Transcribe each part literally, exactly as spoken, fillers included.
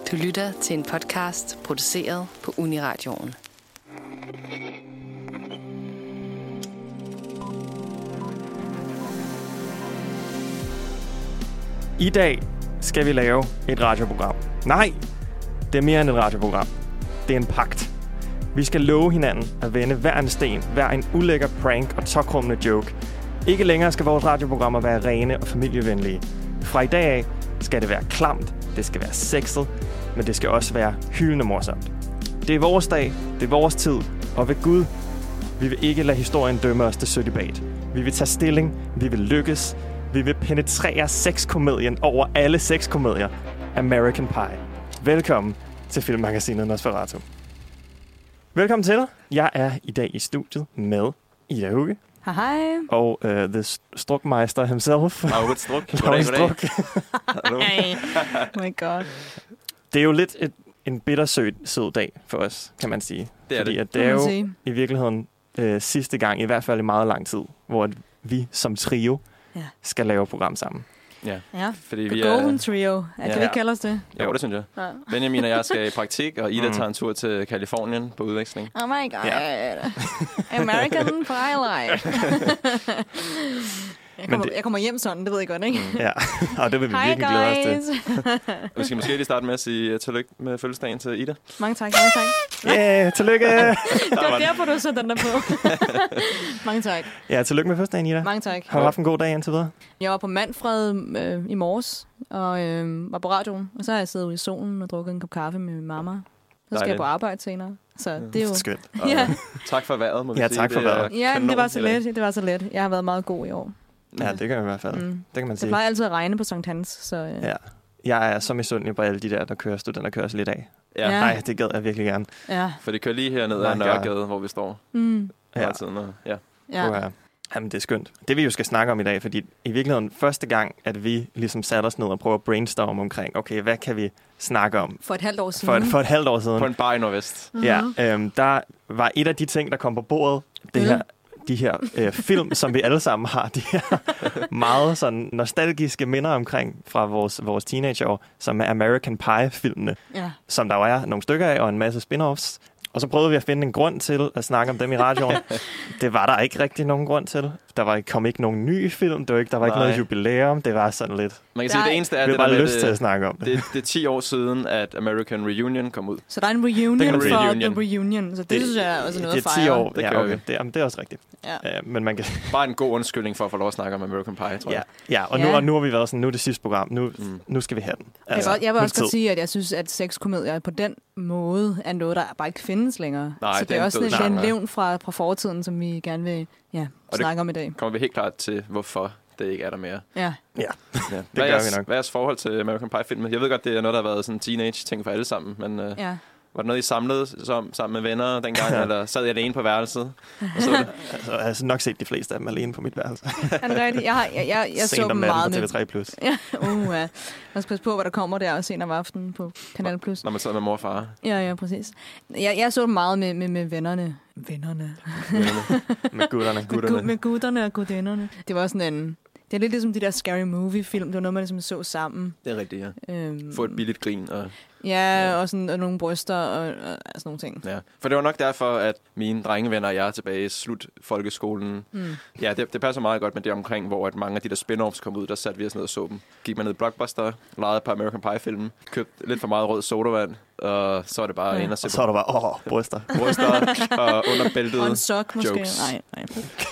Du lytter til en podcast produceret på Uniradioen. I dag skal vi lave et radioprogram. Nej, det er mere end et radioprogram. Det er en pagt. Vi skal love hinanden at vende hver en sten, hver en ulækker prank og tokrummende joke. Ikke længere skal vores radioprogrammer være rene og familievenlige. Fra i dag af skal det være klamt, det skal være sexet, men det skal også være hyldende morsomt. Det er vores dag, det er vores tid, og ved Gud, vi vil ikke lade historien dømme os til sølibat. Vi vil tage stilling, vi vil lykkes, vi vil penetrere sexkomedien over alle sexkomedier. American Pie. Velkommen til Filmmagasinet Nosferatu. Velkommen til. Jeg er i dag i studiet med Ida Hugge. Hej. Og uh, the strukmeister himself. Laura Struk. Laura Struk. Hey. Oh my god. Det er jo lidt et, en bittersød sød dag for os, kan man sige. Det er Fordi det. At det er jo i virkeligheden øh, sidste gang, i hvert fald i meget lang tid, hvor vi som trio ja. skal lave et program sammen. Ja, ja. Fordi The vi Golden er... Trio. Ja. Kan vi ikke kalde os det? Jo, det synes jeg. Ja. Benjamin og jeg skal i praktik, og Ida mm. tager en tur til Kalifornien på udveksling. Oh my god. Ja. American Pie Life. Jeg kommer, det... jeg kommer hjem sådan, det ved jeg godt, ikke? Mm. Ja, og det vil vi Hi virkelig guys. glæde os til. Vi skal måske lige starte med at sige uh, tillykke med fødselsdagen til Ida. Mange tak, mange tak. Ja, yeah, tillykke! Det var derfor, du så den der på. Mange tak. Ja, tillykke med fødselsdagen, Ida. Mange tak. Har du haft en god dag indtil videre? Jeg var på Manfred øh, i morges, og øh, var på radioen. Og så har jeg siddet ude i solen og drukket en kop kaffe med min mamma. Så skal Dejligt. jeg på arbejde senere. Så det er jo... Skønt. Ja. Tak for vejret, må vi ja, sige. tak for vejret. Ja, det var så let. Det var så let. Jeg har været meget god i år. Ja, det kan jeg i hvert fald. Mm. Det kan man sige. Det plejer altid at regne på Sankt Hans, så... Ja. ja. Jeg er så misundelig på alle de der, der kører studenterkørsel i dag. Ja. Nej, det gad jeg virkelig gerne. Ja. For det kører lige hernede af Nørregade, hvor vi står. Mm. Ja. Tiden, og, ja. Ja. ja. Jamen, det er skønt. Det vi jo skal snakke om i dag, fordi i virkeligheden første gang, at vi ligesom satte os ned og prøvede at brainstorme omkring, okay, hvad kan vi snakke om? For et halvt år siden. For et, for et halvt år siden. På en bar i Nordvest. Mm-hmm. Ja, øhm, der var et af de ting, der kom på bordet, det her... de her øh, film, som vi alle sammen har, de her meget sådan nostalgiske minder omkring fra vores, vores teenageår, som er American Pie-filmene, ja. som der jo er nogle stykker af, og en masse spin-offs. Og så prøvede vi at finde en grund til at snakke om dem i radioen. Det var der ikke rigtig nogen grund til. Der var, kom ikke nogen ny film, det var ikke, der var Nej. ikke noget jubilæum, det var sådan lidt... Man kan sige, det eneste er, vi det bare der lyst det, til at snakke om det. Det, det er ti år siden, at American Reunion kom ud. Så der er en reunion for reunion. The Reunion, så det, det synes jeg er også noget at fejre. Det er ti år, det, ja, okay. det, jamen, det er også rigtigt. Ja. Uh, men man kan... Bare en god undskyldning for at få lov at snakke om American Pie, tror jeg. Ja, ja og, ja. Nu, og nu har vi været sådan, nu er det sidste program, nu, mm. nu skal vi have den. Altså, jeg vil også godt sige, at jeg synes, at sexkomedier på den måde er noget, der bare ikke findes længere. Nej, så det er, er også død, en levn fra, fra fortiden, som vi gerne vil ja, snakke om i dag. Kommer vi helt klart til, hvorfor det ikke er der mere. Ja. Ja, ja. det hvad gør jeres, vi nok. Hvad er jeres forhold til American Pie-filmen? Jeg ved godt, det er noget, der har været sådan en teenage-ting for alle sammen, men uh, ja. var det noget, I samlede som, sammen med venner dengang, eller sad I alene på værelset? Og så det? Altså, jeg har nok set de fleste af dem alene på mit værelse. Er det rigtigt? Jeg, har, jeg, jeg, jeg så dem meget med... T V tre plus. Ja, uh, ja. Jeg skal passe på, hvad der kommer der senere om aftenen på Kanal Plus. Når man sidder med mor og far. Ja, ja, præcis. Jeg, jeg så dem meget med, med, med vennerne. Vennerne. vennerne. med gutterne. Med, gu, med gutterne og gudinderne. Det var sådan en... Det er lidt ligesom de der Scary Movie-film. Det var noget, man ligesom så sammen. Det er rigtigt, ja. Øhm, Få et billigt grin. Og, ja, ja, og, sådan, og nogle bryster og, og sådan nogle ting. Ja, for det var nok derfor, at mine drengevenner og jeg er tilbage i slut folkeskolen. Mm. Ja, det, det passer meget godt med det omkring, hvor at mange af de der spin-offs kom ud, der satte vi os ned og så dem. Gik man ned i Blockbuster, lejede på American Pie-filmen, købte lidt for meget rød sodavand, og så var det bare ja. ind og se og så var det bare, åh, bryster. Bryster og under bæltet. Og en sok måske. Jokes. Nej, nej.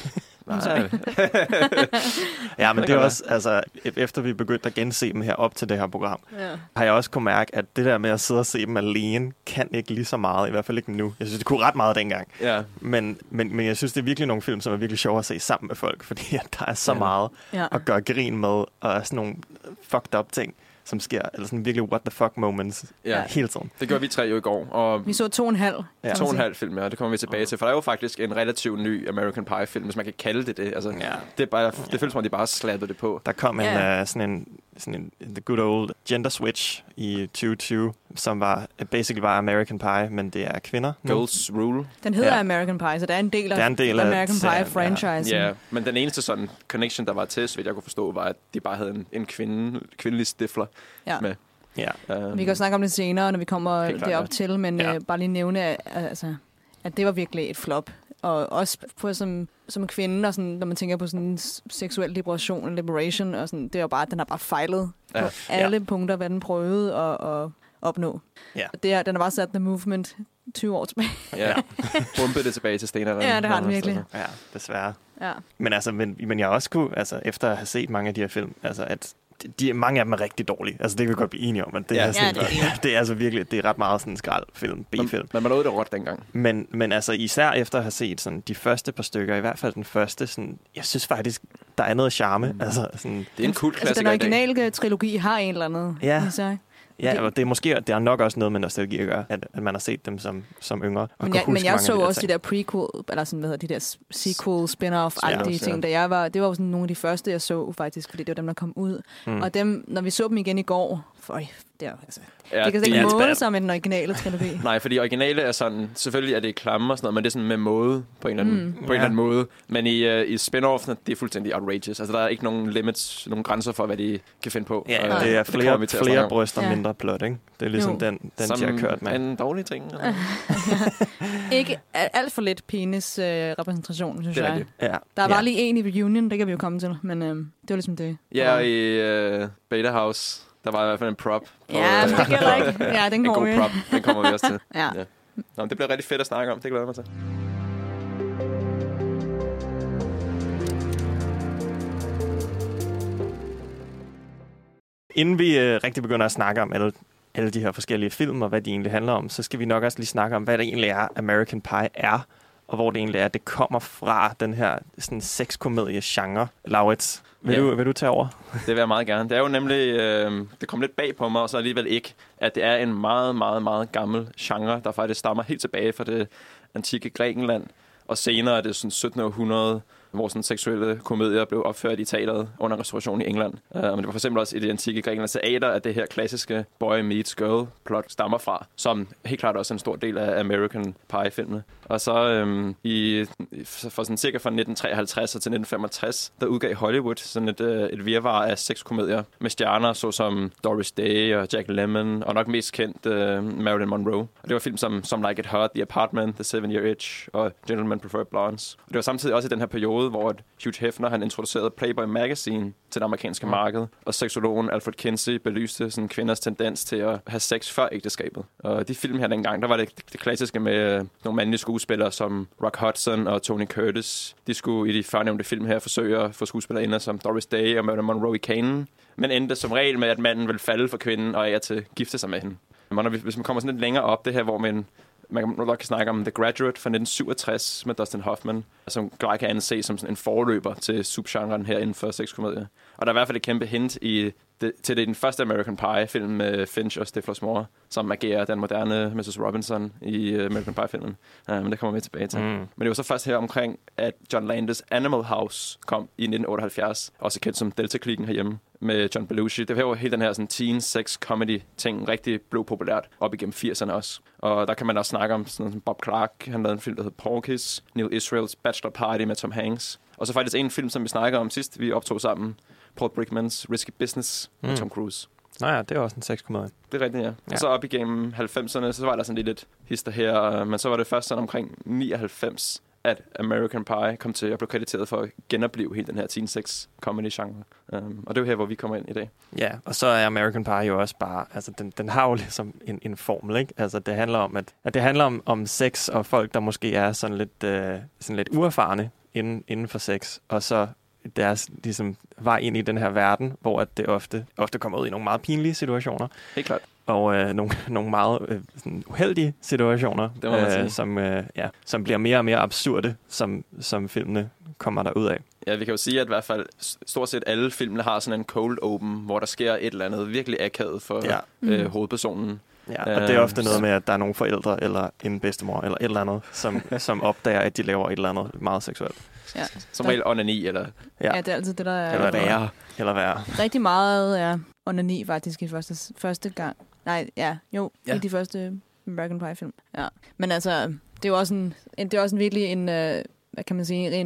Nej. ja, men det er også, altså, efter vi begyndte at gense dem her op til det her program, ja. har jeg også kunne mærke, at det der med at sidde og se dem alene, kan ikke lige så meget, i hvert fald ikke nu. Jeg synes, det kunne ret meget dengang. Ja. Men, men, men jeg synes, det er virkelig nogle film, som er virkelig sjove at se sammen med folk, fordi at der er så ja. meget ja. at gøre grin med, og sådan nogle fucked up ting, som sker, eller sådan virkelig what the fuck moments ja. hele tiden. Det gjorde vi tre jo i går. Og vi så to og en halv. Ja. To og en halv film, ja. Det kommer vi tilbage til. For der er jo faktisk en relativt ny American Pie-film, hvis man kan kalde det det. Altså, ja. det, er bare, det føles som om, de bare slappede det på. Der kom en, yeah. uh, sådan en, sådan en the good old gender switch i tyve tyve, som var basically var American Pie, men det er kvinder. Girls Rule. Den hedder ja. American Pie, så det er en del af, en del af American af, Pie-franchisen. Ja. ja, men den eneste sådan connection, der var til, så vidt jeg kunne forstå, var, at de bare havde en, en kvinde, kvindelig stifler ja. med. Ja. Um, Vi kan jo snakke om det senere, når vi kommer Helt klart, derop ja. til, men Ja. øh, bare lige nævne, at, altså, at det var virkelig et flop. Og også på, som, som kvinde, og sådan, når man tænker på sådan seksuel liberation og liberation, og sådan, det er jo bare, at den har bare fejlet Ja. på alle ja. punkter, hvad den prøvede at, at opnå. Ja. Og det er, den har bare sat The Movement tyve år tilbage. Ja, bumpet det tilbage til stenalderen. Ja, det har den virkelig. Ja, desværre. Ja. Men altså, men, men jeg også kunne, altså efter at have set mange af de her film, altså at de, de, mange af dem er rigtig dårlige. Altså det kan vi godt blive enige om, at det, Ja, er, sådan, ja, det er det er altså virkelig, det er ret meget sådan en skraldfilm, B-film. Men, men man nåede det råt dengang. Men, men altså især efter at have set sådan de første par stykker, i hvert fald den første, sådan, jeg synes faktisk, der er noget charme. Mm. Altså, sådan, Det er en kult Altså, klassiker den i dag. originale trilogi har en eller anden Ja. i sig. ja, og det er måske, det er nok også noget med nostalgi at gøre, at, at man har set dem som, som yngre. Og Men kan jeg, huske men jeg mange så af de også ting. de der prequel, eller sådan, hvad hedder de der sequel, spin-off-agtige Ja, ting, ja. da jeg var, det var jo sådan nogle af de første, jeg så faktisk, fordi det var dem, der kom ud. Mm. Og dem, når vi så dem igen i går, for, det er altså, Ja, det kan det ikke er måle bad. sig med den originale trilogi. Nej, fordi originale er sådan, selvfølgelig er det klamme og sådan noget, men det er sådan med måde på en eller anden, Mm. på en eller anden måde. Men i, uh, i spin-offene, det er fuldstændig outrageous. Altså, der er ikke nogen limits, nogen grænser for, hvad de kan finde på. Ja, Og det er det kommer flere, vi til at snakke flere om. bryster, Ja. mindre plot, ikke? Det er ligesom Jo. den, den Som de har kørt med. en dårlig ting. Eller? Ikke al- alt for lidt penis-repræsentation, synes Det er jeg. rigtigt. Ja. Der var ja. lige en i Reunion, det kan vi jo komme til, men øh, det var ligesom det. Ja, Og- og i uh, Beta House, der var i hvert fald en prop. På, Ja, men øh, det gælder ikke. Ja, den en kommer god vi. prop, den kommer vi også til. Ja. Ja. Nå, men det bliver rigtig fedt at snakke om, det glæder jeg mig til. Inden vi øh, rigtig begynder at snakke om alle, alle de her forskellige film, og hvad de egentlig handler om, så skal vi nok også lige snakke om, hvad det egentlig er, American Pie er, og hvor det egentlig er, det kommer fra den her sådan sexkomedie-genre. Laurits, vil, Ja. du, vil du tage over? Det vil jeg meget gerne. Det er jo nemlig, øh, det kom lidt bag på mig, og så alligevel ikke, at det er en meget, meget, meget gammel genre, der faktisk stammer helt tilbage fra det antikke Grækenland, og senere er det sådan syttende århundrede, hvor sådan seksuelle komedier blev opført i teateret under restaurationen i England. Uh, men det var for eksempel også i det antikke Grækenlands teater, at det her klassiske boy meets girl plot stammer fra, som helt klart også er en stor del af American Pie-filmene. Og så øhm, i, for sådan cirka fra nitten treoghalvtreds til nitten femogtres, der udgav Hollywood sådan et, øh, et virvar af sexkomedier med stjerner såsom Doris Day og Jack Lemmon, og nok mest kendt øh, Marilyn Monroe. Og det var film som, som Like It Hot, The Apartment, The Seven Year Itch og Gentlemen Prefer Blondes. Og det var samtidig også i den her periode, hvor Hugh Hefner han introducerede Playboy Magazine til det amerikanske mm. marked, og seksologen Alfred Kinsey belyste sådan kvinders tendens til at have sex før ægteskabet. Og de film her dengang, der var det, det klassiske med øh, nogle mandlige skuespillere som Rock Hudson og Tony Curtis. De skulle i de førnævnte film her forsøge at få skuespillere som Doris Day og Marilyn Monroe i kanen, men endte som regel med, at manden ville falde for kvinden og af til gifte sig med hende. Men når vi, hvis man kommer sådan lidt længere op, det her, hvor man Man kan nok snakke om The Graduate fra nitten syvogtres med Dustin Hoffman, som klart kan anse som sådan en forløber til subgenren her inden for sexkomedie. Og der er i hvert fald et kæmpe hint i det, til det den første American Pie-film med Finch og Stifler Moore, som agerer den moderne missus Robinson i American Pie-filmen. Uh, men det kommer vi tilbage til. Mm. Men det var så først her omkring, at John Landis Animal House kom i nitten otteoghalvfjerds, også kendt som Delta-klikken herhjemme, med John Belushi. Det var jo hele den her sådan, teen sex comedy ting rigtig blev populært op igennem firserne også. Og der kan man også snakke om sådan noget som Bob Clark. Han lavede en film, der hedder Porky's. Neil Israels Bachelor Party med Tom Hanks. Og så faktisk en film, som vi snakker om sidst, vi optog sammen. Paul Brickmans Risky Business med mm. Tom Cruise. Nå ja, det er også en sexkomedie. Det er rigtigt, ja. ja. Og så op igennem halvfemserne, så var der sådan lidt lidt hister her. Men så var det først sådan omkring nioghalvfems, at American Pie kom til at blive krediteret for at genopleve hele den her teen sex comedy genre. Um, og det er jo her, hvor vi kommer ind i dag. Ja, og så er American Pie jo også bare, altså den, den har jo ligesom en, en formel, ikke? Altså det handler om, at, at det handler om, om sex og folk, der måske er sådan lidt, øh, sådan lidt uerfarne inden, inden for sex, og så deres ligesom vej ind i den her verden, hvor at det ofte, ofte kommer ud i nogle meget pinlige situationer. Helt klart. Og øh, nogle, nogle meget øh, sådan uheldige situationer, øh, som, øh, ja, som bliver mere og mere absurde, som, som filmene kommer der ud af. Ja, vi kan jo sige, at i hvert fald stort set alle filmene har sådan en cold open, hvor der sker et eller andet virkelig akavet for ja. øh, mm. hovedpersonen. Ja, og det er ofte noget med, at der er nogle forældre eller en bedstemor eller et eller andet, som, som opdager, at de laver et eller andet meget seksuelt. Ja. Som regel onani, eller... Ja. ja, det er altid det, der er... Eller værre. Eller værre. Rigtig meget er onani faktisk i første, første gang. Nej, ja, jo, ja. i de første American Pie-film. Ja. Men altså, det er jo også en, en, det er også en virkelig en, uh, hvad kan man sige, en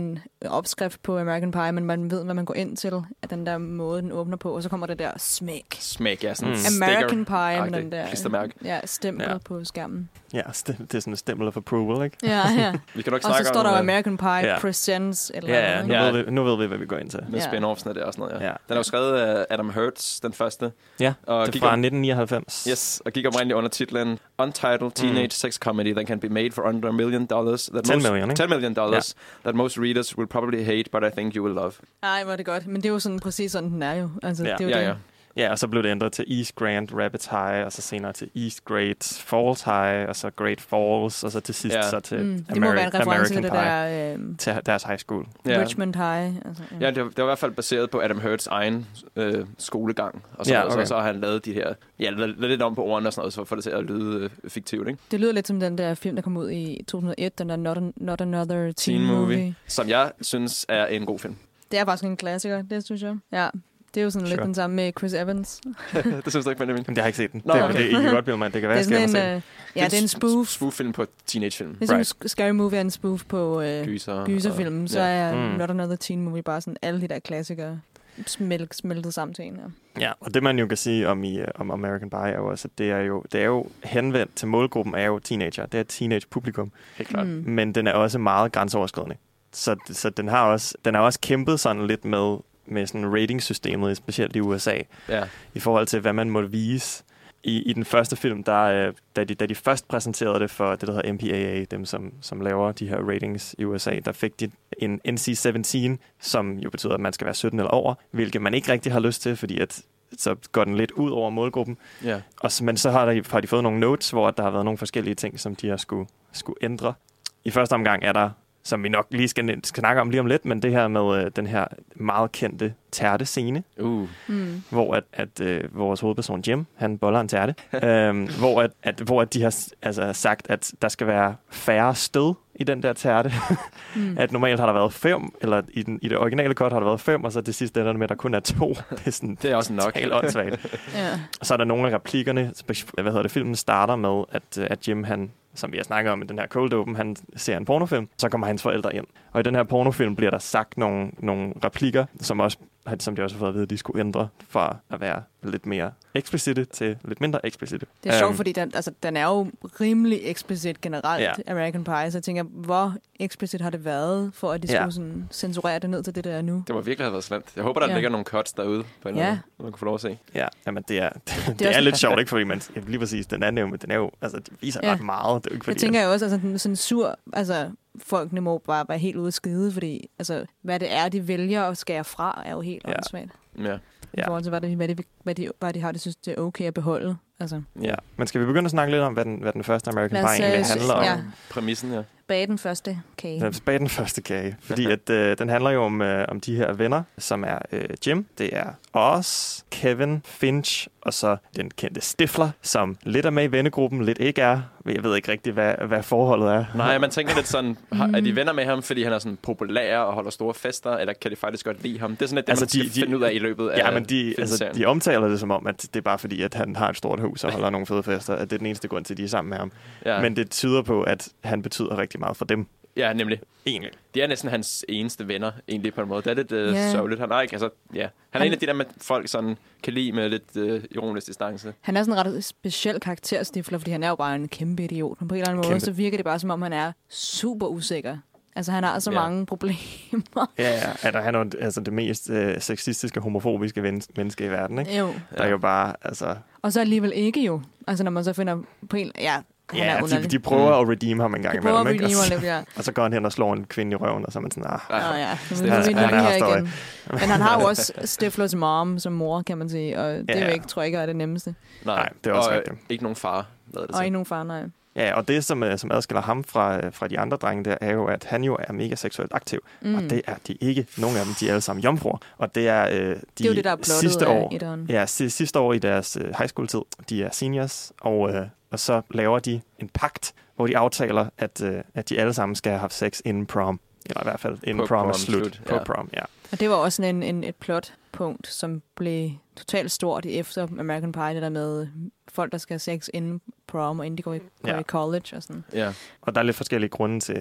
opskrift på American Pie, men man ved, hvad man går ind til, at den der måde, den åbner på, og så kommer det der smæk. Smæk, ja. Sådan Mm. American Pie med den der klistermærke. ja, stempel Ja. på skærmen. Ja, det er sådan en stempel of approval, ikke? Ja, ja. Vi kan nok Og så snakke står om der øh, American Pie Ja. Presents. Eller Ja, ja, noget, nu, ikke? Ja. Ved vi, nu ved vi, hvad vi går ind til. med Ja. spin-offsene der og sådan noget, ja. Ja. Den er jo skrevet af Adam Hertz, den første. Ja, Og det gik er fra om- nitten nioghalvfems. Yes, og gik oprindeligt under titlen Untitled Teenage mm. Sex Comedy that can be made for under a million dollars. That ten most, million, ikke? ten million dollars that most readers will probably hate, but I think you will love. Ej, hvor er det godt. Men det er jo sådan præcis sådan, den er jo. Altså, Ja. det er jo Ja, det. ja. Ja, og så blev det ændret til East Grand Rapids High, og så senere til East Great Falls High, og så Great Falls, og så til sidst Ja. så til Mm, det Ameri- må være en reference til American det Pie, der øh, til deres high school. Ja. Richmond High. Altså, Ja, det var, det var i hvert fald baseret på Adam Hertz' egen øh, skolegang. Og så, Ja, ja, okay. okay. så, så har han lavet de her... Ja, lavet lidt om på ordene og sådan noget, så for at få det til at lyde øh, fiktivt, ikke? Det lyder lidt som den der film, der kom ud i to tusind og et, den der Not, an- Not Another Teen, Teen movie. Movie. Som jeg synes er en god film. Det er faktisk en klassiker, det synes jeg. Ja, det er jo sådan Sure. lidt den samme med Chris Evans. Det synes du ikke, Benjamin? Men jeg har ikke set den. Nå, det, okay. det, I kan godt bilde mig. Det kan være, Det er jeg skal sådan hjem en, og se den. øh, ja, det er en spoof. Spoof-film på teenagefilm. Det er Right. som Scary Movie er en spoof på øh, Gyser. gyserfilmen, så ja. er Mm. Not Another Teen Movie bare sådan alle de der klassikere smelt, smeltet sammen til en. Ja. Ja, og det man jo kan sige om, i, om American Pie er jo også, at det er jo, det er jo henvendt til målgruppen, er jo teenager. Det er et teenage-publikum. Helt klart. Mm. Men den er også meget grænseoverskridende. Så, så den har også, den har også kæmpet sådan lidt med, med sådan ratingsystemet, specielt i U S A, Ja. i forhold til, hvad man måtte vise. I, i den første film, der, øh, da, de, da de først præsenterede det for det, der hedder M P A A, dem som, som laver de her ratings i U S A, der fik de en N C sytten, som jo betyder, at man skal være sytten eller over, hvilket man ikke rigtig har lyst til, fordi at, så går den lidt ud over målgruppen. Ja. Og, så- men så har, der, har de fået nogle notes, hvor der har været nogle forskellige ting, som de har skulle, skulle ændre. I første omgang er der, som vi nok lige skal, skal snakke om lige om lidt, men det her med øh, den her meget kendte tærte-scene, Uh. Mm. hvor at, at øh, vores hovedperson Jim, han boller en tærte, øhm, hvor, at, at, hvor at de har s- altså, sagt, at der skal være færre stød i den der tærte. Mm. At normalt har der været fem, eller i, den, i det originale kort har der været fem, og så det sidste ender det med, at der kun er to. Det er sådan Det er også nok. helt åndssvagt. Ja. Og så er der nogle af replikkerne, spe- hvad hedder det, filmen starter med, at, øh, at Jim, han, som vi har snakket om i den her Cold Open, han ser en pornofilm, så kommer hans forældre ind. Og i den her pornofilm bliver der sagt nogle, nogle replikker, som også som de også har fået at vide, at de skulle ændre fra at være lidt mere eksplicite til lidt mindre eksplicite. Det er sjovt, Øhm, fordi den, altså, den er jo rimelig eksplicit generelt, Ja. American Pie, så jeg tænker, hvor eksplicit har det været, for at de Ja. skulle sådan censurere det ned til det, der er nu? Det må virkelig have været slemt. Jeg håber, der Ja. ligger nogle cuts derude, på en Ja. eller anden måde, man kan få lov at se. Ja, jamen det er, det, det er er, også- lidt sjovt, ikke? Fordi man, lige præcis, den er jo, den er jo, altså, det viser Ja. ret meget. Det er jo ikke, fordi, Jeg tænker jo også, altså den censur, altså folkene må bare være helt ude at skide, fordi altså, hvad det er, de vælger at skære fra, er jo helt Ja. åndssvagt. Ja. I Ja. forhold til, hvad, det, hvad, de, hvad, de, hvad de har, det synes, det er okay at beholde. Altså, Ja, men skal vi begynde at snakke lidt om, hvad den, hvad den første American Lad os, Pie egentlig øh, handler om? ja. Præmissen, ja. bage den første kage. Lad os bage den første kage, fordi at, øh, den handler jo om, øh, om de her venner, som er øh, Jim, det er Oz, Kevin, Finch, og så den kendte Stifler, som lidt er med i vennegruppen, lidt ikke er. Jeg ved ikke rigtig, hvad, hvad forholdet er. Nej, man tænker lidt sådan, har, Mm. er de venner med ham, fordi han er sådan populær og holder store fester, eller kan de faktisk godt lide ham? Det er sådan lidt det, Altså, altså, man skal de- de- finde ud af i løbet af Ja, men de, altså, filmserien. de omtaler det som om, at det er bare fordi, at han har et stort hus og holder nogle fede fester, at det er den eneste grund til, at de er sammen med ham. Ja. Men det tyder på, at han betyder rigtig meget for dem. Ja, nemlig. Egentlig. De er næsten hans eneste venner, egentlig på en måde. Det er lidt øh, Ja. sørgeligt. Han er ikke, altså, ja. Han er Han- en af de der, med folk sådan kan lide med lidt øh, ironisk distance. Han er sådan en ret speciel karakterstifler, fordi han er jo bare en kæmpe idiot. Men på en eller anden måde, Kæmpe. så virker det bare, som om han er super usikker. Altså, han har så Ja. mange problemer. Ja, ja. At han er jo altså det mest øh, sexistiske, homofobiske ven- menneske i verden, ikke? Jo. Der er jo bare, altså... Og så alligevel ikke jo. Altså, når man så finder på en... Ja, han er Ja, de, underlig. de prøver at redeem ham en gang De prøver imellem, at ikke? redeem Og, ham lidt, ja. og så går han hen og slår en kvinde i røven, og så er man sådan, ah... Nå ja, så Han nu er- er vi han er her her igen. Men han har jo også Stiflers mom som mor, kan man sige. Og det Ja, ja. ja. ikke, tror jeg ikke er det nemmeste. Nej, det er også og, rigtigt. øh, ikke nogen far, lader det Og til. ikke nogen far, nej. Ja, og det, som, øh, som adskiller ham fra, øh, fra de andre drenge der, er jo, at han jo er mega seksuelt aktiv. Mm. Og det er de ikke. Nogle af dem, de er alle sammen jomfruer. Og det er øh, de Det er jo det, der er plottet sidste af år, etteren. ja, si- sidste år i deres øh, high school tid. De er seniors, og, øh, og så laver de en pagt, hvor de aftaler, at, øh, at de alle sammen skal have haft sex inden prom. Eller i hvert fald inden På prom er prom slut. slut, På ja. prom, ja. Og det var også sådan en, en, et plotpunkt, som blev totalt stort i efter American Pie, det der med folk, der skal have sex inden prom, og inden de går i, går Ja. i college og sådan. Ja. Og der er lidt forskellige grunde til, at,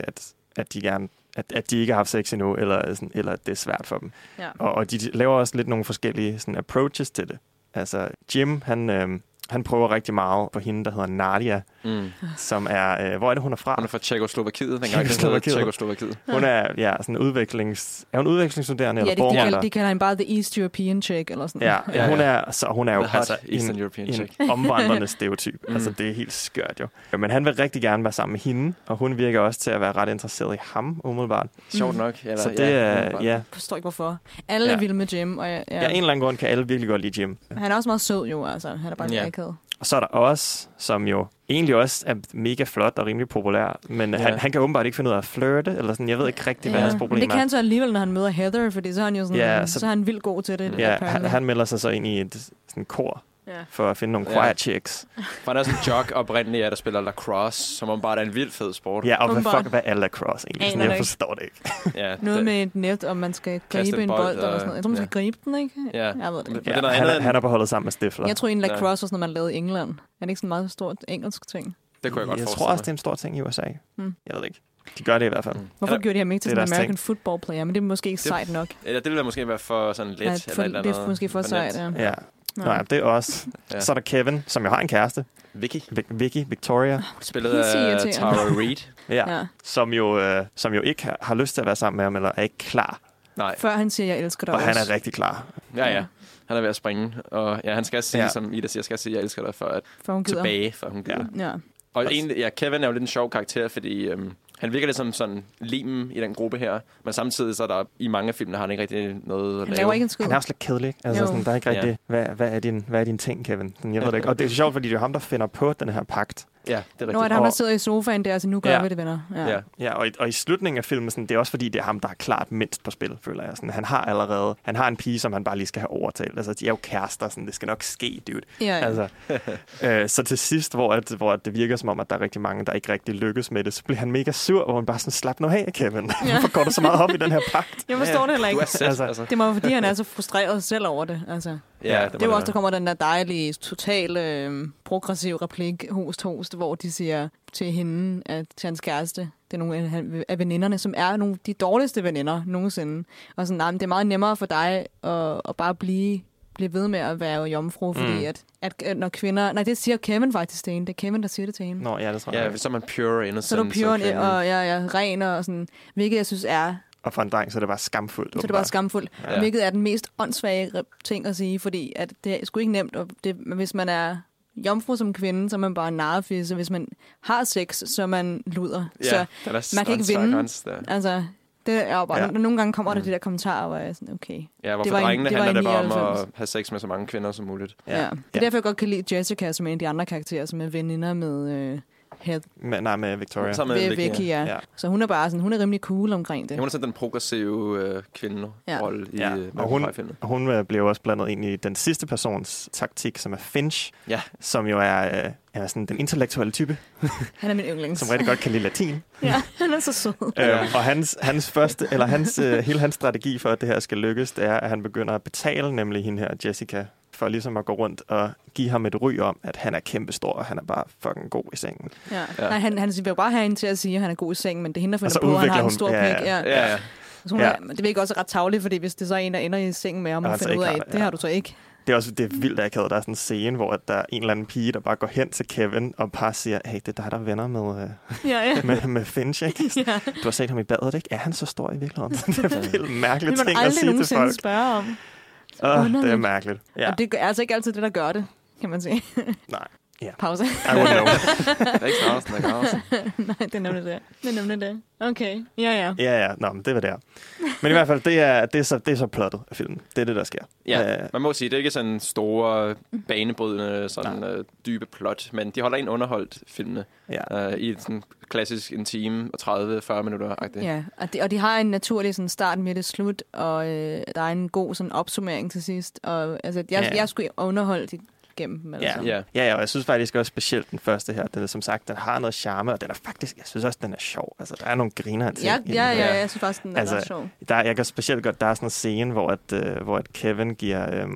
at de gerne at, at de ikke har haft sex endnu, eller, sådan, eller at det er svært for dem. Ja. Og, og de laver også lidt nogle forskellige sådan, approaches til det. Altså, Jim, han, øh, han prøver rigtig meget på hende, der hedder Nadia, mm. som er... Øh, hvor er det, hun er fra? Hun er fra Tjekkoslovakiet, dengang det hedder Tjekkoslovakiet. Hun er ja, sådan udviklings... Er hun udvekslingsstuderende? Ja, eller de, de, kalder, de kalder hende bare The East European chick, eller sådan. Ja, ja, hun er, så hun er jo altså en, en omvandrende stereotyp. mm. Altså, det er helt skørt jo. Men han vil rigtig gerne være sammen med hende, og hun virker også til at være ret interesseret i ham, umiddelbart. Sjovt nok. Eller, så det er... Ja, jeg forstår ikke, hvorfor. Alle ja. er vilde med Jim. Og jeg, jeg... Ja, en eller anden grund kan alle virkelig godt lide Jim. Han er også meget sød jo, altså. Han er bare ja. lidt akavet. Og så er der også, som jo egentlig også er mega flot og rimelig populær, men ja. han, han kan åbenbart ikke finde ud af at flirte, eller sådan, jeg ved ikke rigtig, ja. hvad hans problem er. Men det kan han så alligevel, når han møder Heather, fordi så er han jo sådan, ja, så, så er han vildt god til det. Ja, han, han melder sig så ind i et sådan kor, ja. for at finde nogle quiet ja. chicks. For han er sådan en jock oprindeligt, der spiller lacrosse, som om bare er en vild fed sport. Ja, og hvad fuck, hvad er lacrosse egentlig? Sådan, jeg forstår det ikke. ja, Noget det. med et net, om man skal gribe en bold, bold og, og sådan noget. Jeg tror, man skal ja. gribe den, ikke? Ja. Jeg ved det ikke. Ja, ja, han, er, han er på holdet sammen med Stifler. Jeg tror egentlig, lacrosse var sådan noget, man lavede i England. Er det ikke sådan en meget stort engelsk ting? Det kunne jeg godt jeg forestille tror også, det er en stor ting i U S A. Hmm. Jeg ved ikke. De gør det i hvert fald. Mm. Hvorfor gjorde de ham ikke til sådan en American ting. football player? Men det er måske ikke det, sejt nok. Eller det ville måske være for sådan let. Ja, for, eller det er måske for, for sejt, ja. ja. Nå, ja, det er også. ja. Så er der Kevin, som jo har en kæreste. Vicky. Vi- Vicky, Victoria. Spillet af Tara Reid. ja. ja. Som jo, øh, som jo ikke har, har lyst til at være sammen med ham, eller er ikke klar. Nej. Før han siger, jeg elsker dig Og også. han er rigtig klar. Ja, ja. Han er ved at springe. Og ja, han skal sige, ja. som Ida siger, skal sige, jeg elsker dig, for at for hun tilbage, for hun gider. Ja. ja. Og egentlig, ja, Kevin er jo lidt en sjov karakter, fordi øhm, han virker lidt som sådan limen i den gruppe her, men samtidig så er der i mange film, der har han ikke rigtig noget at han lave. Ikke en han er også lidt kedelig. Altså, sådan, der er ikke rigtig, ja. hvad, hvad, er din, hvad er din ting, Kevin? Sådan, jeg ved det ikke. Og det er sjovt, fordi det er ham, der finder på den her pagt. Ja, det er rigtigt. Nu er det ham, der sidder i sofaen der, så nu gør ja. vi det, venner. Ja, ja. ja og, i, og i slutningen af filmen, sådan, det er også fordi, det er ham, der er klart mindst på spil, føler jeg. Sådan, han har allerede, han har en pige, som han bare lige skal have overtalt. Altså, de er jo kærester, sådan, det skal nok ske, dude. Ja, ja. Altså, øh, så til sidst, hvor, at, hvor at det virker som om, at der er rigtig mange, der ikke rigtig lykkes med det, så bliver han mega sur, hvor han bare sådan, slap nu af, Kevin. Ja. Hvorfor går du så meget op i den her pagt? Jeg forstår ja. det heller ikke. Set, altså. Altså. Det må fordi, han er så frustreret selv over det. Altså. Ja, det, det er jo også, der kommer den der dejlige, totale, øh, progressive replik, host, host, hvor de siger til hende, at til hans kæreste, det er nogle af veninderne, som er nogle de dårligste veninder nogensinde. Og sådan, nej, men det er meget nemmere for dig at, at bare blive, blive ved med at være jomfru, fordi mm. at, at når kvinder... Nej, det siger Kevin faktisk til hende. Det er Kevin, der siger det til hende. Nå, ja, det tror jeg. Ja, så er man pure innocent. Så er du pure så og ja, ja, ren og sådan, hvilket jeg synes er... Og for en dreng, så er det bare skamfuldt. Så er det bare skamfuldt. Ja. Hvilket er den mest åndssvage ting at sige, fordi at det er sgu ikke nemt. Og det, hvis man er jomfru som kvinde, så er man bare en narrefisse. Hvis man har sex, så er man luder. Ja, så man kan ikke vinde. Altså, det er jo bare... Ja. Nogle gange kommer der mm. de der kommentarer, hvor jeg er sådan, okay... Ja, hvorfor drengene handler det bare om at have sex med så mange kvinder som muligt. Ja, ja. Det er ja. derfor, jeg godt kan lide Jessica, som er en af de andre karakterer, som er veninder med... Øh, Head. Med, nej, med Victoria. Så med Vicky, ja. ja. Så hun er bare sådan, hun er rimelig cool omkring det. Ja, hun er sådan den progressive øh, kvinde-rolle ja. i ja. Og hun, hun øh, blev også blandet ind i den sidste persons taktik, som er Finch, ja. som jo er, øh, er sådan den intellektuelle type. Han er min yndlings. Som rigtig godt kan lide latin. Ja, han er så sød. øhm, og hans, hans første, eller hans, øh, hele hans strategi for, at det her skal lykkes, det er, at han begynder at betale nemlig hende her, Jessica, for ligesom at gå rundt og give ham et ry om, at han er kæmpestor, og han er bare fucking god i sengen. Ja. Ja. Nej, han, han vil jo bare have hende til at sige, at han er god i sengen, men det hende, der finder på, at han har en stor pik. Ja, ja. ja. ja. Så hun ja. er, det virker også ret tavligt, fordi hvis det så er en, der ender i sengen med ham, og finder ud af, det, ja. det har du så ikke. Det er også det er vildt, at jeg der er sådan en scene, hvor der er en eller anden pige, der bare går hen til Kevin og bare siger, hey, det er dig, der er venner med, uh, ja, ja. med, med Finch, ikke? Ja. Du har set ham i badet, ikke? Er han så stor i virkeligheden? Det er vildt mærkeligt ting at sige til folk. Spørge om. Oh, det er mærkeligt. Ja. Og det er altså ikke altid det, der gør det, kan man sige. Nej. Yeah. Pause. I wouldn't know. Det er ikke snarest, det er Nej, det er nemlig det. Det er nemlig det. Okay, ja, ja. Ja, ja. Nå, men det var der. Men i hvert fald, det er, det er, så, det er så plottet af filmen. Det er det, der sker. Ja, uh, man må sige, det er ikke sådan store, banebrydende, sådan uh, dybe plot, men de holder en underholdt filmene ja. uh, i sådan klassisk en time og tredive til fyrre minutter. Ja, og de, og de har en naturlig sådan start, midt, slut, og øh, der er en god sådan opsummering til sidst. Og altså, jeg, ja. jeg skulle underholde de gennem dem. Ja. Ja. ja, ja, og jeg synes faktisk også specielt den første her, den er, som sagt, den har noget charme, og den er faktisk, jeg synes også, den er sjov. Altså, der er nogle griner til. Ja, ja, ja, ja, jeg synes faktisk, den er altså, ret sjov. Der, jeg kan specielt godt, der er sådan en scene, hvor, at, øh, hvor at Kevin giver, øh,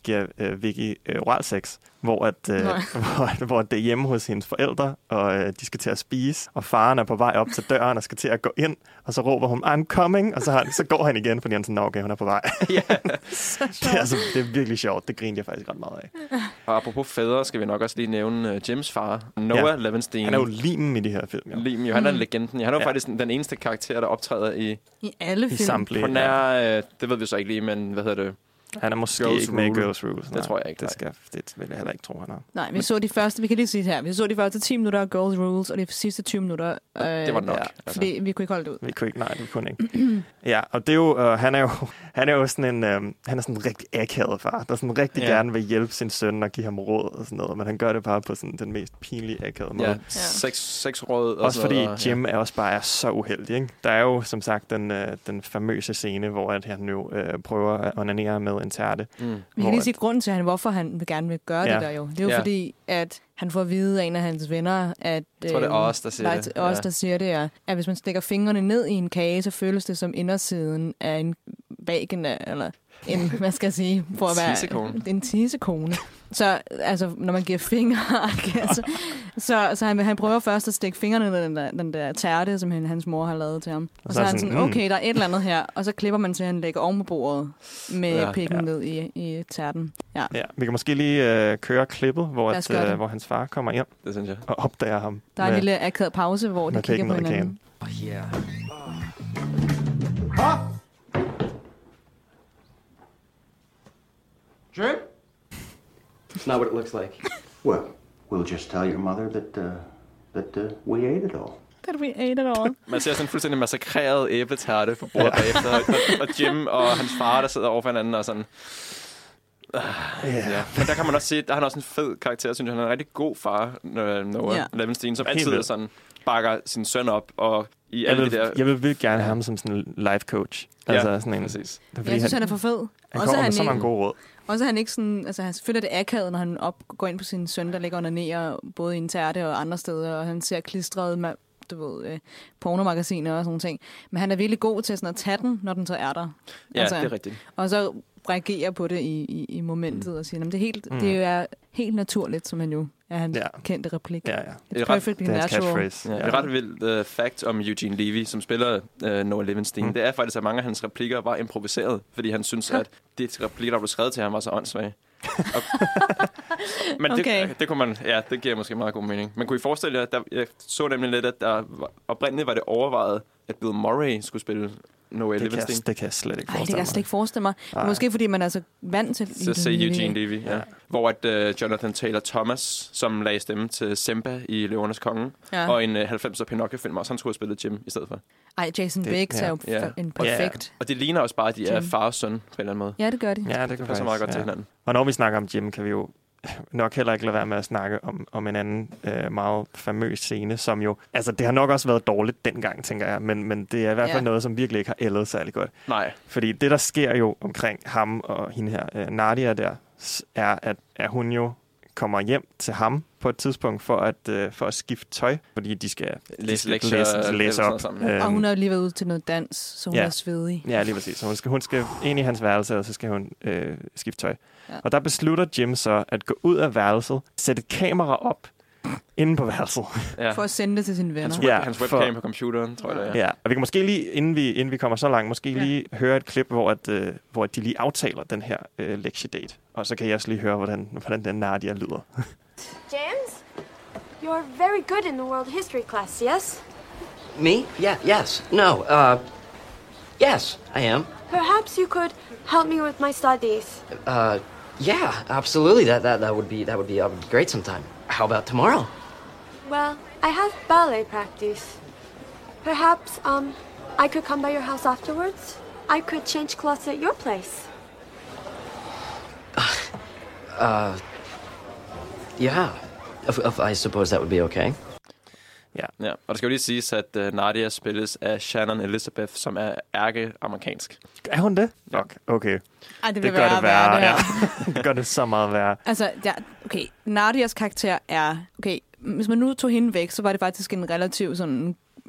giver øh, Vicky øh, oralsex, hvor, at, øh, hvor, hvor det er hjemme hos hendes forældre, og øh, de skal til at spise, og faren er på vej op til døren og skal til at gå ind, og så råber hun, I'm coming, og så, har, så går han igen, fordi han sådan, okay, hun er på vej. Ja. det, er, altså, det er virkelig sjovt. Det griner jeg faktisk ret meget af. Og apropos fædre, skal vi nok også lige nævne uh, Jims far, Noah ja. Levenstein. Han er jo limen i de her film. Jo. Limen, jo. Han er Mm. legenden. Ja, han er jo Ja. faktisk den eneste karakter, der optræder i... I alle I film. samtlige. På nær, øh, det ved vi så ikke lige, men hvad hedder det? Han er måske Girls ikke med i Rule. Girls Rules. Det tror jeg ikke, Det, nej. skal, det vil jeg heller ikke tro, han er. Nej, vi så de første, vi kan lige sige det her, vi så de første ti minutter af Girls Rules, og de sidste tyve minutter. Øh, Det var nok. ja, altså. Fordi vi kunne ikke holde det ud. Vi kunne ikke, nej, det kunne ikke. Ja, og det er jo, øh, han er jo, han er jo sådan en, øh, han er sådan en rigtig akavet far, der sådan rigtig Ja. gerne vil hjælpe sin søn og give ham råd og sådan noget, men han gør det bare på sådan den mest pinlige akavede måde. Ja, seks, seks råd og Også sådan fordi noget, Jim er også bare er så uheldig, ikke? Der er jo som sagt den, øh, den famøse scene, hvor at han jo øh, prøver at onanere med en tærte. Ja. Mm. Vi Hvor kan lige at- sige grunden til, at han, hvorfor han vil gerne vil gøre Ja. det der jo. Det er jo Ja. fordi, at han får at vide af en af hans venner, at... Jeg tror, det er øhm, os, der siger nej, det. os, Ja. der siger det, er, at hvis man stikker fingrene ned i en kage, så føles det som indersiden af en vagina, eller en, hvad skal jeg sige, for at være... Tissekone. En tissekone. Så altså, når man giver fingre, altså, så, så han, han prøver først at stikke fingrene ned i den der, den der tærte, som han, hans mor har lavet til ham. Og, og så er han sådan, mm. okay, der er et eller andet her, og så klipper man til, at han lægger oven på bordet med Ja, ja, pikken ja. ned i, i tærten. Ja. Ja, vi kan måske lige øh, køre klippet, hvor, Lad at, os gøre øh, det. hvor hans far kommer hjem Det synes jeg. og opdager ham. Der er en med- lille akavet pause, hvor de med kigger på pikken ned i hinanden. Yeah. Jim? It's not what it looks like. Well, we'll just tell your mother that uh, that uh, we ate it all. That we ate it all. Man ser sådan en fuldstændig massakreret æbletærte på bordet bagefter, og, og Jim og hans far, der sidder over for hinanden og sådan... Uh, Ja. ja. Men der kan man også se, der har han også en fed karakter, synes jeg. Han er en rigtig god far, Noah Ja. Levenstein, som Helt altid vildt. sådan bakker sin søn op, og i Jeg alle vil, de der... jeg vil virkelig gerne have ham som sådan en life coach. Altså Ja, sådan en, præcis. det er, fordi Jeg synes, han er for fed. han Også kommer han med så mange ikke- gode råd. Også er han ikke sådan, altså han selvfølgelig er det akavet, når han op, går ind på sin søn, der ligger under nær, både i en tærte og andre steder, og han ser klistret med, du ved, øh, pornomagasiner og sådan nogle ting. Men han er virkelig god til sådan at tage den, når den så er der. Ja, altså, det er rigtigt. Og så reagere på det i, i, i momentet og sige, at det er helt, Mm. det er helt naturligt, som han jo er hans Ja. kendte replik. Ja, ja. Det It's er ret- perfectly Det er hans natural. catchphrase. Ja, det er ret vildt uh, fact om Eugene Levy, som spiller uh, Noah Levenstein. Mm. Mm. Det er faktisk, at mange af hans replikker var improviseret, fordi han synes, at de replikker, der blev skrevet til ham, var så åndssvage. Og, men Okay. det, det kunne man, ja, det giver måske meget god mening. Men kunne I forestille jer, at der, jeg så nemlig lidt, at der var, oprindeligt var det overvejet, at Bill Murray skulle spille Noah Det kan, Levenstein. jeg, det kan jeg slet ikke Ej, det forestille kan jeg slet ikke forestille mig. Nej. Måske fordi man er så vant til... Så se Eugene Levy, ja. Ja. Hvor at uh, Jonathan Taylor Thomas, som lagde stemme til Simba i Løvernes Konge, Ja. og en uh, halvfemser Pinocchio-film også, han skulle have spillet Jim i stedet for. Ej, Jason Det- Biggs ja. er jo Ja. fa- en perfekt... Og det ligner også bare, at de er Jim. far og søn på en eller anden måde. Ja, det gør de. Ja, det kan Det passer faktisk, meget godt ja. til hinanden. Og når vi snakker om Jim, kan vi jo nok heller ikke lade være med at snakke om, om en anden øh, meget famøs scene, som jo... Altså, det har nok også været dårligt dengang, tænker jeg, men, men det er i hvert fald Ja. noget, som virkelig ikke har ældet særlig godt. Nej. Fordi det, der sker jo omkring ham og hende her, øh, Nadia der, s- er, at, at hun jo kommer hjem til ham på et tidspunkt for at, øh, for at skifte tøj, fordi de skal, de Læse skal lektier, læse, eller læse sådan op. noget sammen. Øhm, Og hun er jo lige været ude til noget dans, så hun Ja. er svedig. Ja, lige præcis. Så hun skal, hun skal ind i hans værelse, og så skal hun øh, skifte tøj. Ja. Ja. Og der beslutter Jim så at gå ud af værelset, sætte et kamera op inde på værelset. Ja. For at sende det til sine venner. Hans, Ja, web, hans for- webcam på computeren, tror jeg det er. Ja, og vi kan måske lige, inden vi, inden vi kommer så langt, måske Ja. ja. lige høre et klip, hvor, at, øh, hvor de lige aftaler den her øh, lektiedate. Og så kan jeg også lige høre, hvordan, hvordan den Nadia lyder. James, you're very good in the world history class, yes? Me? Yeah, yes. No, uh, yes, I am. Perhaps you could help me with my studies. Uh, yeah, absolutely. That, that, that would be, that would be, that would be great sometime. How about tomorrow? Well, I have ballet practice. Perhaps, um, I could come by your house afterwards? I could change clothes at your place. Uh, yeah. If, if I suppose that would be okay. Ja, og det skal jo lige siges, at uh, Nadia spilles af Shannon Elizabeth, som er ærke-amerikansk. Er hun det? Ja. Fuck, okay. Ej, det, Det vil gør være det værre, det her. ja. Det gør det så meget værre. Altså, ja, okay, Nadias karakter er... Okay, hvis man nu tog hende væk, så var det faktisk en relativt sådan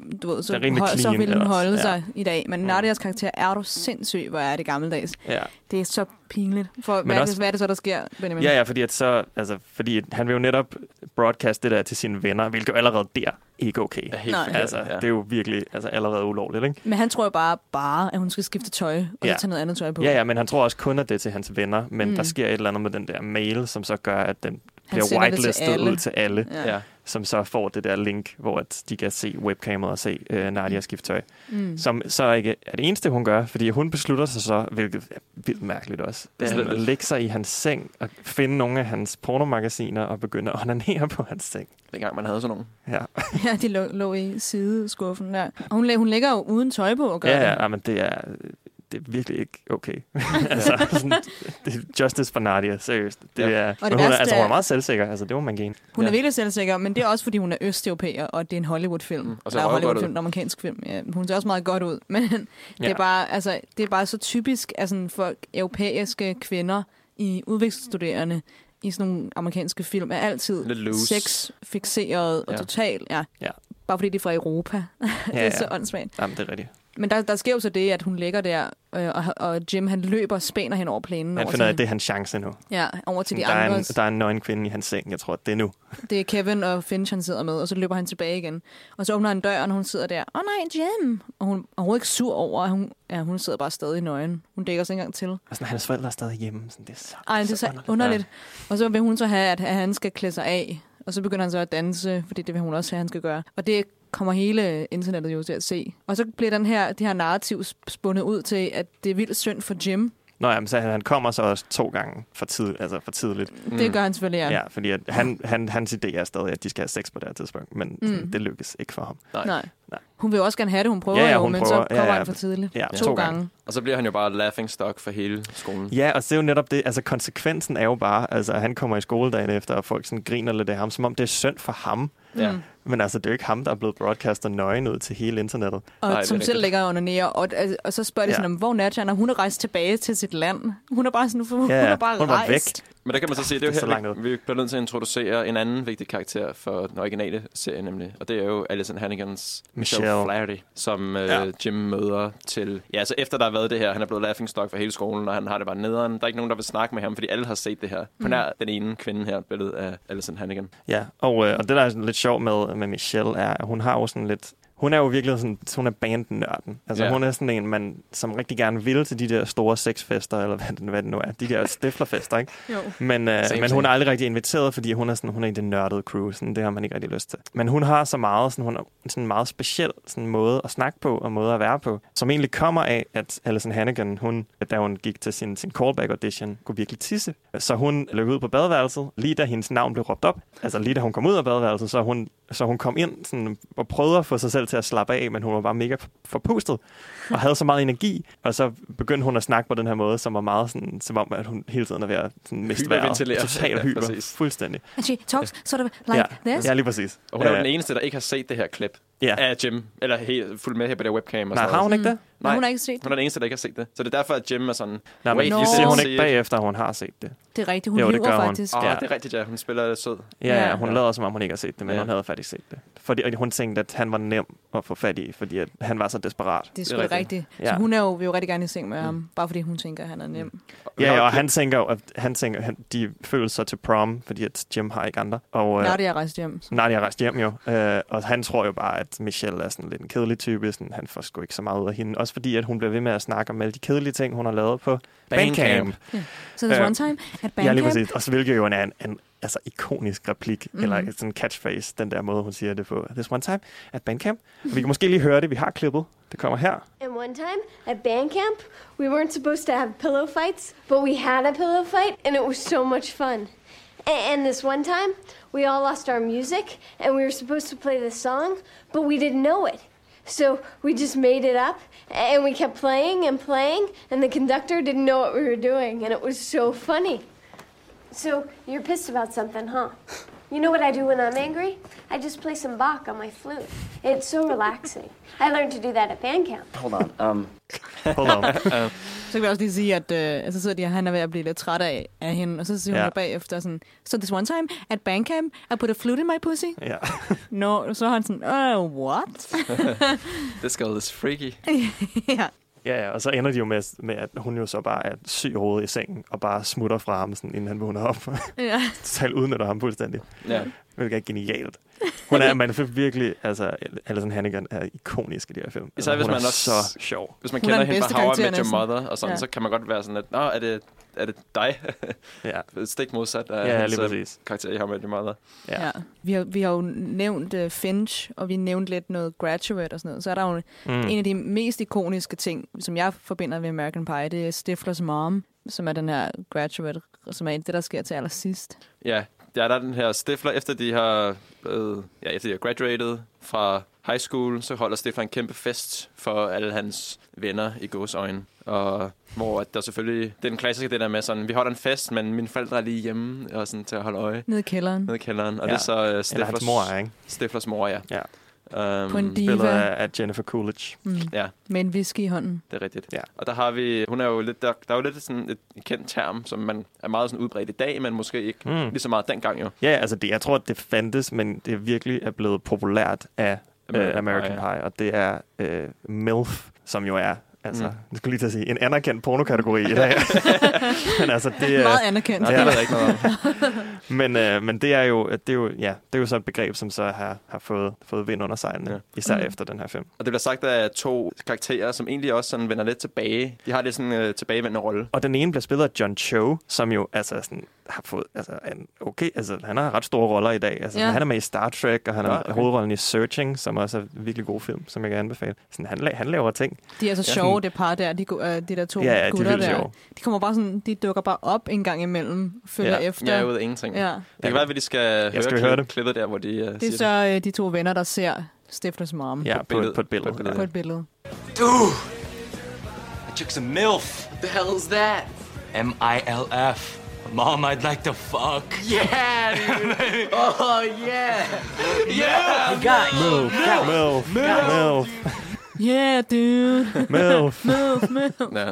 du ved, så, Det er rimelig hold, så clean vil hun ellers. holde Ja. sig i dag. Men Nadias karakter er du sindssyg, hvor er det gammeldags. Ja. Det er så pinligt. For Men hvad, også- er det, hvad er det så, der sker, Benjamin? Ja, ja, fordi, at så, altså, fordi han vil jo netop broadcast det der til sine venner, hvilket jo allerede der ikke er okay. er helt Nej. forkert, Altså, ja. det er jo virkelig altså, allerede ulovligt, ikke? Men han tror jo bare, bare, at hun skal skifte tøj, og Ja. så tage noget andet tøj på. Ja, ja, men han tror også kun, at det er til hans venner, men Mm. der sker et eller andet med den der mail, som så gør, at den bliver sender det til whitelistet alle. ud til alle, Ja. Ja. som så får det der link, hvor at de kan se webcamet og se uh, Nadia skifte tøj. Mm. Som så ikke er det eneste, hun gør, fordi hun beslutter sig så, hvilket er vildt mærkeligt også, Det er sådan lidt- at lægge sig i hans seng og finde nogle af hans pornomagasiner og begynde at onanere på hans seng. Dengang man havde sådan nogle. Ja, Ja, de lå, lå i sideskuffen der. Og hun, læ- hun ligger jo uden tøj på og gør ja, det. ja, ja, men det er, det er virkelig ikke okay. altså, sådan, det er justice for Nadia, seriøst. Det Ja. er, det men hun, er, værste altså, hun er er- meget selvsikker, altså det må man give. Hun er Ja. virkelig selvsikker, men det er også, fordi hun er østeuropæer, og det er en Hollywood-film. Mm, og ser Eller røvgodt Hollywood-film, ud. en amerikansk film. Ja, hun ser også meget godt ud, men det, Ja. er bare, altså, det er bare så typisk altså, for europæiske kvinder i udviklingsstuderende i sådan nogle amerikanske film, er altid Lidt loose. sex-fixeret og Ja. totalt, ja. Ja. Bare fordi de er fra Europa. det Ja, er ja. så åndssvagt. Jamen, det er rigtigt. Men der, der sker jo så det, at hun ligger der, øh, og, og Jim han løber og spænder hen over plænen. Han over finder ud af, til, at det er hans chance nu. ja, over til de der, er en, andre. der er en nøgen kvinde i hans seng, jeg tror, det er nu. Det er Kevin og Finch, han sidder med, og så løber han tilbage igen. Og så åbner han døren, og hun sidder der. Åh oh, nej, Jim! Og hun er overhovedet ikke sur over, at hun, ja, hun sidder bare stadig nøgen. Hun dækker sig ikke engang til. Og sådan, hans forældre er stadig hjemme. Sådan, det er så, Ej, det er så underligt. underligt. Og så vil hun så have, at han skal klæde sig af. Og så begynder han så at danse, fordi det vil hun også have, han skal gøre. Og det kommer hele internettet jo til at se. Og så bliver den her, det her narrativ spundet ud til, at det er vildt synd for Jim. Nå ja, men så han, han kommer så også to gange for, tid, altså for tidligt. Mm. Det gør han selvfølgelig, ja. Ja, fordi at han, han, hans idé er stadig, at de skal have sex på det her tidspunkt, men Mm. sådan, det lykkes ikke for ham. Nej. Nej. Nej. Hun vil jo også gerne have det, hun prøver Ja, ja, jo, hun men prøver. så kommer Ja, ja. han for tidligt. Ja, to, to gange. gange. Og så bliver han jo bare laughing stock for hele skolen. Ja, og det er jo netop det. Altså, konsekvensen er jo bare, altså, han kommer i skole dagen efter, og folk sådan griner lidt af ham, som om det er synd for ham. Ja. Mm. Men altså, det er jo ikke ham, der er blevet broadcastet nøgen ud til hele internettet. Og Nej, det er som selv rigtigt. ligger under nære, og, altså, og så spørger de Ja. sådan, om, hvor Nadja, når hun er rejst tilbage til sit land. Hun er bare sådan, hun, Ja, hun er bare hun var rejst. Men der kan man så sige, det er Det er så jo langt her, ud. vi, vi bliver nødt til at introducere en anden vigtig karakter for den originale serie nemlig. Og det er jo Alyson Hannigans Michelle, Michelle. Flaherty, som øh, Ja. Jim møder til... Ja, altså efter der har været det her, han er blevet laughing stock for hele skolen, og han har det bare nederen. Der er ikke nogen, der vil snakke med ham, fordi alle har set det her. På Mm. nær den ene kvinde her, billedet af Alyson Hannigan. Ja, og, øh, og det, der er sådan lidt sjovt med, med Michelle, er, at hun har jo sådan lidt... Hun er jo virkelig sådan, hun er bandnørden. Altså Ja. hun er sådan en, man som rigtig gerne vil til de der store sexfester, eller hvad det, hvad det nu er. De der stiflerfester, ikke? Jo. Men, øh, Same, men same. hun er aldrig rigtig inviteret, fordi hun er, sådan, hun er i det nørdede crew. Sådan, det har man ikke rigtig lyst til. Men hun har så meget, sådan, hun har sådan en meget speciel sådan, måde at snakke på, og måde at være på, som egentlig kommer af, at Alyson Hannigan, hun, da hun gik til sin, sin callback audition, kunne virkelig tisse. Så hun løb ud på badeværelset, lige da hendes navn blev råbt op. Altså lige da hun kom ud af badeværelset, så hun, så hun kom ind sådan, og prøvede at få sig selv til at slappe af, men hun var bare mega forpustet og havde så meget energi. Og så begyndte hun at snakke på den her måde, som var meget sådan, som om, at hun hele tiden er ved at sådan, miste vejret. Hyperventilere. Totalt Ja, hyper. præcis. Fuldstændig. And she talks sort of like ja. this. Ja, lige præcis. Og hun er jo Øh, den eneste, der ikke har set det her klip ja. af Jim, eller helt fuldt med her på det webcam. Og Nej, sådan har hun noget. ikke det? Nej, Nej. hun har ikke set Hun det. er den eneste, der ikke har set det. Så det er derfor, at Jim er sådan... Nej, men Wait, Nå. det you siger hun didn't ikke see it. bagefter, at hun har set det. Det er rigtigt, hun Jo, det lyver gør hun. faktisk. Åh, Ja. det er rigtigt, ja. Hun spiller sød. Ja, ja, Ja. hun lader som om, hun ikke har set det, men Ja. hun havde faktisk set det. Fordi og hun tænkte, at han var nem at få fat i, fordi at han var så desperat. Det er sgu Det er da rigtigt. Ja. Så hun er jo, vil jo rigtig gerne i seng med ham, bare fordi hun tænker, at han er nem. Ja, ja, og han tænker jo, at han tænker, at de føler sig til prom, fordi at Jim har ikke andre. Og, øh, Nadia er rejst hjem. Nadia er rejst hjem jo, øh, og han tror jo bare, at Michelle er sådan lidt en kedelig type, sådan, han får sgu ikke så meget ud af hende. Også fordi, at hun bliver ved med at snakke om alle de kedelige ting, hun har lavet på Bandcamp. So there's Øh, one time at Ja, lige Bandcamp. præcis. Og så hvilket jo er en, en altså, ikonisk replik, Mhm. mm. eller sådan en catchphrase, den der måde, hun siger det på. This one time at Bandcamp. Vi kan måske lige høre det, vi har klippet. Det kommer her. And one time at band camp, we weren't supposed to have pillow fights, but we had a pillow fight, and it was so much fun. A- And this one time, we all lost our music, and we were supposed to play this song, but we didn't know it. So we just made it up, and we kept playing and playing, and the conductor didn't know what we were doing, and it was so funny. So you're pissed about something, huh? You know what I do when I'm angry? I just play some Bach on my flute. It's so relaxing. I learned to do that at band camp. Hold on. Um, Hold on. kan vi også lige sige, at øh, så sidder de, han er ved at blive lidt træt af, af hende, og så siger hun Ja. bagefter sådan, so this one time at Bandcamp, I put a flute in my pussy. Ja. No, så er han sådan, oh, what? This girl is freaky. ja. Ja, ja, og så ender de jo med, med, at hun jo så bare er syg i hovedet i sengen, og bare smutter fra ham, sådan, inden han vågner op. ja. Totalt udnytter ham fuldstændig. Ja. Hvilket er genialt. Hun er, man får virkelig, altså, Alison Hannigan er ikonisk i de her film. Især altså, hvis hun man er også, så sjov. Hvis man Hun er kender den hende bedste fra How I karakter Met Your næsten. Mother, og sådan, Ja. så kan man godt være sådan, at, nå, er det, er det dig? Ja, Stik modsat af ja hendes lige præcis. karakter i How I Met Your Mother. Ja. Ja. Vi, har, vi har jo nævnt uh, Finch, og vi nævnt lidt noget Graduate og sådan noget. Så er der jo Mm. en af de mest ikoniske ting, som jeg forbinder med American Pie, det er Stiflers mom, som er den her Graduate, som er det, der sker til allersidst. Ja, ja, der er den her Stifler, efter de har, øh, ja, efter de har graduated fra high school, så holder Stifler en kæmpe fest for alle hans venner i gåseøjne. Og hvor der selvfølgelig, det er den klassiske, det der med sådan, vi holder en fest, men mine forældre er lige hjemme og sådan, til at holde øje Nede i kælderen. nede i kælderen. Og Ja. det er så uh, Eller Stiflers, hans mor, ikke? Stiflers mor, ja. Ja. Um, På en diva. Spillet af, af Jennifer Coolidge. Mm. Ja, Med en whisky i hånden. det er rigtigt. Ja. Og der har vi, hun er jo lidt, der, der er jo lidt sådan et kendt term, som man er meget sådan udbredt i dag, men måske ikke Mm. lige så meget dengang jo. Ja, altså det, jeg tror, at det fandtes, men det virkelig er blevet populært af American American, American Pie, Pie, ja. Pie, og det er øh, MILF, som jo er, altså, Mm. jeg skulle lige til at sige, en anerkendt pornokategori i dag. Men altså, det er... Meget anerkendt. Nej, det ved jeg ikke noget om. Men, øh, men det er jo, det er jo, ja, det er jo så et begreb, som så har, har fået, fået vind under sejlene, Ja. ja. især Mm. mm. efter den her film. Og det bliver sagt af to karakterer, som egentlig også sådan vender lidt tilbage. De har lidt sådan en øh, tilbagevendende rolle. Og den ene bliver spillet af John Cho, som jo altså sådan, har fået, altså en okay, altså han har ret store roller i dag. Altså, Ja. Han er med i Star Trek, og han Ja, er okay. hovedrollen i Searching, som også er en virkelig god film, som jeg kan anbefale. Sådan, han, la- han laver ting. De er så Ja, sjove, sådan- det par der, de, gu- øh, de der to Ja, ja, de er gutter vildt der. sjove. De kommer bare sådan, de dukker bare op en gang imellem, følger Ja. efter. Ja, ud af ingenting. Ja. Det kan være, at vi lige skal, høre, skal vi høre klip, det? klippet der, hvor de uh, Det siger er så øh, de to venner, der ser Stiflers mom Ja, på, billede. på et billede. På et billede. på et billede. Dude! I took some MILF. The hell's that? M I L F. Mom, I'd like to fuck. Yeah, dude. Oh, yeah. Yeah! You got MILF, MILF, MILF, Yeah, dude. MILF. Move, move. Ja.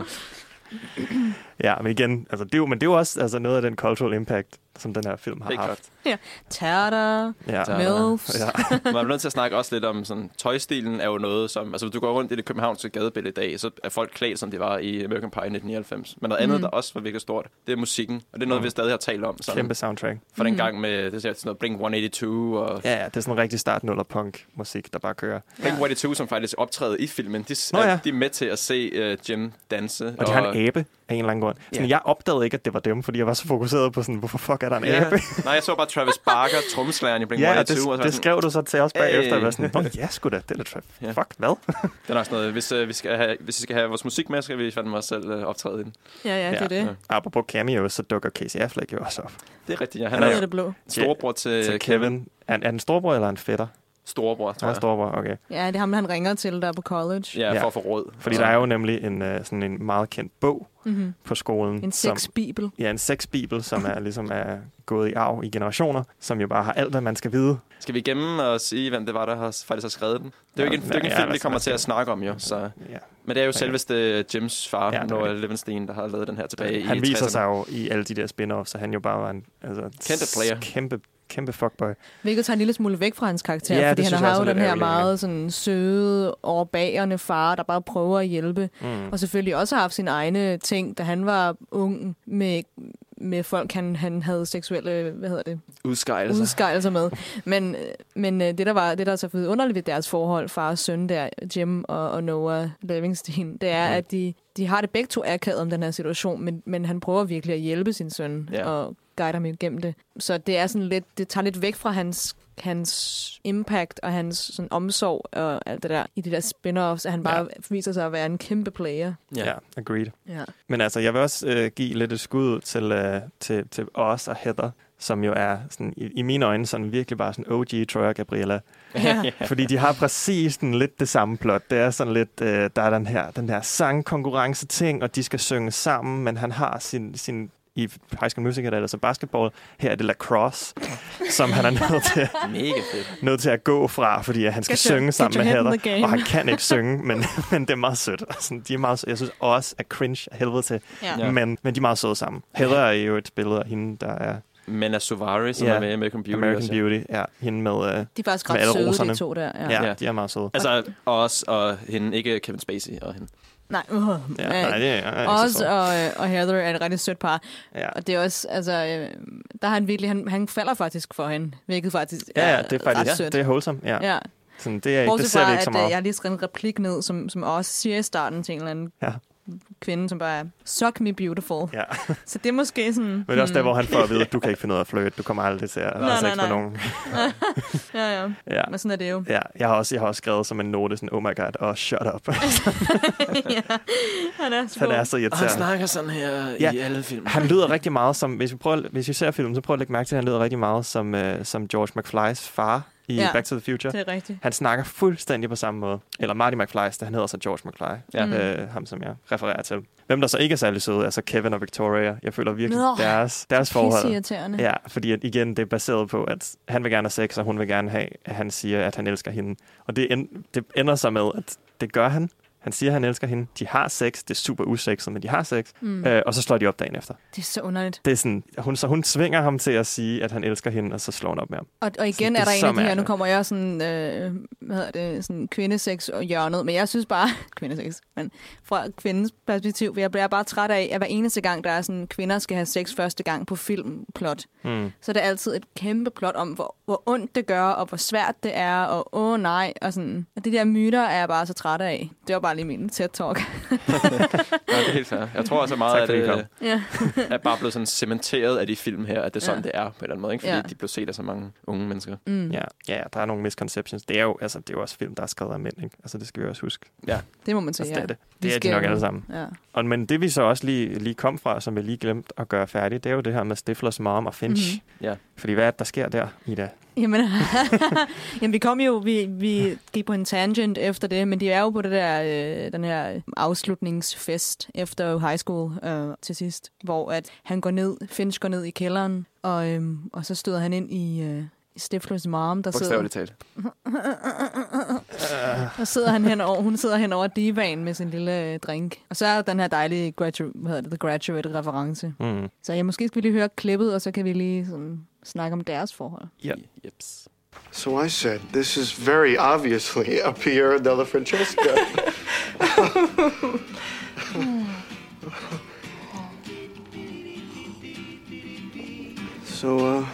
Ja, men igen, altså, det er jo, men det er jo også altså, noget af den cultural impact, som den her film har Helt haft. klart. Terter. Ja. Milfs. Ja. Man er nødt til at snakke også lidt om sådan, tøjstilen er jo noget, som... Altså, hvis du går rundt i det københavnske gadebillede i dag, så er folk klædt, som de var i American Pie nitten nioghalvfems. Men noget andet, Mm. der også var virkelig stort, det er musikken. Og det er noget, Mm. vi stadig har talt om. Sådan, Kæmpe soundtrack. for den gang med det er sådan noget Blink et otte to og... Ja, ja, det er sådan en rigtig start nuller punk musik, der bare kører. Blink et otte to, som faktisk optræder i filmen, de, Nå er, ja. de er med til at se uh, Jim danse. Og de har en abe af en eller anden grund. Sådan, Ja. Jeg opdagede ikke, at det var dem, fordi jeg var så fokuseret på sådan, hvorfor fuck er der en Ja. abe? Nej, jeg så bare Travis Barker, trommeslageren i Blink et Ja, og otte det, to. og så var det sådan, skrev du så til os bagefter. Hey. Jeg var sådan, Nå, ja, sgu da, det er da Travis. Ja. Fuck, hvad? Det er nok sådan noget, hvis, uh, vi skal have, hvis vi skal have vores musik med, skal vi fandme også selv uh, optræde i den. Ja, ja, det er det. Ja. Apropos cameos, så dukker Casey Affleck jo også op. Det er rigtigt, ja. Han Han er Hvad jo er det blå? storebror til, Til Kevin. Er, er den storebror eller en fætter? Storebror, tror Ja, jeg. storebror, okay. Ja, det er ham, han ringer til der på college. Ja, for Ja. at få råd. Fordi Og- der er jo nemlig en, uh, sådan en meget kendt bog Mm-hmm. på skolen. En som- sexbibel. Ja, en sexbibel, som er ligesom er gået i arv i generationer, som jo bare har alt, hvad man skal vide. Skal vi igennem og sige, hvem det var, der har, faktisk har skrevet den? Det er jo ikke en, det er jo ikke en Ja, film, lad vi os- kommer lad os til at se. snakke om, jo. Så. Ja. Men det er jo Ja. selveste Jims far, Ja, ja, det er Noah rigtigt. Levenstein, der har lavet den her tilbage i Han viser tresserne. sig jo i alle de der spin-offs, så han jo bare var en altså, Kæmpe player. Kæmpe, kæmpe fuckboy. Hvilket tager en lille smule væk fra hans karakter, Ja, fordi det han synes har jeg jo også er den lidt her ærgerligt, meget sådan søde, overbærende far, der bare prøver at hjælpe. Mm. Og selvfølgelig også har haft sine egne ting, da han var ung med, med folk, han, han havde seksuelle, hvad hedder det, Udskejelser. udskejelser med. Men, men øh, det, der var, det, der er så underligt ved deres forhold, far og søn der, Jim og, og Noah Levenstein, det er, Mm. at de, de har det begge to akavet om den her situation, men, men han prøver virkelig at hjælpe sin søn Ja. og guide ham igennem det. Så det er sådan lidt, det tager lidt væk fra hans hans impact og hans sådan, omsorg og alt det der i de der spin-offs, at han bare ja. viser sig at være en kæmpe player. Ja, ja, agreed. Ja. Men altså, jeg vil også øh, give lidt et skud til, øh, til, til os og Heather, som jo er sådan, i, i mine øjne sådan virkelig bare sådan O G Troy og Gabriella. Ja. Fordi de har præcis sådan lidt det samme plot. Det er sådan lidt, øh, der er den her, den her sangkonkurrence-ting, og de skal synge sammen, men han har sin, sin i High School Musical, eller så basketball. Her er det lacrosse, som han er nødt til, Mega fedt. nødt til at gå fra, fordi han skal Get synge your- sammen get med your head in the Heather. game. Og han kan ikke synge, men, men det er meget sødt. Altså, de er meget, jeg synes også, at cringe er helvede til. Ja. Ja. Men, men de er meget søde sammen. Heather er jo et billede af hende, der er Mena Suvari, som Ja. er med i American Beauty. American også. Beauty. Ja, hende med... Uh, De er faktisk Med ret alle søde, roserne. de to der. Ja. ja, Ja. de er meget søde. Altså os og hende, ikke Kevin Spacey og hende. Nej, uh, Ja, nej, det er, er ikke så Også sødt. og, øh, og Heather er et rigtig sødt par. Ja. Og det er også, altså, øh, der har han virkelig, han, han falder faktisk for hende, hvilket faktisk Ja, ja, er det er ret faktisk sødt. det er wholesome. Ja. Ja. Sådan, det, er, ikke- det Bortset ser vi fra, ikke så at øh, meget. jeg har lige skrevet en replik ned, som, som også siger i starten til en eller anden Ja. kvinde, som bare er, suck me beautiful. Ja. Så det er måske sådan... Men det er også der, hvor han får at vide, at du kan ikke finde ud af at flirte. Du kommer aldrig til at have Nej, sex nej, med nej. nogen. Ja, ja. Ja. Men sådan er det jo. Ja, jeg har også, jeg har også skrevet som en note sådan, oh my god, og oh, shut up. ja. Han er så Han er god. så Og han irriterende. snakker sådan her Ja. i alle film. Han lyder rigtig meget som, hvis vi, prøver, hvis vi ser filmen, så prøv at lægge mærke til, at han lyder rigtig meget som, uh, som George McFlys far i Ja, Back to the Future. Det er rigtigt. Han snakker fuldstændig på samme måde. Eller Marty McFly, der han hedder så George McFly. Ja. Mm. Øh, ham, som jeg refererer til. Hvem der så ikke er særlig søde, er så Kevin og Victoria. Jeg føler virkelig Nå, deres, deres forhold. Pisseirriterende. Ja, fordi at, igen, det er baseret på, at han vil gerne have sex, og hun vil gerne have, at han siger, at han elsker hende. Og det, end, det ender så med, at det gør han. Han siger, at han elsker hende. De har sex. Det er super usexet, men de har sex. Mm. Øh, og så slår de op dagen efter. Det er så underligt. Det er sådan, hun, så hun svinger ham til at sige, at han elsker hende, og så slår hun op med ham. Og, og igen Sådan, det er er der en så af de her, nu mærkeligt. kommer jeg sådan, øh, hvad hedder det, sådan kvindesex og hjørnet, men jeg synes bare, kvindesex, men fra kvindens perspektiv, jeg bliver bare træt af, at hver eneste gang, der er sådan, kvinder skal have sex første gang på filmplot, Mm. så er det altid et kæmpe plot om, hvor, hvor ondt det gør, og hvor svært det er, og åh nej, og sådan. Og de der myter er jeg bare så træt af. Det var bare lige min TED-talk. Ja, det er helt fair. Jeg tror også meget, Tak, at fordi I kom. det ja. er bare blevet sådan cementeret af de film her, at det er sådan, Ja. det er på en eller anden måde. Ikke? Fordi Ja. de blev set af så mange unge mennesker. Mm. Ja, ja, der er nogle misconceptions. Det er jo, altså, det er jo også film, der er skrevet af mænd, ikke? Altså, det skal vi også huske. Det må man sige, Altså, det er ja. det. Vi Det er de skal nok jo- alle sammen. Ja. Og, men det vi så også lige, lige kom fra, som vi lige glemte at gøre færdigt, det er jo det her med Stiflers mom og Finch. Mhm. Ja. Fordi hvad er det, der sker der, Ida? Jamen, jamen, vi kom jo, vi, vi gik på en tangent efter det, men de er jo på det der, øh, den her afslutningsfest efter high school øh, til sidst, hvor at han går ned, Finch går ned i kælderen, og, øh, og så støder han ind i øh, Stiflers mom, der sidder, Bogstaveligt talt. og sidder han henover, hun sidder hen over divaen med sin lille øh, drink. Og så er den her dejlige gradu- hvad hedder det, The Graduate-reference. Mm. Så ja, måske skal vi lige høre klippet, og så kan vi lige sådan, snakke om deres forhold. Ja. Jeps. So I said, this is very obviously a Pierre della Francesca. So, uh,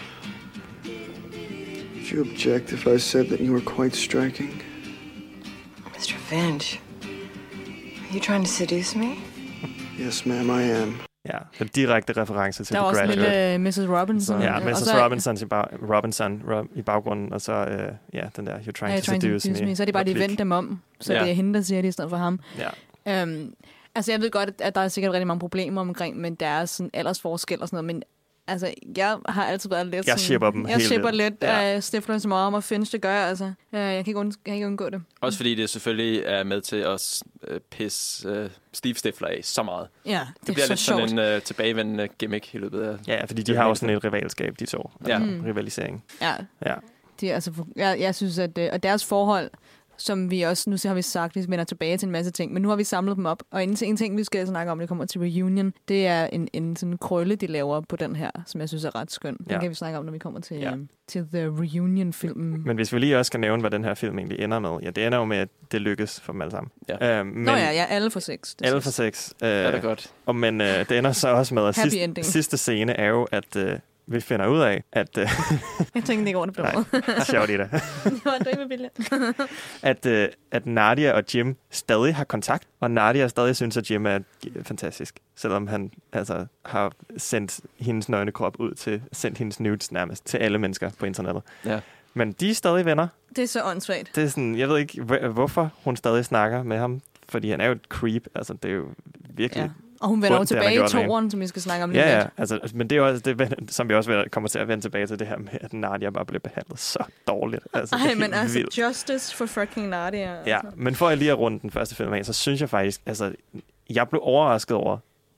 would you object if I said that you were quite striking? Mister Finch, are you trying to seduce me? Yes, ma'am, I am. Ja, en direkte reference til Der er The også en Graduate. lille missus Robinson. Ja, og missus så- Robinson, i, bag, Robinson Rob, i baggrunden, og så øh, ja, den der, you're trying, Ja, to trying to seduce, seduce me. me. Så er det bare, de replik. vendte dem om. Så Ja. det er hende, der siger det i stedet for ham. Ja. Um, altså, jeg ved godt, at der er sikkert rigtig mange problemer omkring, men der er sådan aldersforskel og sådan noget, men altså, jeg har altid været lidt Jeg sådan... shipper dem Jeg helt shipper vildt. lidt Ja. af Stiflers mom og Finch, det gør jeg altså. Uh, jeg kan ikke, und- kan ikke undgå det. Også fordi det selvfølgelig er med til at uh, pisse uh, Steve Stifler af så meget. Ja, Det, det, det bliver er lidt så sjovt. sådan en uh, tilbagevendende gimmick i løbet af... Ja, fordi de Det har er jo sådan et rivalskab, de to. Ja. Altså, Mm. rivalisering. Ja, Ja. de er altså, for- jeg, jeg synes, at øh, og deres forhold, som vi også, nu har vi sagt, vi vender tilbage til en masse ting, men nu har vi samlet dem op, og en, en ting, vi skal snakke om, det kommer til reunion, det er en, en sådan krølle, de laver på den her, som jeg synes er ret skøn. Den Ja. kan vi snakke om, når vi kommer til, Ja. ja. til The Reunion-filmen. Men hvis vi lige også skal nævne, hvad den her film egentlig ender med, ja, det ender jo med, at det lykkes for dem alle sammen. Ja. Øh, men Nå ja, ja, alle for sex. det alle for sidste. sex. Øh, Er det godt? Og, men øh, det ender så også med, at Happy sidste, ending. sidste scene er jo, at øh, vi finder ud af, at... Øh, Jeg tænkte ikke over det på nej, den måde. sjovt i det. Det var en med billede. at, øh, at Nadia og Jim stadig har kontakt, og Nadia stadig synes, at Jim er fantastisk, selvom han altså har sendt hendes nøgne krop ud til, sendt hendes nudes nærmest til alle mennesker på internettet. Ja. Men de er stadig venner. Det er så åndssvagt. Det er sådan, jeg ved ikke, hv- hvorfor hun stadig snakker med ham, fordi han er jo et creep, altså det er jo virkelig... Ja. Og hun vender jo ondt, det, han har tilbage i gjort med toeren, som vi skal snakke om lige Ja, ja, lidt. altså, men det er jo også det, som vi også vil- kommer til at vende tilbage til, det her med, at Nadia bare blev behandlet så dårligt. Altså, det er Ej, helt men altså, vildt. justice for fucking Nadia. Ja, Altså. men for at lige at runde den første film af, så synes jeg faktisk, altså, jeg blev overrasket over,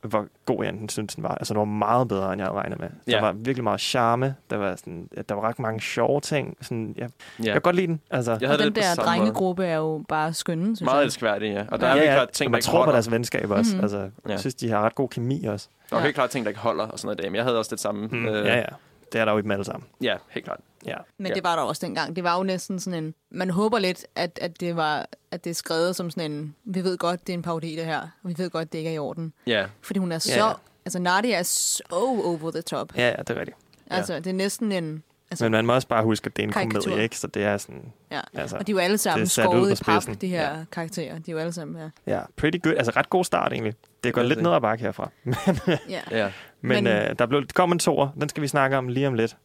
hvor god jeg enten synes, den var. Altså, den var meget bedre, end jeg havde regnet med. Der Ja. var virkelig meget charme. Der var, sådan, der var ret mange sjove ting. Sådan, jeg, Ja. jeg kan godt lide den. Altså, Jeg Og havde den det på der samme måde. drengegruppe er jo bare skønne, synes Meget jeg. elskværdige, ja. Og der ja, er helt ja, klart ting, og der man ikke tror på holder. deres venskab også. Mhm. Altså, jeg Ja. synes, de har ret god kemi også. Der er Ja. helt klart ting, der ikke holder og sådan noget der. Men jeg havde også det samme. Mm, øh, ja, ja. Det er der jo i dem alle sammen. ja, helt klart. Ja. Men Ja. det var der også dengang. Det var jo næsten sådan en... Man håber lidt, at, at, det, var, at det er skrevet som sådan en... Vi ved godt, det er en parodi, det her. Og vi ved godt, det ikke er i orden. Ja. Fordi hun er så... Ja, ja. Altså, Nadia er så over the top. Ja, ja, det er rigtigt. Altså, det er næsten en... Altså, Men man må også bare huske, at det er en karikatur. komedie, ikke? Så det er sådan... ja. Altså, Og de er jo alle det sammen er sat ud skåret på i pap, spidsen. de her Ja. karakterer. De er jo alle sammen, ja. Ja, pretty good. Altså ret god start egentlig. Det går Ja, lidt det- ned ad bakke herfra. men ja. Ja. men Men- øh, der blev, kom en toer. Den skal vi snakke om lige om lidt.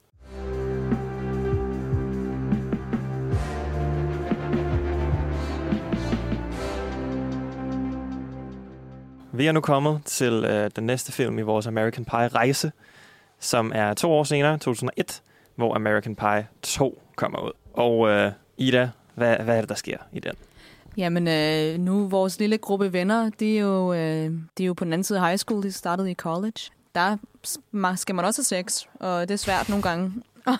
Vi er nu kommet til øh, den næste film i vores American Pie-rejse, som er to år senere, to tusind og et, hvor American Pie to kommer ud. Og øh, Ida, hvad, hvad er det, der sker i den? Jamen, øh, nu vores lille gruppe venner, de er, jo, øh, de er jo på den anden side af high school, de startede i college. Der skal man også have sex, og det er svært nogle gange.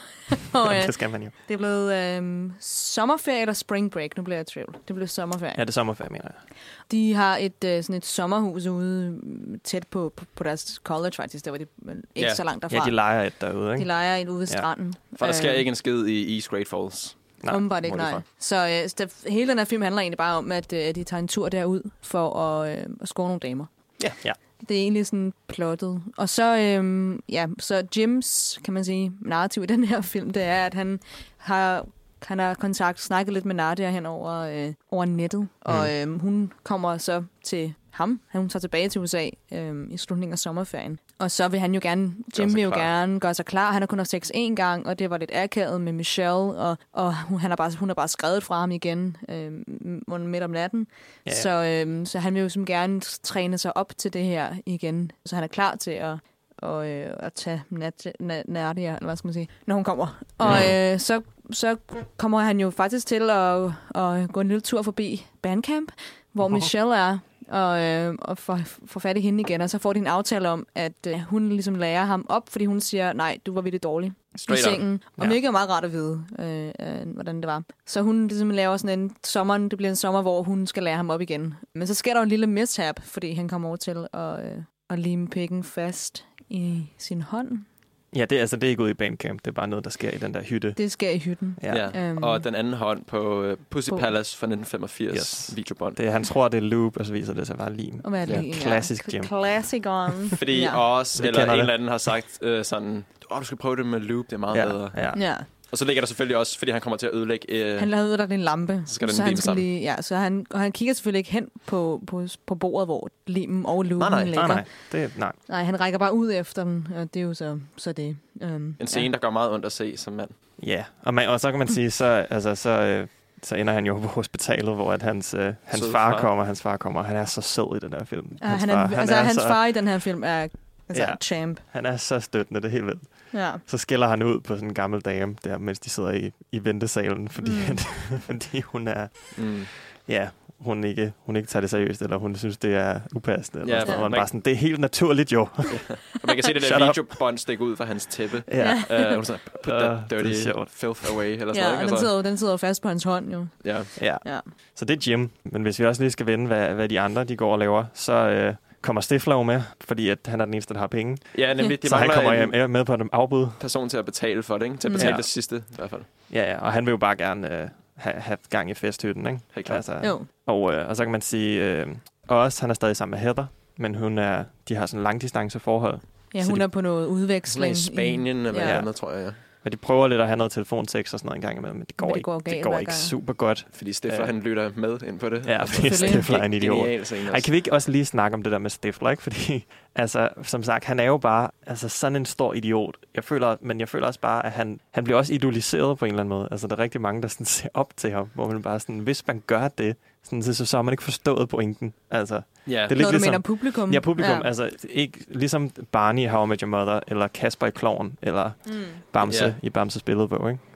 og, øh, Det skal man jo. det er blevet øh, sommerferie eller spring break, nu bliver jeg i tvivl. Det blev sommerferie. Ja, det er sommerferie, mener jeg. De har et, øh, sådan et sommerhus ude mm, tæt på, på, på deres college faktisk, der var de øh, ikke Ja. så langt derfra. Ja, de leger et derude, de ikke? leger et ude ved Ja. stranden. For der sker Øh, ikke en skid i East Great Falls. Nej, Åbenbart ikke, hvorfra? nej. Så øh, så der, hele den her film handler egentlig bare om, at øh, de tager en tur derud for at, øh, at score nogle damer. Ja, ja. Det er egentlig sådan plottet. Og så, øhm, ja, så Jims, kan man sige, narrativ i den her film, det er, at han har, han har kontakt, snakket lidt med Nadia hen over, øh, over nettet. Og øhm, hun kommer så til ham. Hun tager tilbage til U S A øhm, i slutningen af sommerferien. Og så vil han jo gerne, Jim vil jo klar. gerne gøre sig klar. Han har kun haft sex én gang, og det var lidt akavet med Michelle. Og, og hun, han har bare, hun har bare skrevet fra ham igen øhm, midt om natten. Ja. Så, øhm, så han vil jo som gerne træne sig op til det her igen. Så han er klar til at, og, øh, at tage Nat- Na- Nadia, eller hvad skal man sige, når hun kommer. Og øh, så, så kommer han jo faktisk til at, at gå en lille tur forbi Bandcamp, hvor Oho. Michelle er, og, øh, og får, får fat i hende igen. Og så får de en aftale om, at øh, hun ligesom lærer ham op, fordi hun siger, nej, du var virkelig dårlig i Straight up. sengen. Og Ja. det er meget rart at vide, øh, øh, hvordan det var. Så hun ligesom laver sådan en sommer, det bliver en sommer, hvor hun skal lære ham op igen. Men så sker der jo en lille mishap, fordi han kommer over til at, øh, at lime pikken fast i sin hånd. Ja, det, er, altså, det er ikke ude i Bandcamp. Det er bare noget, der sker i den der hytte. Det sker i hytten. Ja. Ja. Øhm. Og den anden hånd på uh, Pussy På- Palace fra nitten femogfirs Yes. videobånd. Det, han tror, det er loop, og så viser det sig bare lim. Og hvad er det Ja. lige? Classic Jim. Klassikeren. Fordi ja. os, Vi eller en kender det. eller anden har sagt øh, sådan, åh, du skal prøve det med loop, det er meget Ja, bedre. ja. Ja. Og så ligger der selvfølgelig også, fordi han kommer til at ødelægge... Øh, Han lavede der en lampe. Så skal den så han lime sammen. lige, ja, så han, og han kigger selvfølgelig ikke hen på, på, på bordet, hvor limen og lupen Nej, nej. ligger. Nej, nej. Det, nej. Nej, han rækker bare ud efter den, og det er jo så, så det. Um, en scene, der gør meget ondt at se som mand. Ja, og, man, og så kan man sige, så, altså, så, øh, så ender han jo på hospitalet, hvor at hans, øh, hans Søde far far. kommer. Hans far kommer. Han er så sød i den her film. Ja, han er, han altså, hans så, far i den her film er altså, Ja. champ. Han er så støttende, det er helt vildt. Ja. Så skælder han ud på sådan en gammel dame, der, mens de sidder i, i ventesalen, fordi, Mm. at, fordi hun er... Mm. Ja, hun ikke, hun ikke tager det seriøst, eller hun synes, det er upassende. Eller Ja, sådan noget. Man man- bare sådan, det er helt naturligt jo. Og man kan se det Shut der up. videobånd stikke ud fra hans tæppe. Ja. Uh, hun er sådan, put Uh, that det er dirty sjovt. filth away, eller sådan Ja, noget. og ikke? den sidder, jo- den sidder jo fast på hans hånd, jo. ja. Ja. Ja. Så det er Jim. Men hvis vi også lige skal vende, hvad, hvad de andre de går og laver, så øh, kommer Stifler jo med, fordi at han er den eneste, der har penge. ja, nemlig. De Så han mangler kommer en hjem med på et afbud. person til at betale for det, ikke? Til at betale Ja. det sidste, i hvert fald. Ja, ja, og han vil jo bare gerne øh, have, have gang i festhytten, ikke? Helt klart. Altså, Jo. og, øh, og så kan man sige, øh, også han er stadig sammen med Heather, men hun er, de har sådan en langdistanceforhold. Ja, Så hun de- er på noget Hun er udveksling. i Spanien, eller hvad ja. andet, tror jeg, ja. Men de prøver lidt at have noget telefonsex og sådan noget en gang imellem, men det går, Men det ikke, går det galt går hver ikke gang. super godt. Fordi Stifler, Ja. han lytter med ind på det. Ja, Altså, fordi selvfølgelig. Stifler er en idiot. Genial scene også. Ej, kan vi ikke også lige snakke om det der med Stifler, ikke? Fordi, altså, som sagt, han er jo bare altså, sådan en stor idiot. Jeg føler, men jeg føler også bare, at han, han bliver også idoliseret på en eller anden måde. Altså, der er rigtig mange, der sådan ser op til ham, hvor man bare sådan, hvis man gør det, sådan, så, så har man ikke forstået pointen. Altså, Ja, det er Når lidt du ligesom, mener publikum. ja, publikum. Ja. Ja. Altså, ikke ligesom Barney i How I Met Your Mother, eller Casper i Klovn, eller Mm. Bamse Ja. i Bamses billedbog, ikke?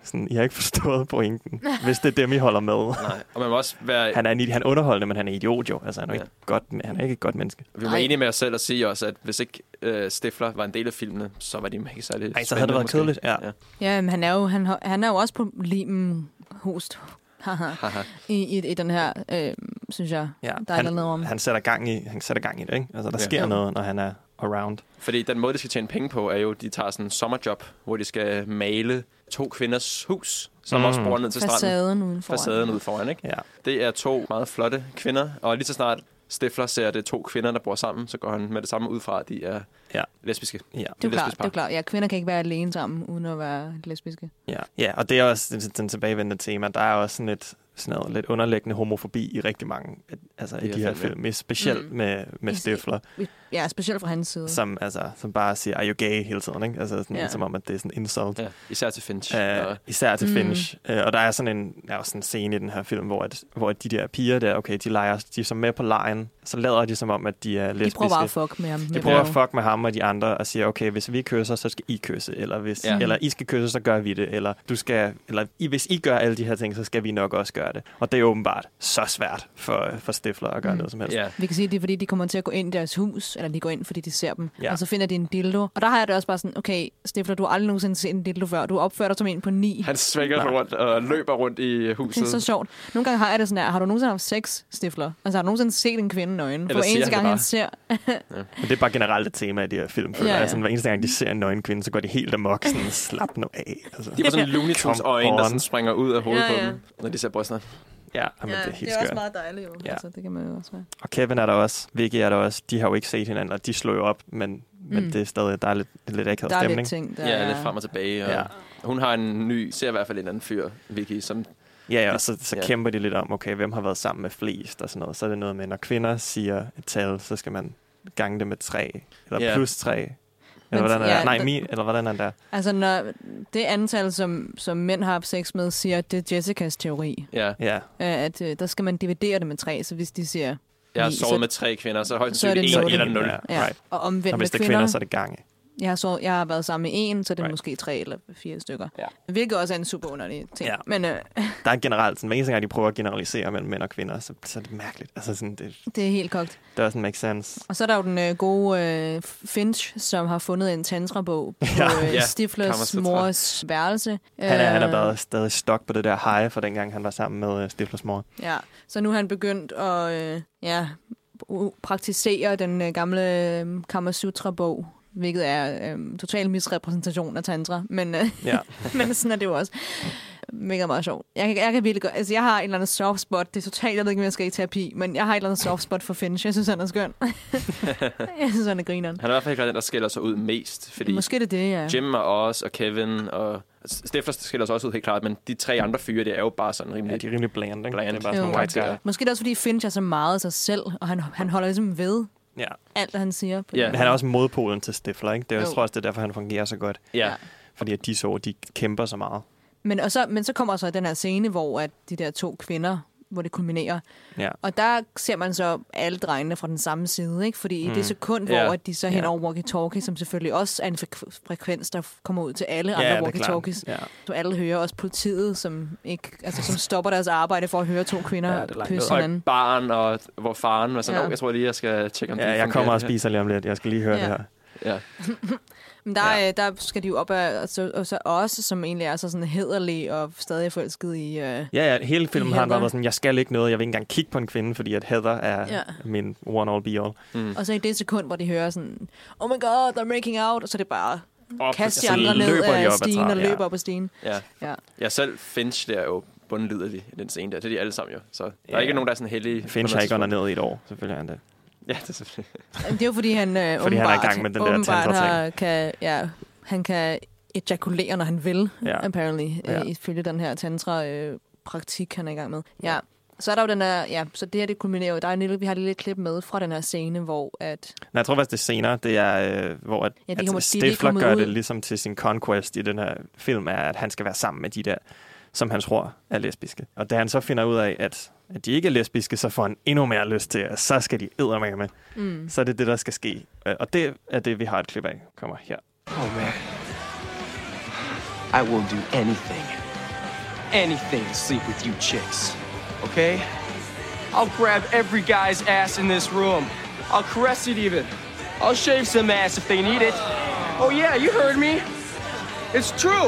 Sådan, I har ikke forstået pointen, hvis det er dem, I holder med. Nej, og man må også være... Han er, en, han er underholdende, men han er idiot jo. Altså, han er, Ja. ikke godt, han er ikke et godt menneske. Vi var enige med os selv at sige også, at hvis ikke øh, Stifler var en del af filmene, så var de ikke særlig Ej, så havde det været måske. kedeligt, ja. ja. Ja, men han er jo, han, han er jo også på limen host. Haha. I, i, I den her, øh, synes jeg, Ja, der er han, noget om. han sætter gang i, han sætter gang i det, ikke? Altså, der Ja. sker Jo. noget, når han er around. Fordi den måde, de skal tjene penge på, er jo, at de tager sådan en sommerjob, hvor de skal male to kvinders hus, som Mm. også bor ned til stranden. Facaden uden foran. Facaden ude foran, ikke? Ja. Det er to meget flotte kvinder, og lige så snart Stifler ser, at det er to kvinder, der bor sammen, så går han med det samme ud fra, at de er Ja. lesbiske. Ja. Det er jo lesbisk klart, det par. er jo klart. Ja, kvinder kan ikke være alene sammen, uden at være lesbiske. Ja. ja, og det er også den, den tilbagevendende tema. Der er også sådan et sådan noget, lidt underliggende homofobi i rigtig mange, altså i De de her her film, film, specielt Mm. med, med I- Stifler, Ja, specielt fra hans side. som, altså, som bare siger, are you gay hele tiden, ikke? Altså sådan, Ja. som om, at det er sådan en insult. Ja, især til Finch. Uh, Og- især til Mm. Finch. Uh, og der er sådan en, der er også sådan en scene i den her film, hvor, at, hvor at de der piger der, okay, de leger, de er så med på lejen, så lader de som om, at de er lesbiske. De prøver bare at fuck med ham. De med prøver at ham. fuck med ham og de andre og siger, okay, hvis vi kysser, så skal I kysse, eller hvis Ja. eller I skal kysse, så gør vi det, eller du skal, eller I, hvis I gør alle de her ting, så skal vi nok også gøre det. Og det er åbenbart så svært for, for Stifler at gøre Mm. noget som helst. Ja. Vi kan sige, at det er, fordi de kommer til at gå ind i deres hus, eller de går ind, fordi de ser dem. Ja. Og så finder de en dildo. Og der har jeg det også bare sådan, okay, Stifler, du har aldrig nogensinde set en dildo før. Du opfører dig som en på ni. Han svinger Nej. rundt og løber rundt i huset. Det er så sjovt. Nogle gange har jeg det sådan her, har du nogensinde haft sex, Stifler? Altså har du nogensinde set en kvinde nøgen? Eller For siger eneste han gang, det han ser... Men det er bare generelt et tema i de her film. Ja, Ja, ja. ja. Altså, hver eneste gang, de ser en nøgen kvinde, så går de helt amok, sådan, slap nu af. Altså. De var sådan Looney Tunes Come øjne, der on. sådan springer ud af hovedet Ja, på ja. dem, når de ser brysterne. Ja, jamen, det er helt det er også skørt. meget dejligt jo. Ja. Altså, det kan man jo også være. Og Kevin er der også, Vicky er der også. De har jo ikke set hinanden, og de slår jo op, men, men Mm. det er stadig, der er lidt, lidt akavet Der er stemning. lidt ting, der Ja, er... lidt frem og tilbage. Og Ja. Hun har en ny, ser i hvert fald en anden fyr, Vicky, som... Ja, ja, og så, så Ja. kæmper de lidt om, okay, hvem har været sammen med flest og sådan noget. Så er det noget med, når kvinder siger et tal, så skal man gange det med tre, eller Ja. plus tre. Men- Eller hvordan er ja, det? Nej, der- min, eller hvordan er det der? Altså, når det antal, som, som mænd har haft sex med, siger, at det er Jessicas teori. Ja, Ja, Øh, At øh, der skal man dividere det med tre, så hvis de siger... jeg har ni, sovet så- med tre kvinder, så højst så er det sandsynligt en nul. eller nul. Ja. Ja. Right. Og omvendt og hvis med det er kvinder... kvinder, så er det gange. Jeg har, så, jeg har været sammen med en, så er det Right. måske tre eller fire stykker. Ja. Hvilket også er en super underlig ting. Ja. Men øh, Der er generelt sådan, hver eneste gang, de prøver at generalisere mellem mænd og kvinder, så, så er det mærkeligt. Altså sådan, det det er helt kogt. doesn't make sense. Og så er der jo den øh, gode øh, Finch, som har fundet en tantrabog på Ja. øh, Ja, Stiflers Kammersutra. mors værelse. Han er, han er Øh, bare stadig stok på det der high, fra dengang han var sammen med uh, Stiflers mor. Ja, så nu har han begyndt at øh, ja, u- praktisere den øh, gamle øh, Kamasutra-bog, hvilket er øh, total misrepræsentation af tantra, men, øh, Ja. men sådan er det jo også. Mega meget sjovt. Jeg kan, jeg kan virkelig godt, altså jeg har et eller andet soft spot, det er totalt, jeg ved ikke, om jeg skal i terapi, men jeg har et eller andet soft spot for Finch, jeg synes, han er skøn. Jeg synes, han er grineren. Han er i hvert fald ikke den, der skiller sig ud mest, fordi Måske det er det, ja. Jim og Oz og Kevin og... Stifler skiller sig også ud helt klart, men de tre andre fyre, det er jo bare sådan Ja, rimelig... de er rimelig bland, ikke? Bland. Det er bare sådan Jo. nogle white guy. Måske det er også, fordi Finch er så meget af sig selv, og han, han holder ligesom ved Ja. alt, hvad han siger. På Ja. den Men han er også modpolen til Stifler, ikke? Det er, jeg Jo. tror også, det er derfor, han fungerer så godt. Ja. Ja. Fordi at de så, de kæmper så meget. Men, og så, men så kommer så den her scene, hvor at de der to kvinder, hvor det kulminerer. Ja. Og der ser man så alle drengene fra den samme side, ikke? Fordi mm. i det sekund, hvor Ja. at de så hen over walkie-talkie, som selvfølgelig også er en fre- frekvens, der kommer ud til alle Ja, andre det er klart. walkie-talkies. Ja. Så alle hører også politiet, som, ikke, altså, som stopper deres arbejde for at høre to kvinder Ja, ja, det er langt kysse ud. Og hinanden. et barn, og hvor faren var sådan, Ja. ja. jeg tror lige, jeg skal tjekke, om Ja, det jeg fungerer, kommer og det her." spiser lige om lidt. Jeg skal lige høre Ja. det her. Ja. Men der, Ja. ja. der skal de jo op af, og så, og så også, som egentlig er så sådan hæderlig og stadig forelsket i... Uh, Ja, ja, hele filmen I har han bare Heather. været sådan, jeg skal ikke noget, jeg vil ikke engang kigge på en kvinde, fordi at Heather er Ja. min one all be all. Mm. Og så i det sekund, hvor de hører sådan, oh my god, they're making out, og så er det bare Og kaste de så andre ned løber de af op ad stigen trappen, og ja. løber op ad stigen. Ja. Ja. ja, selv Finch, der er jo bundliderlig i den scene der. Det er de alle sammen jo. Så der Ja. er ikke nogen, der er sådan heldige. Finch har ikke under ned i et år, selvfølgelig er han det. Ja, det er selvfølgelig. Det er jo fordi, han øh, Fordi han er i åbenbart, gang med den der åbenbart tantra-ting. har, kan, ja, han kan ejakulere, når han vil, Ja. ja. apparently, Ja. øh, ifølge den her tantra-praktik, han er i gang med. Ja. Så er der jo den der, ja, så det her, det kulminerer jo. Der er en lille, vi har et lille klip med fra den her scene, hvor at... Nej, jeg tror faktisk, det er senere. Det er, øh, hvor at, Ja, de at kommer- de er lige Stifler kommet gør ud. det ligesom til sin conquest i den her film, er, at han skal være sammen med de der, som han tror er lesbiske. Og da han så finder ud af, at, at de ikke er lesbiske, så får han endnu mere lyst til, at så skal de eddermame med. Mm. Så er det det, der skal ske. Øh, Og det er det, vi har et klip af. Kommer her. Oh man. I will do anything anything to sleep with you chicks. Okay? I'll grab every guy's ass in this room. I'll caress it even. I'll shave some ass if they need it. Oh yeah, you heard me. It's true.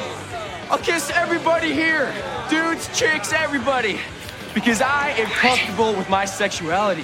I'll kiss everybody here. Dudes, chicks, everybody. Because I am comfortable with my sexuality.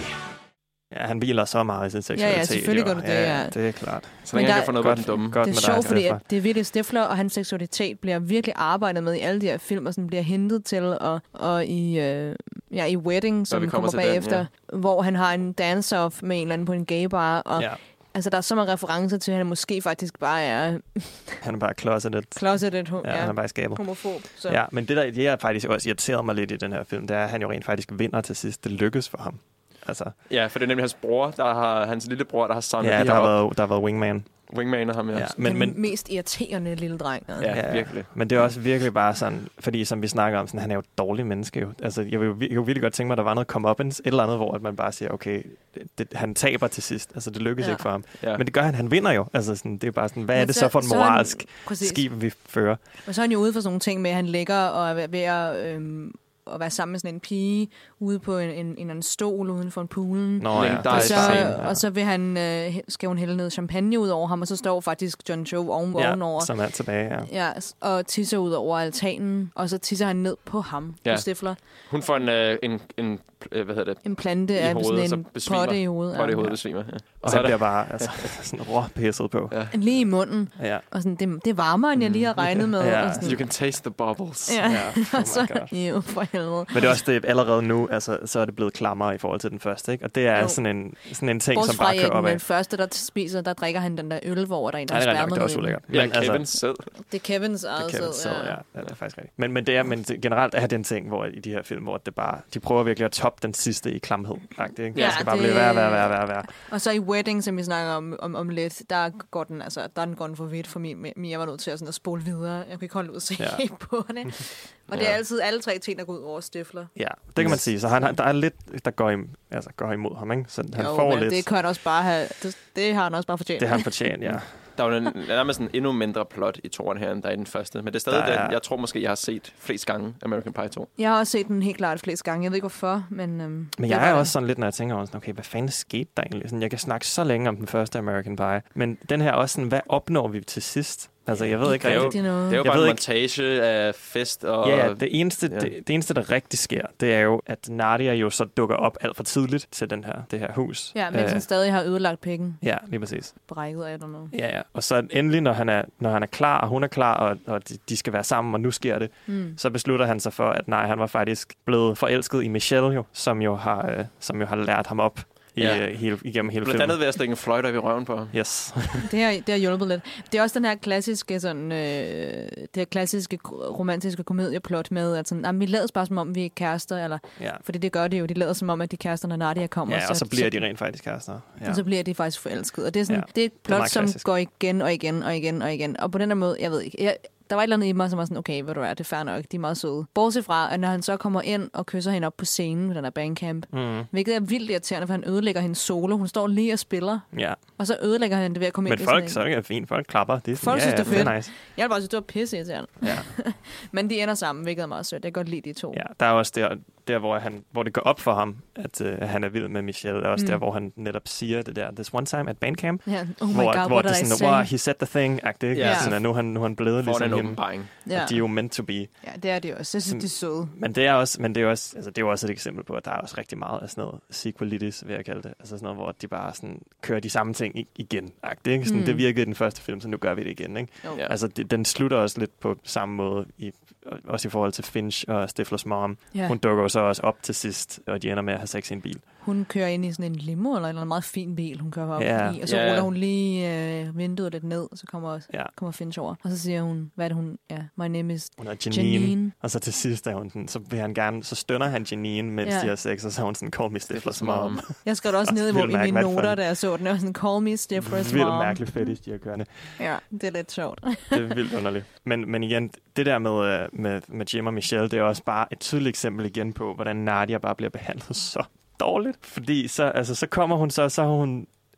Ja, han hviler så meget i sin seksualitet. Ja, ja, selvfølgelig gør du det, ja. ja. Det er klart. Så længe han kan få noget godt, godt dumme. Godt det er sjovt, fordi at det er virkelig Stifler, og hans seksualitet bliver virkelig arbejdet med i alle de her film, og sådan bliver hentet til, og, og i, øh, ja, i Wedding, som kommer, kommer bagefter, den, ja. Hvor han har en dance-off med en eller anden på en gay bar, og ja. Altså, der er så mange referencer til, at han måske faktisk bare er... han er bare closeted. Closeted, ja. Ja, han er bare i skabet. Homofob. Så. Ja, men det der, det er faktisk også irriteret mig lidt i den her film, det er, at han jo rent faktisk vinder til sidst. Det lykkes for ham. Altså. Ja, for det er nemlig hans bror, der har, hans lillebror, der har samlet ja, de der her har op. været, der har været wingman. Wingman ham, ja. ja men, den men, mest irriterende lille dreng. Altså. Ja, ja, virkelig. Men det er også virkelig bare sådan, fordi som vi snakker om, sådan, han er jo et dårligt menneske. Jo. Altså, jeg vil jo jeg vil virkelig godt tænke mig, at der var noget comeuppance, et eller andet, hvor at man bare siger, okay, det, det, han taber til sidst. Altså, det lykkes ja. ikke for ham. Ja. Men det gør han, han vinder jo. Altså, sådan, det er bare sådan, hvad men er det så, så for en moralsk han, skib, vi fører? Og så er han jo ude for sådan nogle ting med, at han ligger og er ved at... Øhm, at være sammen med sådan en pige ude på en, en, en, en stol uden for en poolen. Nå, ja. og, så, og så vil han, øh, skal hun hælde noget champagne ud over ham, og så står faktisk John Cho oven, ja, ovenover. som er tilbage, ja. ja. Og tisser ud over altanen, og så tisser han ned på ham, ja. På Stifler. Hun får en, øh, en, en hvad hedder det? En plante af sådan en potte i hovedet. Potte i hovedet besvimer, ja. Og, og så han bliver bare altså, sådan råpisset på. Ja. Lige i munden. Ja. Og sådan, det, det er varmere, end jeg lige har regnet med. Ja. Og sådan. You can taste the bubbles. Ja, ja. Oh og så, jo, for helvede. Men det er også det, allerede nu, altså, så er det blevet klammere i forhold til den første, ikke? Og det er sådan en, sådan en ting, som bare kører op af. Den første, der spiser, der drikker han den der øl, hvor der er en, der har spærmet. Det er også ulækkert. Ja, Kevins altså, sæd. Det er Kevins eget sæd, sæd, ja. ja. Det er faktisk rigtigt. Men, men, det er, men generelt er den ting, hvor i de her film, hvor det bare, de prøver virkelig at toppe den sidste i klamhed. Ikke? Ja, det skal bare det... blive værre, værre, værre, værre, værre. Og så i Wedding, som vi snakker om, om, om lidt, der går den, altså, der er den gået for vidt for mig. Mia var nødt til at, sådan, at spole videre. Jeg kunne ikke holde ud at se ja. på det. Og det er altid alle tre ting, der går ud over Stifler. Ja, det kan man sige. Så han, der er lidt, der går, im, altså, går imod ham, ikke? Så han jo, får men lidt... det kan han også bare have... Det, det har han også bare fortjent. Det har han fortjent, ja. Der er jo en, nærmest en endnu mindre plot i toren her, end der er i den første. Men det er stadig er... den, jeg tror måske, jeg har set flest gange American Pie to. Jeg har også set den helt klart flest gange. Jeg ved ikke hvorfor, men... Øhm, men jeg er også sådan lidt, når jeg tænker over sådan, okay, hvad fanden skete der egentlig? Sådan, jeg kan snakke så længe om den første American Pie. Men den her også sådan, hvad opnår vi til sidst? Altså, jeg ved ikke rigtig noget. Det er jo bare en montage af fest og... Ja, det eneste, ja. Det, det eneste, der rigtig sker, det er jo, at Nadia jo så dukker op alt for tidligt til den her, det her hus. Ja, mens han stadig har ødelagt pikken. Ja, lige præcis. Brækket eller noget. Ja, ja. Og så endelig, når han er, når han er klar, og hun er klar, og, og de, de skal være sammen, og nu sker det, mm. så beslutter han sig for, at nej, han var faktisk blevet forelsket i Michelle, jo, som, jo har, øh, som jo har lært ham op. I, ja. uh, hele, igennem hele filmen. Blandt andet ved at stikke en fløjter i røven på ham. Yes. det, har, det har hjulpet lidt. Det er også den her klassiske, sådan, øh, det her klassiske romantiske komedieplot med, at sådan, jamen, vi lader bare som om, vi er kærester, eller, ja. Fordi det gør det jo. De lader som om, at de kærester, når Nadia kommer. Ja, og så, så bliver de rent faktisk kærester. Ja. Og så bliver de faktisk forelskede. Og det er, sådan, ja. det er et plot, er som klassisk. Går igen og igen og igen og igen. Og på den her måde, jeg ved ikke... Jeg, der var et eller andet i mig, som var sådan, okay, ved du hvad, det er fair nok, de er meget søde. Bortset fra, at når han så kommer ind og kysser hende op på scenen ved den der bandcamp, mm. hvilket er vildt irriterende, for han ødelægger hendes solo. Hun står lige og spiller, ja. og så ødelægger han det ved at komme Men ind. Men folk, så er det fint, folk klapper. Det er folk sådan, synes, ja, det er fedt. Det er nice. Jeg vil bare synes, det var pisse irriterende. Ja. Men de ender sammen, hvilket er meget sødt. Jeg kan godt lide de to. Ja, der er også der, der hvor, han, hvor det går op for ham, at uh, han er vild med Michelle. Der er også mm. der, hvor han netop siger det der, this one time at bandcamp. Yeah. Oh my hvor, God, hvor det er sådan, wow, he said the thing-agtigt. Yeah. Yeah. Sådan, nu er han, nu er han blevet for ligesom hende. Ja. Og de er jo meant to be. Ja, det er de også. Jeg synes, de er søde. Men det er også, men det er også, altså det er jo også et eksempel på, at der er også rigtig meget af sådan noget sequelitis, vil jeg kalde det. Altså sådan noget, hvor de bare sådan kører de samme ting igen. Ikke? Sådan, mm. Det virkede i den første film, så nu gør vi det igen. Ikke? Ja. Altså det, den slutter også lidt på samme måde, i, også i forhold til Finch og Stiflers mom. Ja. Hun dukker jo så også op til sidst, og de ender med at have sex i en bil. Hun kører ind i sådan en limo, eller en meget fin bil, hun kører op ja. i, og så ja. ruller hun lige øh, vinduet lidt ned, og så kommer, ja. kommer Finch over. Og så siger hun, hvad er det hun, ja, my name is hun er Janine. Janine. Og så til sidst er hun sådan, så vil han gerne, så stønner han Janine, mens ja. de har sex, og så er hun sådan, call me Stiflers mom. Jeg skrev det også ned i, i mine noter, da jeg så den, og sådan, call me Stiflers mom. Vildt mærkeligt fetish, de har kørende. Ja, det er lidt sjovt. Det er vildt underligt. Men, men igen, det der med, med, med Jim og Michelle, det er også bare et tydeligt eksempel igen på, hvordan Nadia bare bliver behandlet så dårligt. Fordi så, altså, så kommer hun så, så har hun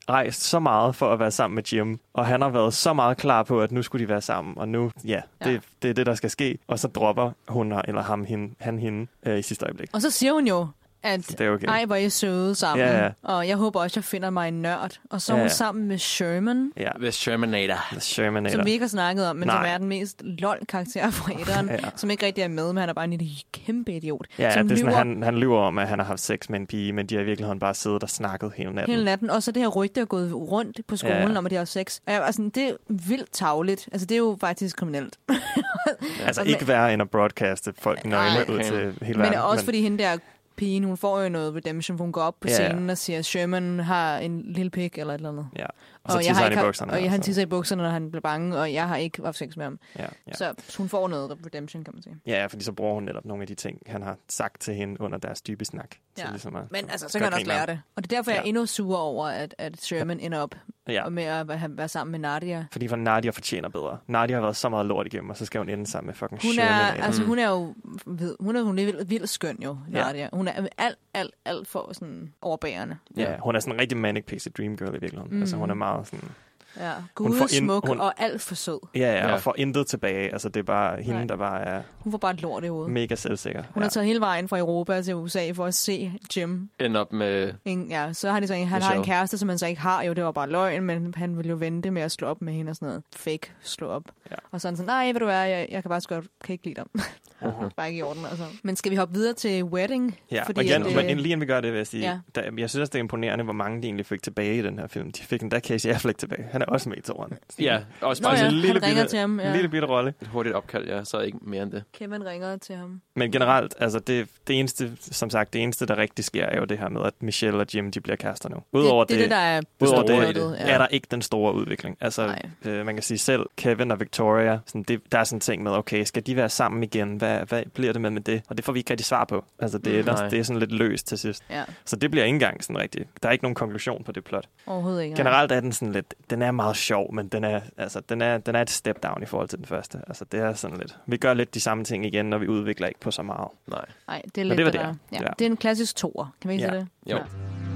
rejst så meget for at være sammen med Jim, og han har været så meget klar på, at nu skulle de være sammen, og nu, ja, det, ja. det er det, der skal ske. Og så dropper hun eller ham, hende, han hende øh, i sidste øjeblik. Og så siger hun jo, at det er okay. ej, hvor er I søde sammen. Ja, ja. Og jeg håber også, at jeg finder mig en nørd. Og så er hun Ja, ja. sammen med Sherman. Ja. The Shermanator. The Shermanator. Som vi ikke har snakket om, men Nej. som er den mest lol-karakter fra etteren. Ja. Som ikke rigtig er med, men han er bare en kæmpe idiot. Ja, som det er sådan, lyver han, han lyver om, at han har haft sex med en pige, men de har i virkeligheden bare siddet og snakket hele natten. hele natten. Og så det her rygte er gået rundt på skolen, Ja, ja. om at de har sex. Og jeg var sådan, det er vildt tarveligt. Altså, det er jo faktisk kriminelt. Altså ikke værre end at broadcaste folk nøgne ud til hele verden. Men også fordi hende der pigen, hun får jo noget redemption, for hun går op på Ja, scenen ja. og siger, Sherman har en lille pik eller et eller andet. Ja. Og så jeg tisser har han ikke i haft- bukserne. Og han altså. tisser i bukserne, når han bliver bange, og jeg har ikke haft sex med ham. Ja, ja. Så hun får noget redemption, kan man sige. Ja, fordi så bruger hun netop nogle af de ting, han har sagt til hende under deres dybe snak. Ja. Så ligesom at, Men altså, så gøre kan han også grin med lære ham. det. Og det er derfor, jeg er Ja. endnu sur over, at, at Sherman ender op Ja. med at være, være sammen med Nadia. Fordi for Nadia fortjener bedre. Nadia har været så meget lort igennem, og så skal hun ende sammen med fucking Hun Sherman. er, altså, hun er jo ved- hun er, hun er vildt, vildt skøn jo, Ja. Nadia. Hun er alt, alt, alt for sådan overbærende. Ja, hun er sådan en rigtig manic pixie dream girl i virkeligheden. Mm. Altså hun er meget sådan... Ja, Hun får ind- gudesmuk hun- og alt for sød. Ja, ja, Ja. og får intet tilbage. Altså det er bare hende, Nej. der bare er Hun får bare et lort i hovedet. mega selvsikker. Hun ja. har taget hele vejen fra Europa til U S A for at se Jim. End op med... En, ja, så har de så en, han har en kæreste, som han så ikke har. Jo, det var bare løgn, men han ville jo vente med at slå op med hende og sådan noget. Fake slå op. Ja. Og sådan sådan, nej, ved du hvad, jeg, jeg kan bare godt, kan ikke lide dig. Uh-huh. Bare ikke i orden, altså. Men skal vi hoppe videre til Wedding? Ja, Fordi og igen, at, men øh, inden lige inden vi gør det, vil jeg sige, ja. der, jeg synes også, det er imponerende, hvor mange de egentlig fik tilbage i den her film. De fik endda Casey Affleck tilbage. Han er også med i toeren. Ja, også Nå bare ja, en han lille ringer bitte, til ham. En Ja. lille bitte rolle. et hurtigt opkald, ja, så ikke mere end det. Kevin ringer til ham. Men generelt, altså det, det eneste, som sagt, det eneste, der rigtig sker, er jo det her med, at Michelle og Jim, de bliver kærester nu. Udover det, det er det, der er udover store det, i det, ja. er der ikke den store udvikling. Altså, øh, man kan sige selv, Kevin og Victoria, sådan, det, der er sådan en ting med, okay, skal de være sammen igen? Hvad, hvad bliver det med med det? Og det får vi ikke rigtig svar på. Altså, det, Mm. er, der, det er sådan lidt løst til sidst. Ja. Så det bliver ikke engang sådan rigtigt. Der er ikke nogen konklusion på det plot. Overhovedet ikke. Generelt er den sådan lidt, den er meget sjov, men den er, altså, den er, den er et step down i forhold til den første. Altså, det er sådan lidt, vi gør lidt de samme ting igen, når vi udvikler ikke på så meget. Nej. Nej, det er Men lidt det var det, det, der. Ja. ja. Det er en klassisk toer. Kan vi ikke Ja. sige det? Jo. Ja.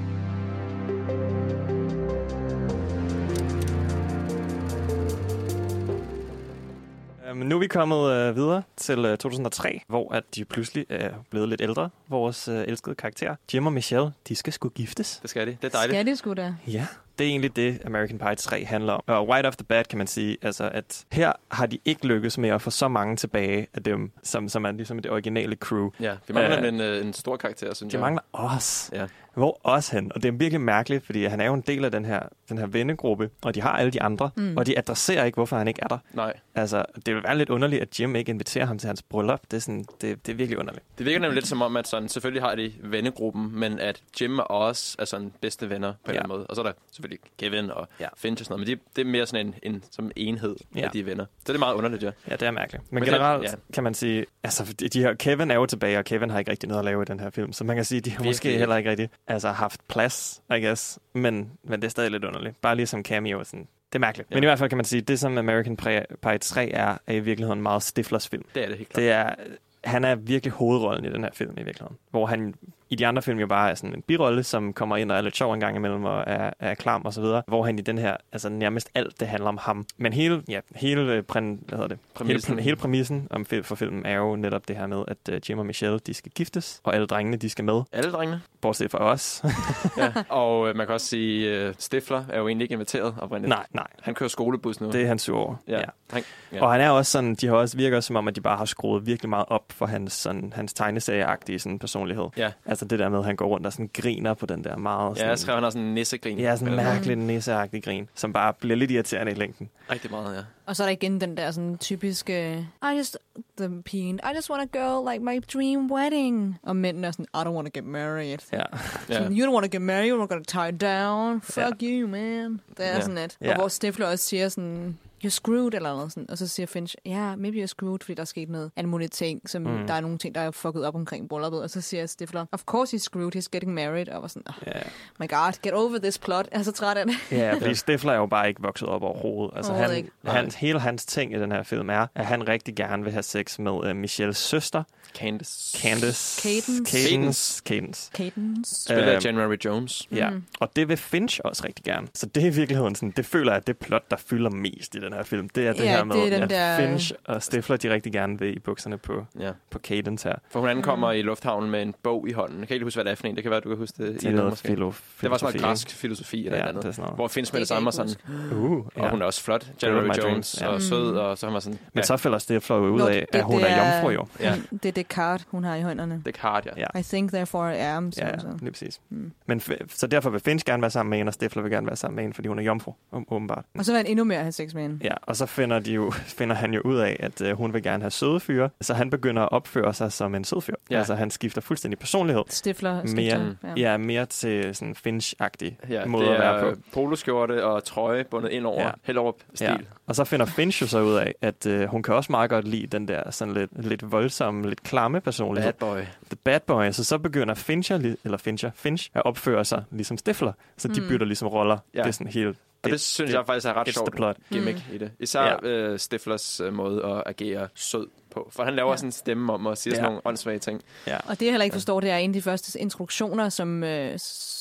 Men nu er vi kommet øh, videre til øh, to tusind og tre, hvor at de pludselig er blevet lidt ældre. Vores øh, elskede karakterer, Jim og Michelle, de skal sgu giftes. Det skal de. Det er dejligt. Skal det sgu da? Ja, det er egentlig det, American Pie tre handler om. Og right off the bat kan man sige, altså, at her har de ikke lykkes med at få så mange tilbage af dem, som, som er ligesom det originale crew. Ja, vi mangler Øh, en, øh, en stor karakter, synes De jeg. mangler os. Ja. Hvor os hen? Og det er virkelig mærkeligt, fordi han er jo en del af den her, den her vennegruppe, og de har alle de andre, Mm. mm. og de adresserer ikke, hvorfor han ikke er der. Nej. Altså, det vil være lidt underligt, at Jim ikke inviterer ham til hans bryllup. Det er, sådan, det, det er virkelig underligt. Det virker nemlig lidt som om, at sådan, selvfølgelig har de vennegruppen, men at Jim og os er sådan bedste venner på en Ja. eller anden måde. Og så er der selvfølgelig Kevin og Ja. Finch og sådan noget, men de, det er mere sådan en, en som enhed Ja. af de venner. Så det er meget underligt, ja. Ja, det er mærkeligt. Men, Men Men det- generelt ja. ja. kan man sige, altså de her, Kevin er jo tilbage, og Kevin har ikke rigtig noget at lave i den her film. Så man kan sige, de har Virkelig måske ikke. heller ikke rigtig altså, haft plads, I guess. Men, men det er stadig lidt underligt. Bare lige som cameo. Sådan. Det er mærkeligt. Ja. Men i hvert fald kan man sige, det som American Pie tre er, er i virkeligheden en meget Stiflers film. Det er det helt klart. Det er, han er virkelig hovedrollen i den her film i virkeligheden. Hvor han i de andre film jo bare er sådan en birolle, som kommer ind og er lidt sjov en gang imellem og er, er klam og så videre. Hvor han i den her, altså nærmest alt, det handler om ham. Men hele, ja, hele, øh, præn, hvad hedder det? Præmissen. hele, hele præmissen om, fil- for filmen er jo netop det her med, at uh, Jim og Michelle, de skal giftes, og alle drengene, de skal med. Alle drengene. Bortset fra os. Ja. Og øh, man kan også sige, uh, Stifler er jo egentlig ikke inviteret oprindeligt. nej, nej. Han kører skolebus nu. Det er han sur over. Ja. Ja. Han, ja. Og han er også sådan, de har også virker som om, at de bare har skruet virkelig meget op for hans, sådan, hans tegneserieagtige sådan, personlighed. Ja. Altså det der med, at han går rundt og sådan griner på den der meget... Ja, Sådan, jeg skrev, han har sådan en nissegrin. ja, sådan en Eller- mærkelig nisseagtig grin, som bare bliver lidt irriterende i længden. Rigtig meget, ja. Og så er der igen den der sådan typiske, I just, the pigen, I just want a girl like my dream wedding. Og mændene er sådan, I don't want to get married. Ja. Ja. You don't want to get married, you're gonna tie down. Fuck you, man. Det er Ja. sådan lidt. Ja. Og hvor Stifler også siger sådan, you're screwed, eller noget sådan. Og så siger Finch, ja, yeah, maybe you're screwed, fordi der er sket noget alle mulige ting, som mm. der er nogle ting, der er fucket op omkring brylluppet. Og så siger Stifler, of course he's screwed, he's getting married. Og var sådan, oh, yeah. my god, get over this plot. Jeg er så træt af det. Ja, fordi Stifler er jo bare ikke vokset op overhovedet. Altså, han, han, hele hans ting i den her film er, at han rigtig gerne vil have sex med uh, Michelles søster. Candace. Candace. Cadence. Cadence. Cadence. Cadence. Spiller af January Jones. Ja, mm. og det vil Finch også rigtig gerne. Så det er i virkeligheden sådan, det føler jeg, at det plot, der fylder mest i den her film. Det er det ja, her med, det at der... Finch og Stifler, de rigtig gerne vil i bukserne på, ja. på Cadence her. For hun ankommer mm. i lufthavnen med en bog i hånden. Jeg kan ikke huske, hvad det er for en. Det kan være, du kan huske det. Det er noget filo- Det var sådan noget græsk filosofi eller ja, andet. Det hvor Finch med det samme og sådan. Uh, ja. Og hun er også flot. January Jones ja. og sød. Og så han var sådan... Men ja. så falder Stifler jo ud Nå, af, det, at hun det er jomfru jo. Ja. Det er Descartes, hun har i hånderne. Descartes, ja. ja. I think therefore I am. Så, ja, så. lige præcis. Mm. Men så derfor vil Finch gerne være sammen med hende, og Stifler vil gerne være sammen med hende, fordi hun er jomfru, åbenbart. Og så vil han endnu mere have sex med hende. Ja, og så finder, de jo, finder han jo ud af, at uh, hun vil gerne have søde fyre, så han begynder at opføre sig som en sød fyr. Ja. Altså han skifter fuldstændig personlighed. Stifler skifter. Mere, ja. ja, mere til sådan Finch-agtig ja, måde at være på. Det er poloskjorte og trøje bundet ind over ja. Hellerup-stil. Ja. Og så finder Finch jo så ud af, at uh, hun kan også meget godt lide den der sådan lidt, lidt voldsomme, lidt klamme personlighed. Bad boy. The bad boy. Så så begynder Fincher, eller Fincher, Finch at opføre sig ligesom Stifler. Så de mm. bytter ligesom roller. Ja. Det er sådan helt... Og det, det synes det, jeg faktisk er ret sjovt gimmick mm. i det. Især ja. uh, Stiflers uh, måde at agere sød på. For han laver ja. sådan en stemme om og siger ja. sådan nogle åndssvage ting. Ja. Og det jeg heller ikke forstår, det er en af de første introduktioner, som... Øh,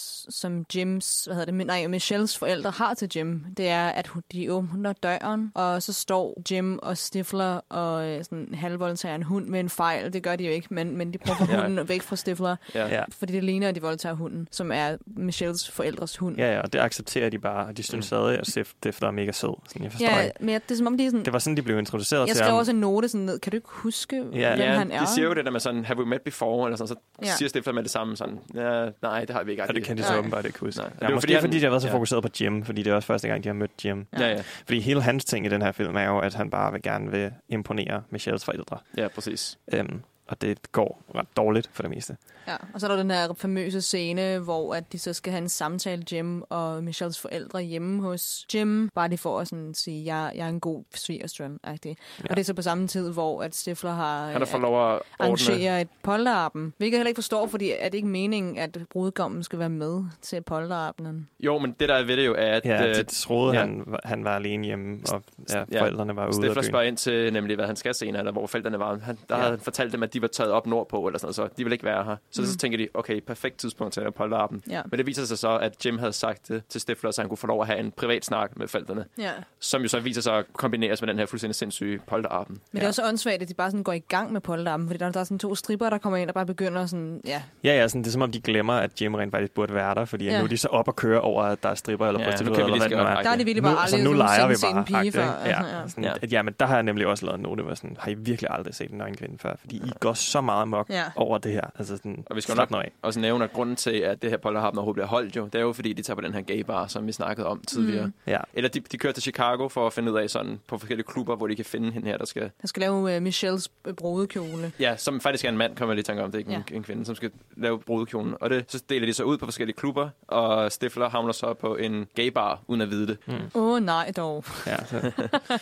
som Jims, hvad hedder det, nej, Michelles forældre har til Jim, det er, at de åbner døren, og så står Jim og Stifler og øh, sådan halvvoldtager en hund med en fejl. Det gør de jo ikke, men, men de prøver ja. hunden væk fra Stifler, ja. fordi det ligner, at de voldtager hunden, som er Michelles forældres hund. Ja, ja, og det accepterer de bare, og de synes stadig, at Stifler er mega sød. Sådan, jeg forstår ja, ikke. men det er som om, de er sådan... Det var sådan, de blev introduceret jeg til Jeg skrev ham. også en note sådan ned. Kan du ikke huske, ja. hvem ja, han er? de siger jo det der med sådan, have we met before, eller sådan, så ja. siger Stifler med det samme sådan, ja, nej, det har vi ikke. Og det kan de så åbenbart ikke huske. Nej. Ja, det måske fordi, han, fordi de har været så ja. fokuseret på Jim, fordi det er også første gang, de har mødt Jim. Ja, ja. Fordi hele hans ting i den her film er jo, at han bare vil gerne vil imponere Michelles forældre. Ja, præcis. Øhm, og det går ret dårligt for det meste. Ja, og så er der den her famøse scene, hvor at de så skal have en samtale, Jim og Michelles forældre hjemme hos Jim, bare de får at sådan sige, jeg, jeg er en god svigerstrøm-agtig. Ja. Og det er så på samme tid, hvor at Stifler har han får lov at arrangeret et polterappen. Hvilket jeg heller ikke forstår, fordi er det ikke meningen, at brudgommen skal være med til polterappen? Jo, men det der er ved det jo er, at... Ja, øh, det troede ja. han, han var alene hjemme, og ja, forældrene var ude af byen. Stifler spørger ind til nemlig, hvad han skal senere, eller hvor forældrene var. Han, der ja. havde han fortalt dem, at de var taget op nordpå, eller sådan noget, så de ville ikke være her. Så, mm. så tænker de, okay, perfekt tidspunkt til at polterappen. Ja. Men det viser sig så, at Jim havde sagt det til Stifler, så han kunne få lov at have en privat snak med forældrene. Ja. Som jo så viser sig at kombineres med den her fuldstændig sindssyge polterappen. Men det er ja. også åndssvagt, at de bare sådan går i gang med polterappen, fordi der, der er sådan to stripper, der kommer ind og bare begynder sådan, ja. Ja, ja, sådan, det er som om de glemmer, at Jim rent faktisk burde være der, fordi ja. nu er de så op og køre over, at der er stripper eller ja, prostituerede, eller hvad det er. Der er de virkelig bare aldrig nu leger vi bare. Pige før. Ja, ja. Sådan, ja. ja, men der har jeg nemlig også lavet en note, hvor sådan, har I virkelig aldrig set en nøgenkvinde før? Fordi I går så meget mok ja. over det her. Altså sådan, og vi skal nok også nævne, at grunden til, at det her polterappen overhovedet bliver holdt jo, det er jo fordi, de tager på den her gay bar, som vi snakkede om tidligere. Mm. Ja. Eller de, de kører til Chicago for at finde ud af sådan, på forskellige klubber, hvor de kan finde hende her, der skal... Der skal lave uh, Michelles brudekjole. Ja, som faktisk er en mand, kommer jeg lige tænke om, det er ikke ja. en, en kvinde, som skal lave brudekjolen. Og det, så deler de så ud på forskellige klubber, og Stifler havner så på en gay bar, uden at vide det. Åh mm. oh, nej dog. Ja, så.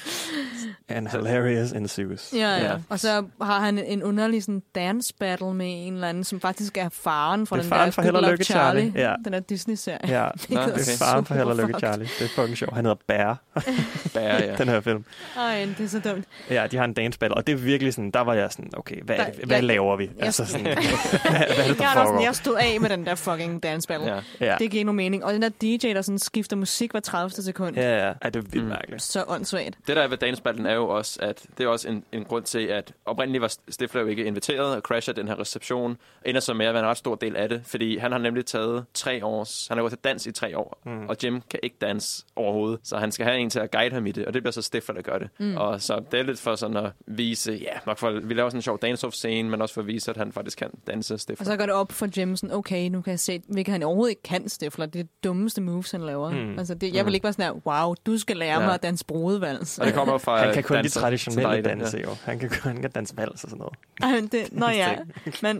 And hilarious ensues. Ja, ja, ja. Og så har han en underlig sådan dance battle med en eller anden, som faktisk er faren fra den der Good Luck Charlie. Charlie. Ja. Den der Disney-serie. Ja, Nå, okay. det er faren fra Held og Lykke Charlie. Det er fucking sjovt. Han hedder Bear. Bear, ja. Den her film. Ej, det er så dumt. Ja, de har en dance battle, og det er virkelig sådan, der var jeg sådan, okay, hvad, der, hvad jeg, laver vi? Jeg, altså sådan, hvad, hvad er det, der jeg, foregår? Sådan, jeg stod af med den der fucking dance battle. Ja. Ja. Det giver nogen mening. Og den der D J, der sådan skifter musik hver tredive sekund. Ja, ja. Ej, det er vildt mm. mærkeligt. Så åndssvagt. Det der er ved dance battlen er jo også, at det er også en, en grund til, at oprindeligt var Stifler jo ikke inviteret og crasher den her reception. Ender så med at være en ret stor del af det, fordi han har nemlig taget tre års, han har gået til dans i tre år, mm. og Jim kan ikke danse overhovedet, så han skal have en til at guide ham i det, og det bliver så Stifler, der gør det. Mm. Og så det er lidt for sådan at vise, ja, nok for, vi laver sådan en sjov dance-off-scene, men også for at vise, at han faktisk kan danse Stifler. Og så går det op for Jim sådan, okay, nu kan jeg se, hvilket han overhovedet ikke kan Stifler. Det er det dummeste moves, han laver. Mm. Altså, det, jeg vil ikke bare sådan her, wow, du skal lære ja. mig at danse brudevals. Og det kommer fra han kan kun de traditionelle danse, jo. Han kan kun danse vals og sådan noget. Ej, det, nå ja, men altså,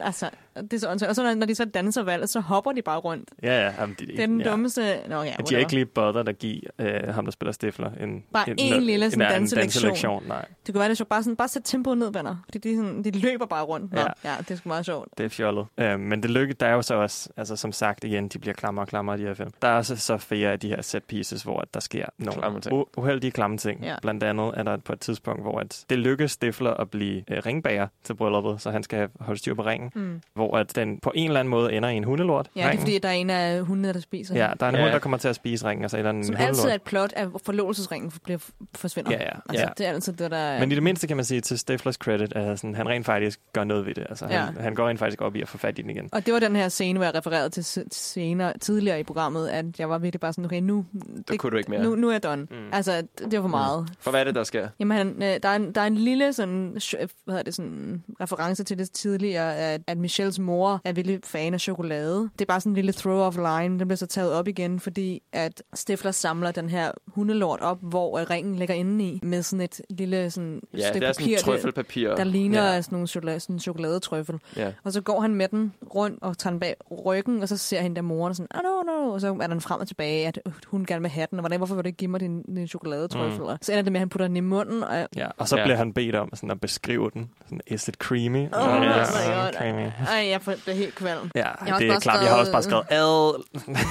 Det er så åndssvagt. Og så når, når de så danser valg, så hopper de bare rundt. Ja, ja. Jamen, de, det er den ja. dummeste... Nå, ja, de er ikke lige bothered at give øh, ham, der spiller Stifler, en, bare en, en, en lille sådan, en, danselektion. danselektion. Nej. Det kunne være, det så bare, sådan, bare sætte tempoet ned, venner. Fordi de, sådan, de løber bare rundt. Nå, ja. ja, det er sgu meget sjovt. Det er fjollet. Øh, men det lykkes, der er jo så også, altså som sagt igen, de bliver klammer og klammer de her film. Der er også så flere af de her set pieces, hvor der sker nogle u- uheldige klamme ting. Ja. Blandt andet er der på et tidspunkt, hvor at det lykkes Stifler at blive øh, ringbager til brylluppet, så han skal holde styr på ringen. Mm. Hvor at den på en eller anden måde ender i en hundelort. Ja, det er fordi, der er en af hundene, der spiser. Ja, der er en ja. hund, der kommer til at spise ringen, og så ender en Som hundelort. altid er et plot, at forlovelsesringen bliver forsvinder. Ja, ja. Altså, ja. det er altid det, der er... Men i det mindste kan man sige til Stiflers credit, at sådan, han rent faktisk gør noget ved det. Altså, han, ja. han går rent faktisk op i at få fat i den igen. Og det var den her scene, hvor jeg refererede til senere, tidligere i programmet, at jeg var virkelig bare sådan, okay, nu... Det kunne du ikke mere. Nu, nu er jeg done. Mm. Altså, det var for meget. Mm. For hvad er det, der sker? Jamen, han, der, er en, der er en lille sådan, hvad hedder det, sådan, reference til det tidligere, at, at Michelles mor er virkelig fan af chokolade. Det er bare sådan en lille throw-off line. Den bliver så taget op igen, fordi at Stifler samler den her hundelort op, hvor ringen ligger inde i, med sådan et lille sådan, ja, det er papir, sådan et trøffelpapir. Der ligner ja. sådan nogle chokolade, sådan en chokoladetrøffel. Ja. Og så går han med den rundt og tager den bag ryggen, og så ser han der moren sådan, oh, no, no, og så er den frem og tilbage, at hun gerne vil have den, og hvordan, hvorfor vil du ikke give mig din, din chokoladetrøffel? Mm. Så ender det med, at han putter den i munden. Og, ja, og så ja. bliver han bedt om sådan at beskrive den. Sådan, is it creamy? Oh, oh ja, my god. Creamy. Ej, jeg får det helt kvalm. Ja, det er klart. Skrevet... Jeg har også bare skrevet ad.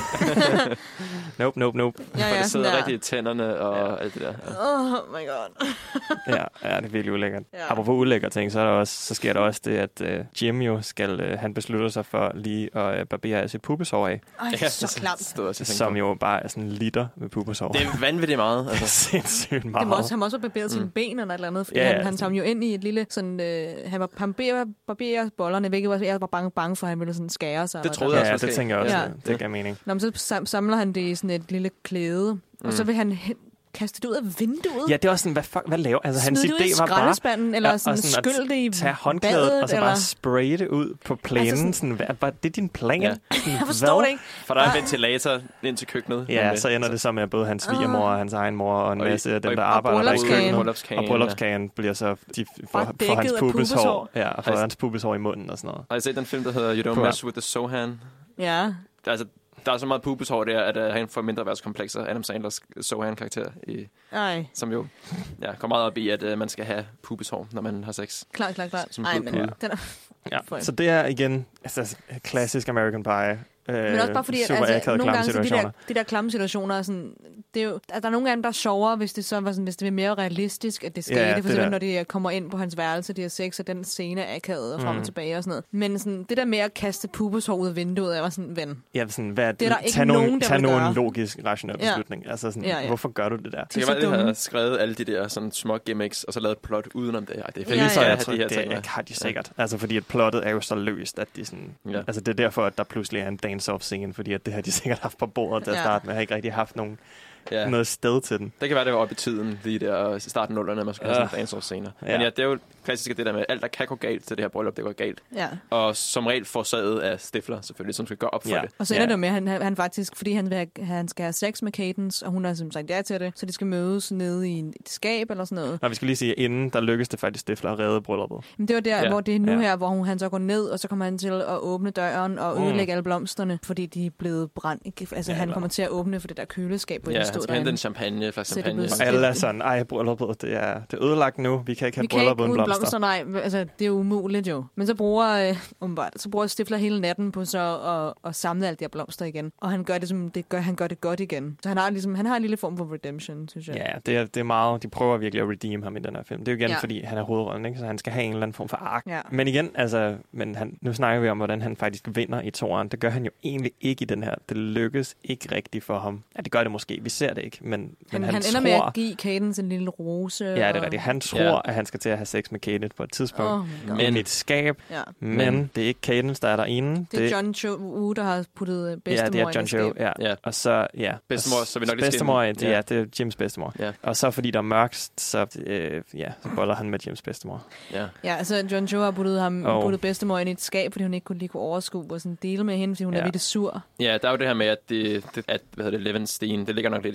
nope, nope, nope. Ja, ja, for det sidder rigtig i tænderne og ja. alt det der. Ja. Oh my god. ja, ja, det er virkelig ulækkert. Ja. Apropos ulækkert ting, så, er der også, så sker der også det, at uh, Jim jo skal, uh, han beslutter sig for lige at uh, barbere sit pubeshår af. Ej, ja, så klamt. Som jo bare er sådan en liter med pubeshår. Det er vanvittigt meget. Altså. Sindssygt meget. Det må også, han må også have barberet mm. sine ben eller et eller andet, fordi yeah. han, han tager jo ind i et lille sådan, øh, han var barberer, barberer bollerne, hvilket jeg var bange, bange for, at han ville sådan skære sig. Det troede jeg også. Ja, det tænker jeg også. Ja. Det gav mening. Nå, men så samler han det i sådan et lille klæde, mm. og så vil han hen, kaste det ud af vinduet. Ja, det er også sådan, hvad, fuck, hvad laver? Altså, hans idé idé var bare... eller sådan, sådan skyld det i tage håndklædet, badet, og så eller? bare spraye det ud på plænen. Altså sådan, sådan, var det din plan? Ja. Jeg forstår det ikke. For der er en ventilator ind til køkkenet. Ja, så ender det så med, at både hans svigermor og hans egen mor og en masse af dem, der arbejder der i køkkenet. Og bryllupskagen bliver så de for, for hans pubeshår. Ja, og for hans pubeshår i munden og sådan noget. Har I set den film, der hedder You Don't Mess With The Sohan? Ja. Altså, der er så meget pubeshår der, at uh, han får mindre værtskomplekser. Adam Sandlers Sohan-karakter, i, som jo ja, kommer meget op i, at uh, man skal have pubeshår, når man har sex. Klart, klart, klart. Ej, men ja. Den er... Ja. Så det er igen altså, klassisk American Pie. Men også bare fordi, at altså, nogle gange så de der, de der klamme situationer, sådan, det er jo, at der er nogle af dem, der er sjovere, hvis det, så var sådan, hvis det er mere realistisk, at det skete. Ja, for eksempel, når de kommer ind på hans værelse, de har sex, og den scene er akavet og frem og mm. tilbage og sådan noget. Men sådan, det der med at kaste pubeshår ud af vinduet, jeg var sådan, ven. Ja, sådan, hvad, det er der ikke tag nogen, nogen, der tag vil nogen gøre. logisk, rationel ja. beslutning. Altså sådan, ja, ja. hvorfor gør du det der? Det kan være, at de har skrevet alle de der sådan, små gimmicks, og så lavet et plot udenom det. Ej, det er fedt, ja, ja. ja, Jeg tror, de her det har de sikkert. Ja. Altså, fordi at plottet er jo så løst, at de sådan... Ja. Altså, det er derfor, at der pludselig er en dance-off-scene, fordi at det har de sikkert haft på bordet til at starte med. Jeg har ikke rigtig haft nogen, ja. noget sted til den. Det kan være, det var oppe i tiden, lige der i starten af nullerne, man skulle have sådan en dance-off-scener. Ja. Men ja, det er jo klassisk det der med, alt der kan gå galt til det her bryllup, det går galt. Ja. Og som regel forårsaget af Stifler, selvfølgelig, som skal gå op for ja. det. Og så ender ja. det med, at han, han faktisk, fordi han, vil have, han skal have sex med Cadence, og hun har som sagt ja til det, så de skal mødes nede i et skab eller sådan noget. Nå, vi skal lige sige, inden der lykkes det faktisk Stifler at redde brylluppet. Men det var der, ja. hvor det er nu ja. her, hvor hun, han så går ned, og så kommer han til at åbne døren og ødelægge mm. alle blomsterne, fordi de er blevet brændt. Altså, ja, han kommer til at åbne for det der køleskab, hvor ja, de stod derinde. Ja, han skal hente en champagne, flaske champagne. Og alle er sådan, ej, brylluppet, det er, det er ødelagt nu. Vi kan ikke have brylluppet uden blomster. blomster. Nej, altså, det er umuligt jo. Men så bruger, øh, umiddelbart, så bruger Stifler hele natten på så at, at samle alle de her blomster igen. Og han gør det, som det gør, han gør det godt igen. Så han har, ligesom, han har en lille form for redemption, synes jeg. Ja, det er, det er meget, de prøver virkelig at redeem ham i den her film. Det er jo igen, ja. fordi han er hovedrollen, ikke? Så han skal have en eller anden form for ark. Ja. Men igen, altså, men han, nu snakker vi om, hvordan han faktisk vinder i toeren. Det gør han jo egentlig ikke i den her. Det lykkes ikke rigtigt for ham. Ja, det gør det måske. Vi ser det ikke, men, han, men han, han tror... ender med at give Cadence en lille rose. Ja, det er og... rigtigt. Han tror, ja. at han skal til at have sex med Cadence på et tidspunkt. Oh men i et skab. Ja. Men mm. det er ikke Cadence, der er derinde. Det er det... John Cho Woo, der har puttet bedstemor ja, det er John Cho, ja. ja. Og så, ja. Bedstemor, så vi nok lige bedstemor, det, ja. ja, det er Jims bedstemor. Ja. Og så fordi der er mørkt, så, øh, ja, så boller han med Jims bedstemor. Ja, ja altså John Cho har puttet, ham, oh. puttet bedstemor ind i et skab, fordi hun ikke kunne lige kunne overskue og sådan dele med hende, fordi hun ja. er lidt sur. Ja, der er jo det her med, at, det, det, at hvad hedder det, Levenstein, det ligger nok lidt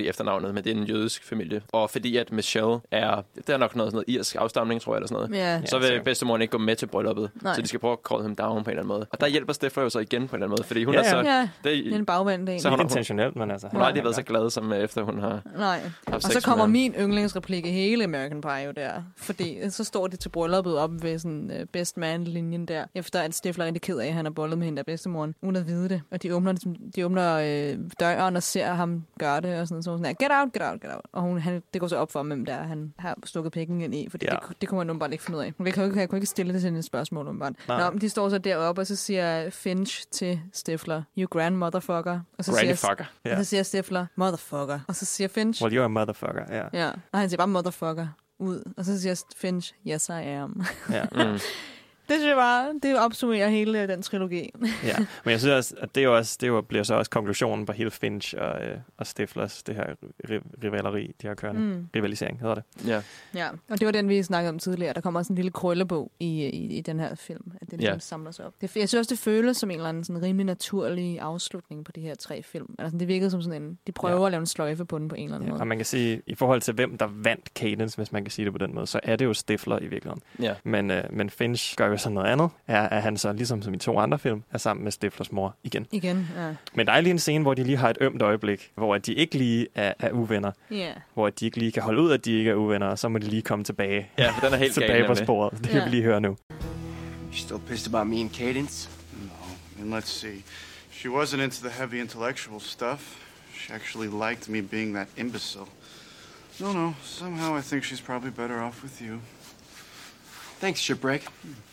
lide efternavnet, men det er en jødisk familie. Og fordi at Michelle er, det er nok noget, sådan noget irsk afstamning, tror jeg, eller sådan noget. Yeah. Så vil bedstemoren ikke gå med til brylluppet. Nej. Så de skal prøve at call ham down på en eller anden måde. Og der hjælper Stifler jo så igen på en eller anden måde, fordi hun ja, er så... Ja, det, det er en bagvand. Det er ikke intentionelt, men altså... Hun har aldrig været så glad, som efter hun har... Nej. Og så kommer min yndlingsreplik i hele American Pie jo der. Fordi så står de til brylluppet op ved sådan uh, best man-linjen der, efter at Stifler er rigtig ked af, at han er bollet med hende der bedstemoren, uden at vide det. Og de åbner, de åbner øh, døren og ser ham gøre det, og sådan, så sådan, get out, get out, get out. Og hun, han, det går så op for ham, hvem der han har stukket pikken ind i, for ja. det, det kunne man nu bare ikke finde ud af. Hun kan ikke, kunne ikke stille det til et spørgsmål om bare. Nå, men de står så deroppe, og så siger Finch til Stifler, you grand motherfucker. Og så siger, fucker. Og så siger Stifler, motherfucker. Og så siger Finch, well, you're a motherfucker, ja. Yeah. Ja, og han siger bare motherfucker ud. Og så siger Finch, yes I am. Ja. Mm. Det synes jeg bare, det opsummerer hele den trilogi. Ja, men jeg synes også, at det, er jo også, det er jo, bliver så også konklusionen på hele Finch og, øh, og Stiflers, det her rivaleri, de har kørende. Mm. Rivalisering, hedder det. Ja. Ja, og det var den, vi snakkede om tidligere. Der kommer også en lille krøllebog i, i, i den her film, at det ligesom ja. samler sig op. Det, jeg synes også, det føles som en eller anden sådan rimelig naturlig afslutning på de her tre film. Altså, det virkede som sådan en, de prøver ja. at lave en sløjfe på den på en eller anden ja, måde. Og man kan sige, i forhold til hvem der vandt Cadence, hvis man kan sige det på den måde, så er det jo Stifler i virkeligheden. Ja. Men, øh, men Finch gør jo sådan noget andet. Er, er han så, ligesom som i to andre film, er sammen med Stiflers mor igen. Igen, ja. Men der er lige en scene, hvor de lige har et ømt øjeblik, hvor de ikke lige er, er uvenner. Yeah. Hvor de ikke lige kan holde ud, at de ikke er uvenner, og så må de lige komme tilbage. Ja, for den er helt tilbage på sporet. Det kan yeah. vi lige høre nu. You still pissed about me and Cadence? No, and let's see. She wasn't into the heavy intellectual stuff. She actually liked me being that imbecile. No, no, somehow I think she's probably better off with you. Thanks, Shipwreck.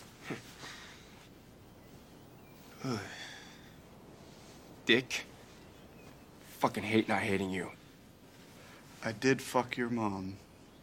Dick. Fucking hate not hating you. I did fuck your mom.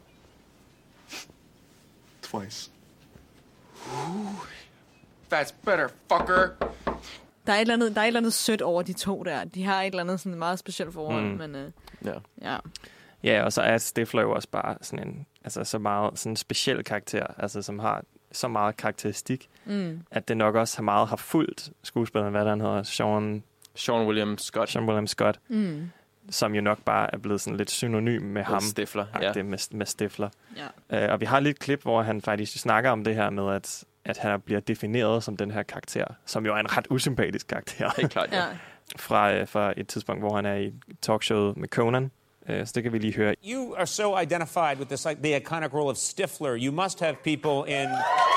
Twice. Ooh, that's better, fucker. Der er, et eller andet, der er et eller andet sødt over de to der. De har et eller andet sådan meget specielt forhold, mm. men øh, ja. ja. Ja, og så er Stifler jo også bare sådan en, altså så meget sådan en speciel karakter, altså som har så meget karakteristik, mm. at det nok også har meget har fulgt skuespilleren, hvad der han hedder, Sean... Sean William Scott. Sean William Scott, mm. som jo nok bare er blevet sådan lidt synonym med ham. Stifler, ja. Med, med Stifler. Ja. Uh, og vi har lidt klip, hvor han faktisk snakker om det her med, at, at han bliver defineret som den her karakter, som jo er en ret usympatisk karakter. Helt klart, ja. fra, uh, fra et tidspunkt, hvor han er i talkshowet med Conan. Uh, så det kan vi lige høre. You are so identified with this, like, the iconic role of Stifler. You must have people in...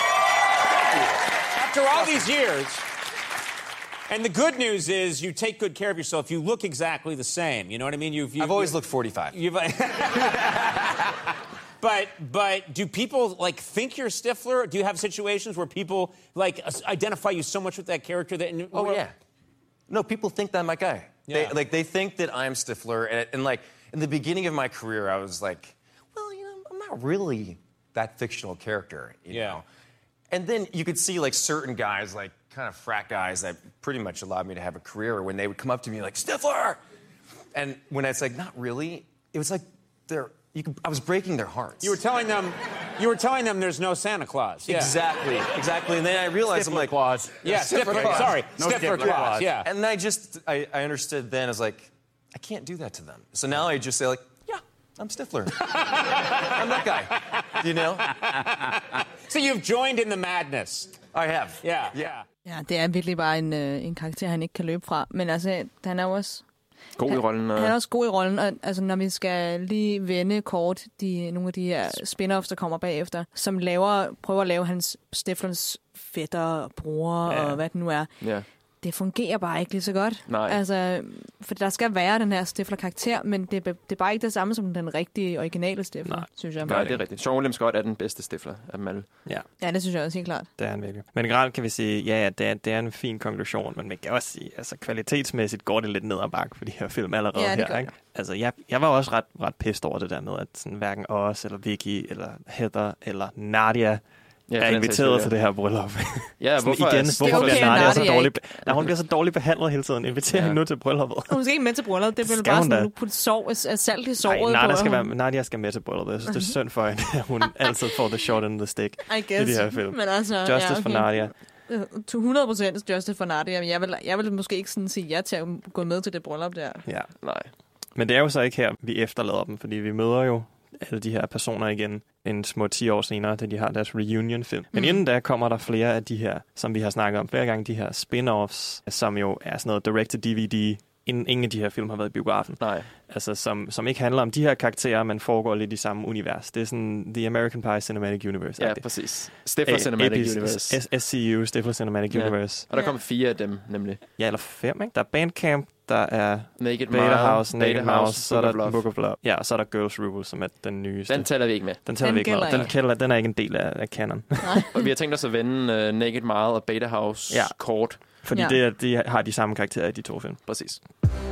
After all these years... And the good news is you take good care of yourself. You look exactly the same. You know what I mean? You've, you've, I've always you've, looked forty-five. You've, but but do people like think you're Stifler? Do you have situations where people like identify you so much with that character that? Oh well, yeah. No, people think that I'm my guy. Yeah. They like they think that I'm Stifler, and, and like in the beginning of my career, I was like, well, you know, I'm not really that fictional character. You yeah. know? And then you could see like certain guys like. Kind of frat guys that pretty much allowed me to have a career when they would come up to me like Stifler, and when it's like not really, it was like they're you could, I was breaking their hearts. You were telling them, you were telling them there's no Santa Claus. Yeah. Exactly, exactly. And then I realized Stifler I'm like Claus. Yeah, Stifler, Stifler Claus. Sorry, no Stifler, Stifler Claus. Claus. Yeah. And I just I, I understood then. I was like, I can't do that to them. So now I just say like, yeah, I'm Stifler. I'm that guy. You know. So you've joined in the madness. I have. Yeah, yeah. Ja, det er virkelig bare en, øh, en karakter, han ikke kan løbe fra. Men altså, han er jo også... God i rollen. Han, han er også god i rollen, og altså, når vi skal lige vende kort de, nogle af de her spin-offs, der kommer bagefter, som laver, prøver at lave hans Stiflers fætter, bror ja. og hvad det nu er. Ja. Det fungerer bare ikke lige så godt. Nej. Altså, for der skal være den her Stifler-karakter, men det, det er bare ikke det samme som den rigtige, originale Stifler, Nej. synes jeg. Nej, det er rigtigt. Sean William Scott er den bedste Stifler af dem alle. Ja. ja, det synes jeg også helt klart. Det er han virkelig. Men generelt kan vi sige, ja, ja det, er, det er en fin konklusion, men man kan også sige, altså kvalitetsmæssigt går det lidt ned ad bakke for de her film allerede ja, her. Ikke? Altså, jeg, jeg var også ret, ret pissed over det der med, at sådan, hverken os, eller Vicky, eller Heather, eller Nadia ja, er inviteret til det her bryllup. Ja, hvorfor, igen, hvorfor okay, bliver Nadia, Nadia så dårligt, nej, hun bliver så dårligt behandlet hele tiden. Inviterer ja. hende nu til brylluppet. Hun skal ikke med til brylluppet. Det bliver bare sådan, at putte sov, salt i såret. Nej, Nadia skal, være, Nadia skal med til brylluppet. Jeg synes, det er synd for hende, at hun altid får the short end the stick I guess. i de her film. Men altså, Justice ja, okay. for Nadia. hundrede procent Justice for Nadia. Men jeg vil, jeg vil måske ikke sådan sige ja til at gå med til det bryllup der. Ja, nej. Men det er jo så ikke her, vi efterlader dem, fordi vi møder jo alle de her personer igen en små ti år senere, da de har deres reunion-film. Men mm. inden da kommer der flere af de her, som vi har snakket om flere gange, de her spin-offs, som jo er sådan noget direct-to-D V D, inden ingen af de her film har været i biografen. Nej. Altså, som, som ikke handler om de her karakterer, men foregår lidt i samme univers. Det er sådan The American Pie Cinematic Universe. Ja, præcis. Stifler Cinematic Universe. S C U, Stifler Cinematic ja. Universe. Og der kommer fire af dem, nemlig. Ja, eller fem, ikke? Der er Bandcamp, der er Naked Beta House, Naked Beta Mouse, House, så er Book der of Book of Love. Ja, og så er der Girls Rule, som er den nyeste. Den tæller vi ikke med. Den tæller Den vi ikke med. Den, ikke. kælder, den er ikke en del af, af canon. Og vi har tænkt os at vende uh, Naked Mile og Beta House ja. kort. Fordi ja. det er, de har de samme karakterer i de to film. Præcis.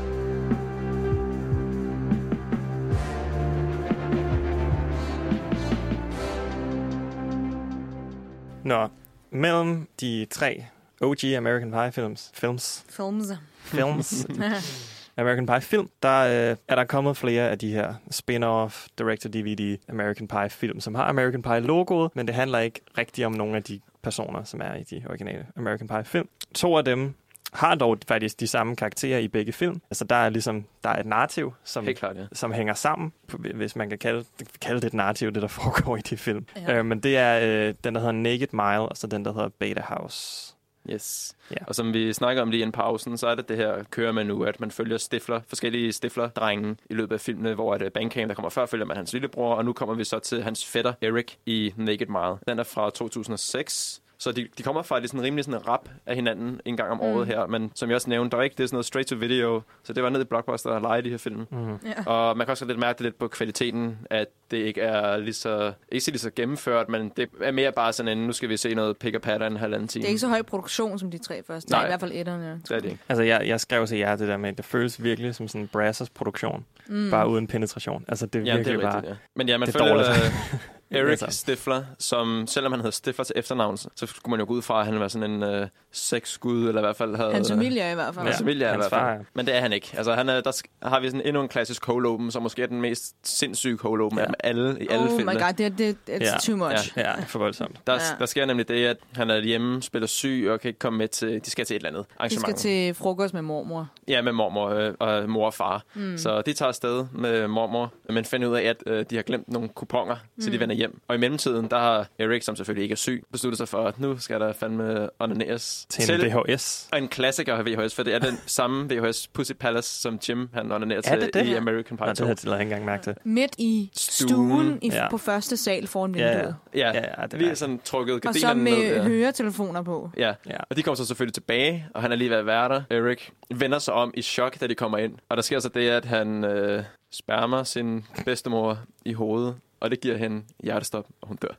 Nå, mellem de tre O G American Pie films, films, Films. films American Pie film, der øh, er der kommet flere af de her spin-off, direct-to-D V D American Pie film, som har American Pie logoet, men det handler ikke rigtig om nogle af de personer, som er i de originale American Pie film. To af dem har dog faktisk de samme karakterer i begge film. Altså der er ligesom der er et narrativ, som, klart, ja. som hænger sammen, hvis man kan kalde, kalde det et narrativ, det der foregår i de film. Ja. Øh, men det er øh, den, der hedder Naked Mile, og så den, der hedder Beta House. Yes. Ja. Og som vi snakker om lige i pausen, så er det det her kører med nu, at man følger Stifler, forskellige Stifler-drenge i løbet af filmene, hvor at Bandcamp, der kommer før, følger man hans lillebror, og nu kommer vi så til hans fætter Eric i Naked Mile. Den er fra to tusind og seks. Så de, de kommer faktisk sådan rimelig sådan rap af hinanden en gang om året Mm. her. Men som jeg også nævnte, der er ikke det er sådan noget straight to video. Så det var ned i Blockbuster og lege de her film. Mm. Ja. Og man kan også lidt mærke det lidt på kvaliteten, at det ikke er lige så, ikke så, lige så gennemført, men det er mere bare sådan en, nu skal vi se noget pick og patter en halvanden time. Det er ikke så høj produktion som de tre første. Nej. I hvert fald etterne. Ja. Det er det ikke. Altså, jeg, jeg skrev til jer det der med, at det føles virkelig som sådan en Brazzers produktion, Mm. bare uden penetration. Altså, det er Jamen, virkelig det er bare... rigtigt, ja. Men ja, man det er føler dårligt. uh, Eric Altså. Stifler, som selvom han hedder Stifler til efternavn, så skulle man jo gå ud fra, at han var sådan en uh, sexskud, eller i hvert fald havde... Hans familie er i hvert fald. Hans Ja, familie er i hans hvert fald. far, ja. Men det er han ikke. Altså, han er, der sk- har vi sådan endnu en klassisk cold open, som måske er den mest sindssyge cold open Ja. af dem alle, i alle Oh filmene. my god, det, det it's Ja. too much. Ja, det er for voldsomt. Der, Ja. der sker nemlig det, at han er hjemme, spiller syg og kan ikke komme med til... De skal til et eller andet De arrangement. skal til frokost med mormor. Ja, med mormor øh, og mor og far. Mm. Så de tager afsted med mormor, men finder ud af, at øh, de har glemt nogle kuponer, mm. så de vender hjem. Og i mellemtiden, der har Eric, som selvfølgelig ikke er syg, besluttet sig for, at nu skal der fandme onaneres Til en V H S. Og en klassiker af V H S, for det er den samme V H S Pussy Palace, som Jim han onanerer til det det? i American Pie Nej, det to. havde jeg ikke engang mærke til. Midt i Stuen. stuen i, Ja. på første sal foran Ja, vinduet. ja. Ja, Ja, ja, det er lige mærkeligt. sådan trukket Og så gardinerne med ned. Ja. høretelefoner på. Ja. Ja. Og de kommer så selvfølgelig tilbage, og han er lige ved at være der. Eric vender sig om i chok, da de kommer ind. Og der sker så det, at han øh, spærmer sin bedstemor i hovedet, og det giver hende hjertestop, og hun dør.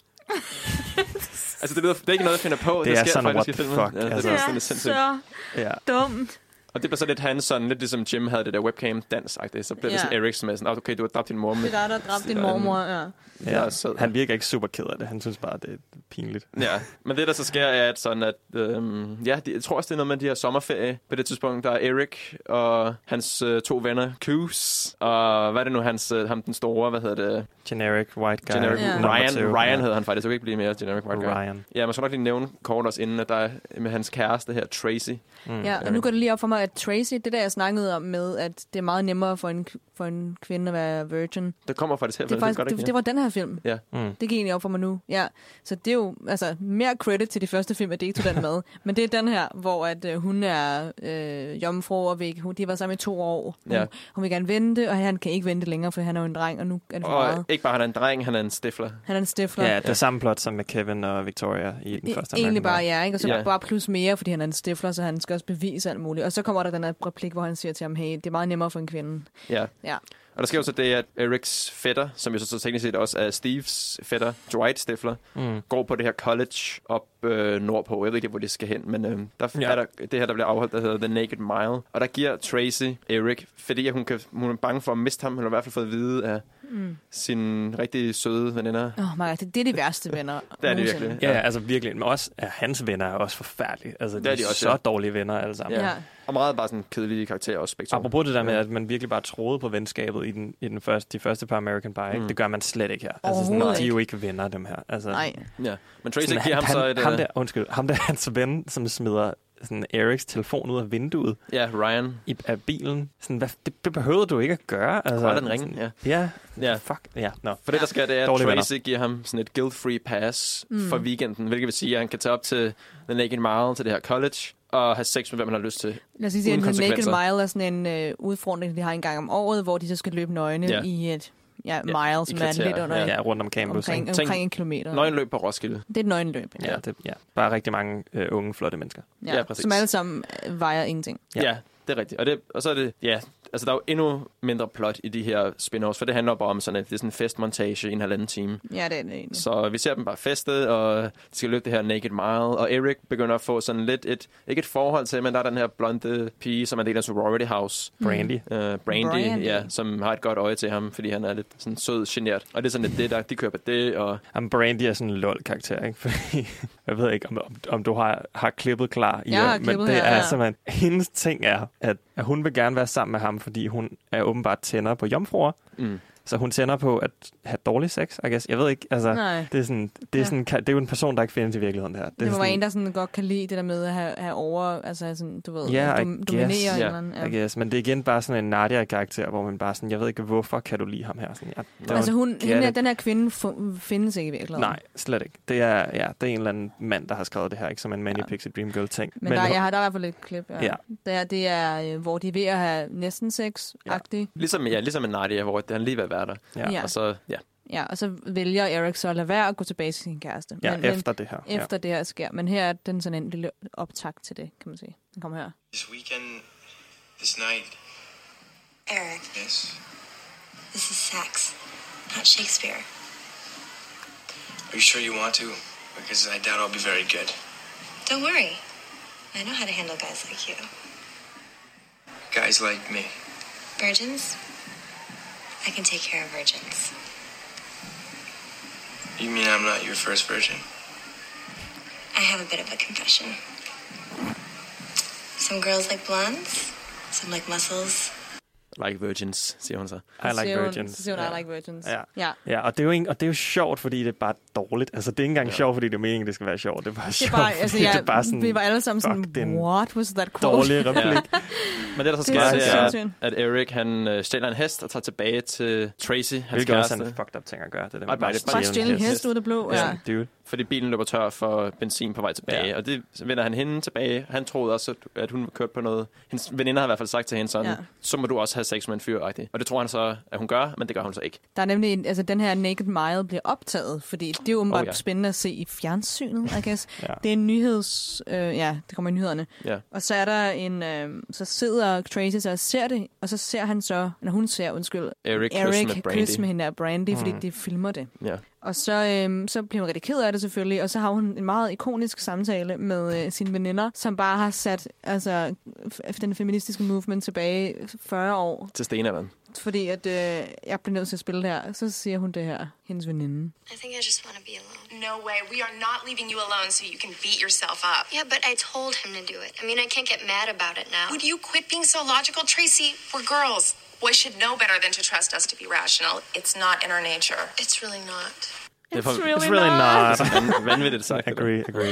Altså, det, lyder, det er ikke noget, jeg finder på. Det er sker sådan, faktisk what i the filmen. fuck, Ja, det altså. er sådan lidt sindssygt. så Ja. dumt. Og det bliver så lidt hans sådan, lidt ligesom Jim havde det der webcam-dans-agtigt. Så bliver det Ja. sådan Eric, som er sådan, okay, du har dræbt din mor. Det er dig, der dræbte din mormor. Ja. Ja, er sød. Han virker ikke super ked af det. Han synes bare, det er pinligt. Ja, men det der så sker er, at sådan at, øhm, ja, de, jeg tror også, det er noget med de her sommerferie. På det tidspunkt, der er Eric og hans øh, to venner, Coos, og hvad er det nu, hans, øh, ham den store, hvad hedder det? Generic white guy. Generic, Ja. Ryan, Number two. Ryan Ja. hedder han faktisk, så kan ikke blive mere Generic White Guy. Ryan. Ja, man skal nok lige nævne kort også inden, at der er med hans kæreste her, Tracy. Mm. Ja, og nu går det lige op for mig, at Tracy, det der jeg snakkede om med, at det er meget nemmere for en, for en kvinde at være virgin. Det kommer faktisk her. Det, er faktisk, det, det var den her film. Ja. Mm. Det gik egentlig op for mig nu. Ja, så det er jo altså mere credit til de første film, at det ikke tog den med. Men det er den her, hvor at øh, hun er øh, jomfru, og vi, hun, de har været sammen i to år. Hun, Ja. hun vil gerne vente, og han kan ikke vente længere, for han er jo en dreng, og nu er det for Og meget. ikke bare han er en dreng, han er en stifler. Han er en stifler. Ja, det er samme plot som med Kevin og Victoria i den Det første er egentlig American bare Pie. ja, ikke? Og så Ja. bare plus mere, fordi han er en stifler, så han skal også bevise alt muligt. Og så kommer der den her replik, hvor han siger til ham, hey, det er meget nemmere for en kvinde. Ja. Ja. Og der sker jo så det, at Erics fætter, som jo så, så teknisk set også er Steves fætter, Dwight Stifler, Mm. går på det her college op øh, nordpå. Jeg ved ikke, hvor det skal hen, men øh, der Ja. er der det her, der bliver afholdt, der hedder The Naked Mile. Og der giver Tracy Eric, fordi at hun, kan, hun er bange for at miste ham, eller i hvert fald fået at vide af Mm. sine rigtig søde veninder. Oh my God, det, det er de værste venner. Det er de nogensinde. virkelig. Ja, ja, altså virkelig. Men også ja, hans venner er også forfærdelige. Altså, de Det er er, de også, så ja. dårlige venner alle sammen. Ja. Ja. Og meget bare sådan kedelige karakterer også, begge to. Apropos det der med, at man virkelig bare troede på venskabet i, den, i den første, de første par American Pie. Mm. Mm. Det gør man slet ikke her. Altså, sådan, Overhovedet de er jo ikke. ikke venner, dem her. Altså, Nej. Ja. Men Tracy sådan, giver ham han, så et... ham øh, der, undskyld, ham der er hans ven, som smider sådan Erics telefon ud af vinduet. Ja, Ryan. I, af bilen. Sådan, hvad, det, det behøvede du ikke at gøre. Altså, Rette den ringe, ja. Ja, ja. Fuck, ja. No. For det, der sker, det er, at Dårlige Tracy venner. giver ham sådan et guilt-free pass Mm. for weekenden, hvilket vil sige, at han kan tage op til The Naked Mile, til det her college, og have sex med, hvem han har lyst til. Lad os sige, uden at The Naked konsekvenser. Mile er sådan en øh, udfordring, de har en gang om året, hvor de så skal løbe nøgne Ja. i et ja, Ja, mile, i som er kvarter, lidt under ja. en- Ja, rundt om campus. omkring, ikke? omkring en kilometer. Nøgenløb på Roskilde. Det er et nøgenløb. Ja, det, ja. Bare rigtig mange øh, unge, flotte mennesker. Ja, Ja, præcis. som alle sammen øh, vejer ingenting. Ja, ja det er rigtigt. Og, det, og så er det, ja, altså der er jo endnu mindre plot i de her spin-offs, for det handler bare om sådan, at det er sådan en festmontage i en halvanden time. Ja, det er det egentlig. Så vi ser dem bare feste, og de skal løbe det her Naked Mile, og Eric begynder at få sådan lidt et, ikke et forhold til, men der er den her blonde pige, som er en del af Sorority House. Brandy. Uh, Brandy, Brandy. ja, som har et godt øje til ham, fordi han er lidt sådan sød, genert. Og det er sådan lidt det, der de kører på det, og... Jamen, Brandy er sådan en lol-karakter, ikke? Fordi, jeg ved ikke, om, om, om du har, har klippet klar i Jeg har det, men klippet det her, er ja. simpelthen... Hendes ting er, at, at hun vil gerne være sammen med ham, fordi hun er åbenbart tænder på jomfruer. Mm. Så hun tænder på at have dårlig sex, I guess. Jeg ved ikke, altså... Nej. Det er, sådan, det, er Ja. sådan, det er jo en person, der ikke findes i virkeligheden her. Det, det må sådan, være en, der sådan godt kan lide det der med at have, have over, altså sådan, du ved, Ja, dom, I dominere guess. en Ja, eller anden. Ja. I guess. Men det er igen bare sådan en Nadia-karakter, hvor man bare sådan, jeg ved ikke, hvorfor kan du lide ham her? Sådan, jeg, Altså hun, get hende, it. den her kvinde fu- findes ikke i virkeligheden. Nej, slet ikke. Det er, ja, det er en eller anden mand, der har skrevet det her, ikke som en Manic Ja. Pixie Dream Girl ting. Men, Men der, jeg har der er i hvert fald et klip. Ja. Ja. Det, er, det er, øh, hvor de er ved at have næsten sex-agtigt. Ligesom, ja, ligesom med Nadia, hvor han lige ved at være der. Ja. Ja. Og så, ja. Ja, og så vælger Eric så at lade være at gå tilbage til sin kæreste. Ja, men, efter det her. Efter det her sker. Men her er den sådan en lille optakt til det, kan man sige. Den kommer her. This weekend, this night. Eric, Yes. this is sex, not Shakespeare. Are you sure you want to? Because I doubt I'll be very good. Don't worry. I know how to handle guys like you. Guys like me. Virgins? I can take care of virgins. You mean I'm not your first virgin? I have a bit of a confession. Some girls like blondes, some like muscles. Like virgins, siger hun så. I like siger hun- virgins. Så siger hun, ja. I like virgins. Ja. Ja. Ja, og det, er jo ikke, og det er jo sjovt, fordi det er bare dårligt. Altså, det er ikke engang ja. sjovt, fordi det er meningen, det skal være sjovt. Det er bare Det sjovt, er bare, altså, fordi ja, det er bare sådan... vi var alle sammen fuck, sådan, det er en what was that quote? dårlig replik. Ja. Men det, der så Det er sker, det så er, at, sindssygt. at Eric, han øh, stjæler en hest og tager tilbage til Tracy, hans Hvilket også kæreste. er en fucked up ting at gøre. Det der med Ej, bare- det er Bare stjæle en hest ud af det blå. Ja. Ja, dude. Fordi bilen løber tør for benzin på vej tilbage. Ja. Og det så vender han hende tilbage. Han troede også, at, at hun var kørt på noget. Hendes veninder har i hvert fald sagt til hende sådan, Ja. ja. så må du også have sex med en fyr. -agtig. Og det tror han så, at hun gør, men det gør hun så ikke. Der er nemlig, en, altså den her Naked Mile bliver optaget, fordi det er jo åbenbart Oh, ja. spændende at se i fjernsynet, I guess. Ja. Det er en nyheds, øh, ja, det kommer i nyhederne. Ja. Og så er der en, øh, så sidder Tracy så og ser det, og så ser han så, eller hun ser, undskyld, Eric kysse Eric med Brandy. kysse med hende af Brandy, fordi Mm. de filmer det. Ja. Og så, øhm, så bliver hun rigtig ked af det selvfølgelig, og så har hun en meget ikonisk samtale med øh, sine veninder, som bare har sat altså, f- den feministiske movement tilbage fyrre år. Til stenalderen. Fordi at, øh, jeg bliver nødt til at spille det her. Så siger hun det her, hendes veninde. I think I just want to be alone. No way. We are not leaving you alone so you can beat yourself up. Yeah, but I told him to do it. I mean, I can't get mad about it now. Would you quit being so logical, Tracy? We're girls. Boys should know better than to trust us to be rational. It's not in our nature. It's really not. Det er for, It's really It's really not. Van- vanvittigt sagt. det der. Agree, agree.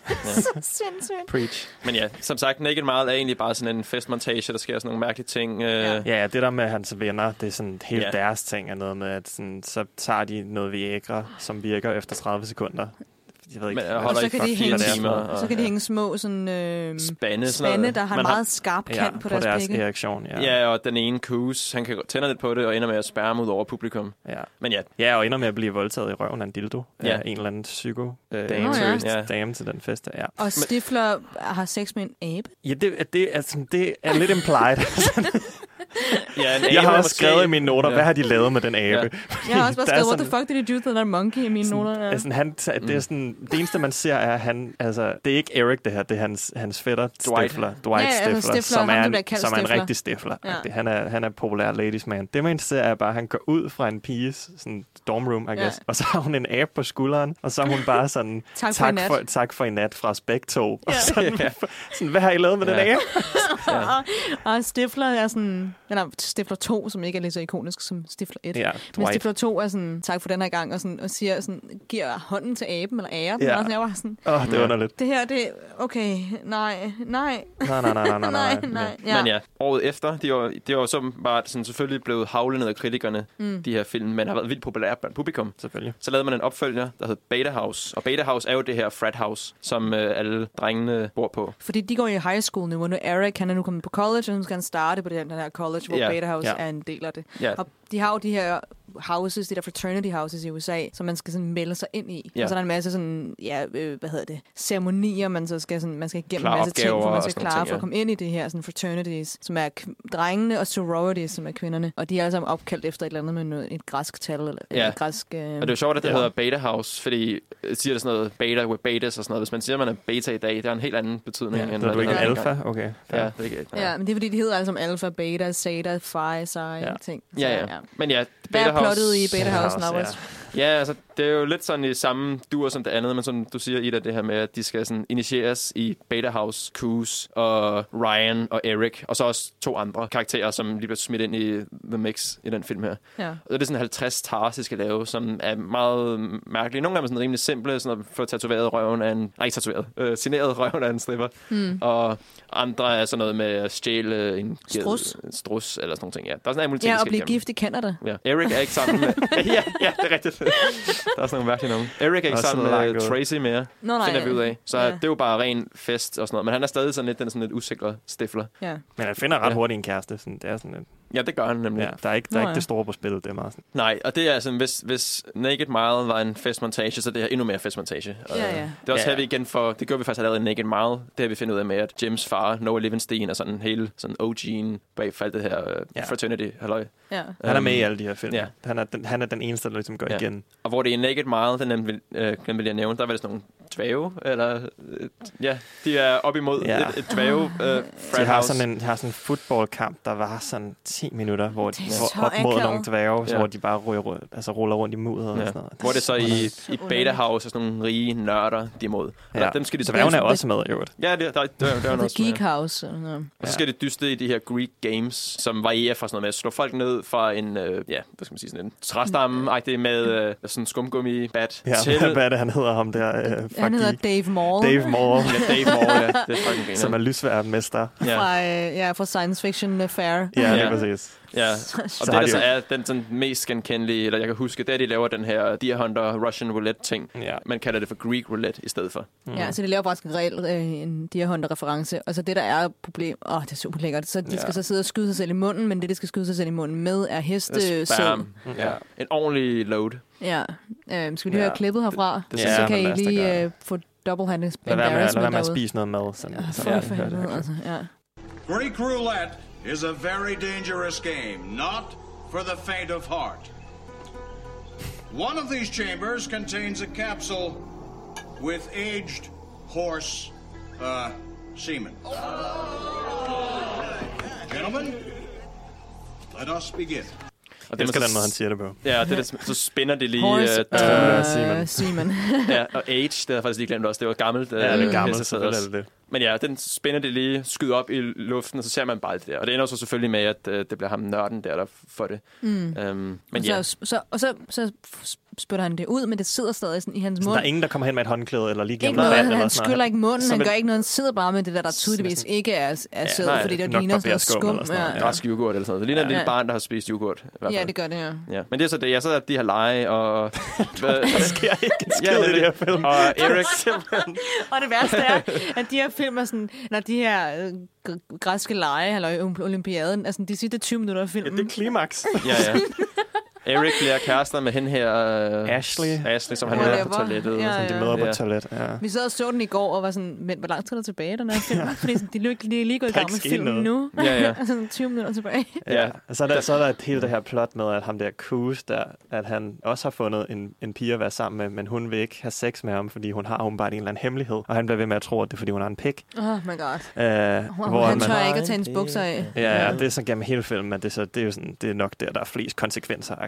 Så sindssygt. Preach. Men ja, som sagt, Naked Mile er egentlig bare sådan en festmontage, der sker sådan nogle mærkelige ting. Øh, Ja. Ja, ja, det der med hans venner, det er sådan helt Ja. deres ting, er noget med, at sådan, så tager de noget Viagra, som virker efter tredive sekunder. Jeg ved ikke, Men jeg hvad holder Og så i kan, for de fire hænge, timer. så kan de hænge små sådan, øh, Spande, sådan spande, noget. der har en Man har- meget skarp kant ja, på, på deres, deres pigge. erektion. Ja. Ja, og den ene kus, han kan tænde lidt på det, og ender med at spærme ud over publikum. Ja. Men ja, ja, og ender med at blive voldtaget i røven af en dildo. Ja. Af en eller anden psyko øh, Dame. interest Ja. dame til den fest. Ja. Og Stifler har sex med en abe. Ja, det, det, er, sådan, det er lidt implied. ja en Jeg abe har er også skrevet i mine noter, Ja. hvad har de lavet med den abe? Ja. Jeg har også bare Der er skrevet, what the sådan- fuck did you do to that monkey i mine noter? Ja. Altså, han, det er sådan, det eneste, man ser, er, at han, altså, det er ikke Eric, det her, det er hans, hans fætter, Dwight. Stifler, Dwight Ja, ja, altså Stifler, Stifler, som, ham, er der en, bliver kaldt som er en Stifler. rigtig Stifler. Ja. Ja. Han, er, han er populær ladies man. Det, man ser, er bare, at han går ud fra en piges sådan, dorm room, I Ja. guess, og så har hun en abe på skulderen, og så er hun bare sådan, Tak for i nat. for, tak for i nat fra os begge to. Ja. Og sådan, sådan, hvad har I lavet med Ja. den abe? og, og Stifler er sådan, Den er Stifler to, som ikke er lige så ikonisk som Stifler et. Ja, Men Stifler to er sådan, tak for den her gang, og, sådan, og siger sådan, giver hånden til aben, eller ære den. Ja. Og sådan, jeg var sådan, åh, oh, det er underligt. Det her, det okay, nej, nej. Nej, nej, nej, nej, nej. nej, nej. Ja. Men ja, året efter, det var, det var så bare sådan, selvfølgelig blevet havlet ned af kritikerne, mm. de her film, men har været vildt populære blandt publikum. Selvfølgelig. Så lavede man en opfølger, der hed Beta House. Og Beta House er jo det her frat house, som øh, alle drengene bor på. Fordi de går i high school nu, hvor nu Eric, han er nu kommet på college, og nu skal han starte på det her, den her college, hvor Ja. Beta House Ja. er en del af det. Ja. Og de har jo de her houses, de der fraternity houses i U S A, som man skal sådan melde sig ind i. Ja. Og så er der en masse sådan, ja, øh, hvad hedder det, ceremonier, man så skal sådan, man skal igennem Klare en masse ting, for man opgaver skal og sådan klare ting, for at ja. komme ind i det her sådan fraternities, som er k- drengene, og sororities, som er kvinderne. Og de er alle sammen opkaldt efter et eller andet med noget, et græsk tal, eller Ja. et græsk... Øh, Og det er jo sjovt, at det ja. hedder Beta House, fordi øh, siger det sådan noget beta with betas og sådan noget. Hvis man siger, at man er beta i dag, det er en helt anden betydning. Ja, end det er hvad du ikke havde alfa? dengang. Okay. Ja, det er ikke Ja, men det er fordi, de hedder alle sammen alfa, beta, zeta, phi, psi, Ja. ting. Så, Ja, ja. Men ja, Hvad er Beta House- plottet i Beta House, ja. Laurits? Ja, altså, det er jo lidt sådan i samme duer som det andet, men som du siger, Ida, det her med, at de skal sådan initieres i Beta House, Coos og Ryan og Eric, og så også to andre karakterer, som lige bliver smidt ind i The Mix i den film her. Ja. Og det er sådan halvtreds tars, de skal lave, som er meget mærkelige. Nogle af dem er sådan rimelig simple, sådan at få tatoveret røven af en... Nej, ikke tatoveret. Øh, signeret røven af en stripper. Hmm. Og andre er sådan noget med at stjæle en... ged- Strus. en strus eller sådan nogle ting. Ja, der er sådan en mulig ting, Ja, de og skal blive igennem. gift i Canada. Ja. Eric er ikke sammen med... ja, ja, det er rigtigt. Der er sådan nogle mærkelige nogen. Eric er ikke Også sammen sådan med langt ud. Tracy mere, Nå, nej, finder vi ud af. Så ja. det er jo bare ren fest og sådan noget. Men han er stadig sådan lidt, den er sådan lidt usikre stifler. Ja. Men han finder ret Ja. hurtigt en kæreste. Sådan, det er sådan lidt... Ja, det gør han nemlig. Ja, der er ikke, der er Nå, ikke ja. det store på spillet. Det er meget sådan... Nej, og det er altså, hvis, hvis Naked Mile var en festmontage, så det her endnu mere festmontage. Og Ja, ja. Det er også Ja. her, vi igen for, det gjorde vi faktisk allerede i Naked Mile, det har vi fundet ud af med, at Jims far, Noah Livenstein, er sådan hele sådan O G'en bag for alt det her uh, Ja. fraternity, halløj. Ja. Han er med i alle de her film. Ja. Han, er den, han er den eneste, der ligesom går Ja. igen. Og hvor det er i Naked Mile, den nemlig, øh, glemte jeg at nævne, der var det sådan nogle dvæve, eller øh, ja, de er op imod Ja. et, et dvæve øh, frat De har house. sådan en, de har sådan en footballkamp, der var sådan ti minutter, hvor de er hvor så op mod akavet. nogle dværge, Ja. hvor de bare ruller rundt, altså ruller rundt i mudder og Ja. sådan noget. Hvor det er så i, Så i Beta underligt. House er sådan nogle rige nørder, de er imod. Og Ja. der, dem skal de så Dværgene er også med, i øvrigt. Ja, det, der, der, der, der er The noget Geek House. Eller noget. Og så skal det dyste i de her Greek Games, som varierer fra sådan noget med at slå folk ned fra en, øh, ja, hvad skal man sige, sådan en træstamme-agtig med øh, sådan en skumgummi-bat Ja, til... hvad er det, han hedder ham der? Øh, fra Han hedder Geek? Dave Moore. Dave Moore, Ja, Dave Moore, ja. Det er fucking griner. som er lysværmester. Ja. Fra, øh, ja, fra Science Fiction Fair. Ja, det Ja. er præcis. Ja, og Så det har der de så jo- er den sådan mest genkendelige, eller jeg kan huske, det er, at de laver den her Deer Hunter Russian Roulette ting. Ja. Man kalder det for Greek Roulette i stedet for. Ja, så det laver faktisk reelt øh, en Deer Hunter-reference. Og så det, der er problem... Åh, det er super lækkert. Så de Ja. skal så sidde og skyde sig selv i munden, men det, de skal skyde sig selv i munden med, er hestesæd. Spam. Ja. En ordentlig load. Ja. Øh, skal vi lige Ja. høre klippet herfra? Det så synes jeg, kan men I lad os da lige gøre øh, få double-handed Lad være med, lad være embarrassment med at derude. spise noget mad. Sådan, Ja, så- for Ja, fanden, det er altså. Ja. Greek roulette is a very dangerous game, not for the faint of heart. One of these chambers contains a capsule with aged horse uh, semen. Gentlemen, let us begin. Og Det man skal så- den måde, han siger det på. Ja, det er det, så spænder det lige... Horse, øh, tromler, øh, semen. semen. ja, og Age, det har jeg faktisk lige glemt også. Det var gammelt. Ja, det er øh, gammelt, hestesæd selvfølgelig også. er det det. Men ja, den spænder det lige, skyder op i luften, og så ser man bare alt det der. Og det ender så selvfølgelig med, at øh, det bliver ham nørden der, der får det. Mm. Øhm, men Og ja, så, så, og så, så spytter han det ud, men det sidder stadig sådan i hans Så mund. der er ingen, der kommer hen med et håndklæde, eller lige Ikke glemmer noget, vand, han, eller han sådan noget. skyller ikke munden, Som han et- gør ikke noget, han sidder bare med det der, der tydeligvis ikke er, er sæd, nej, fordi det nok ligner sådan noget barberskum skum. eller sådan noget, Ja. ja. græsk yoghurt eller sådan noget. Det ligner et Ja. lille barn, der har spist yoghurt. I hvert Ja, fald. det gør det, ja. Ja, men det er så det. Jeg så at de har lege og... Der sker ikke en skid i det her film. Og Eric... Og det værste er, at de her film er sådan, når de her øh, gr- græske lege, eller olympiaden, altså de sidste tyve minutter af filmen. Ja, det er klimaks. ja, ja. Erik bliver kærester med hende her... Uh, Ashley. Ashley, som han Whatever. møder på toilettet. Ja, Som de ja. møder på Ja. toilet. Ja. Vi sad og så den i går, og var sådan, men hvor lang tid er der tilbage, den her film? Fordi sådan, de, er lige- de er lige gået i Der er gang med ikke sket filmen noget. nu. Ja, ja. altså tyve minutter tilbage. Ja, og så er der, så er der et hele det her plot med, at ham der Coos, der, at han også har fundet en, en pige at være sammen med, men hun vil ikke have sex med ham, fordi hun har åbenbart en eller anden hemmelighed, og han bliver ved med at tro, at det er, fordi hun har en pik. Oh my god. Uh, Wow, han tør ikke at tage hendes bukser af. Ja, ja, det er så gennem hele filmen, at det, så, det er jo sådan, det er nok der, der er flest konsekvenser.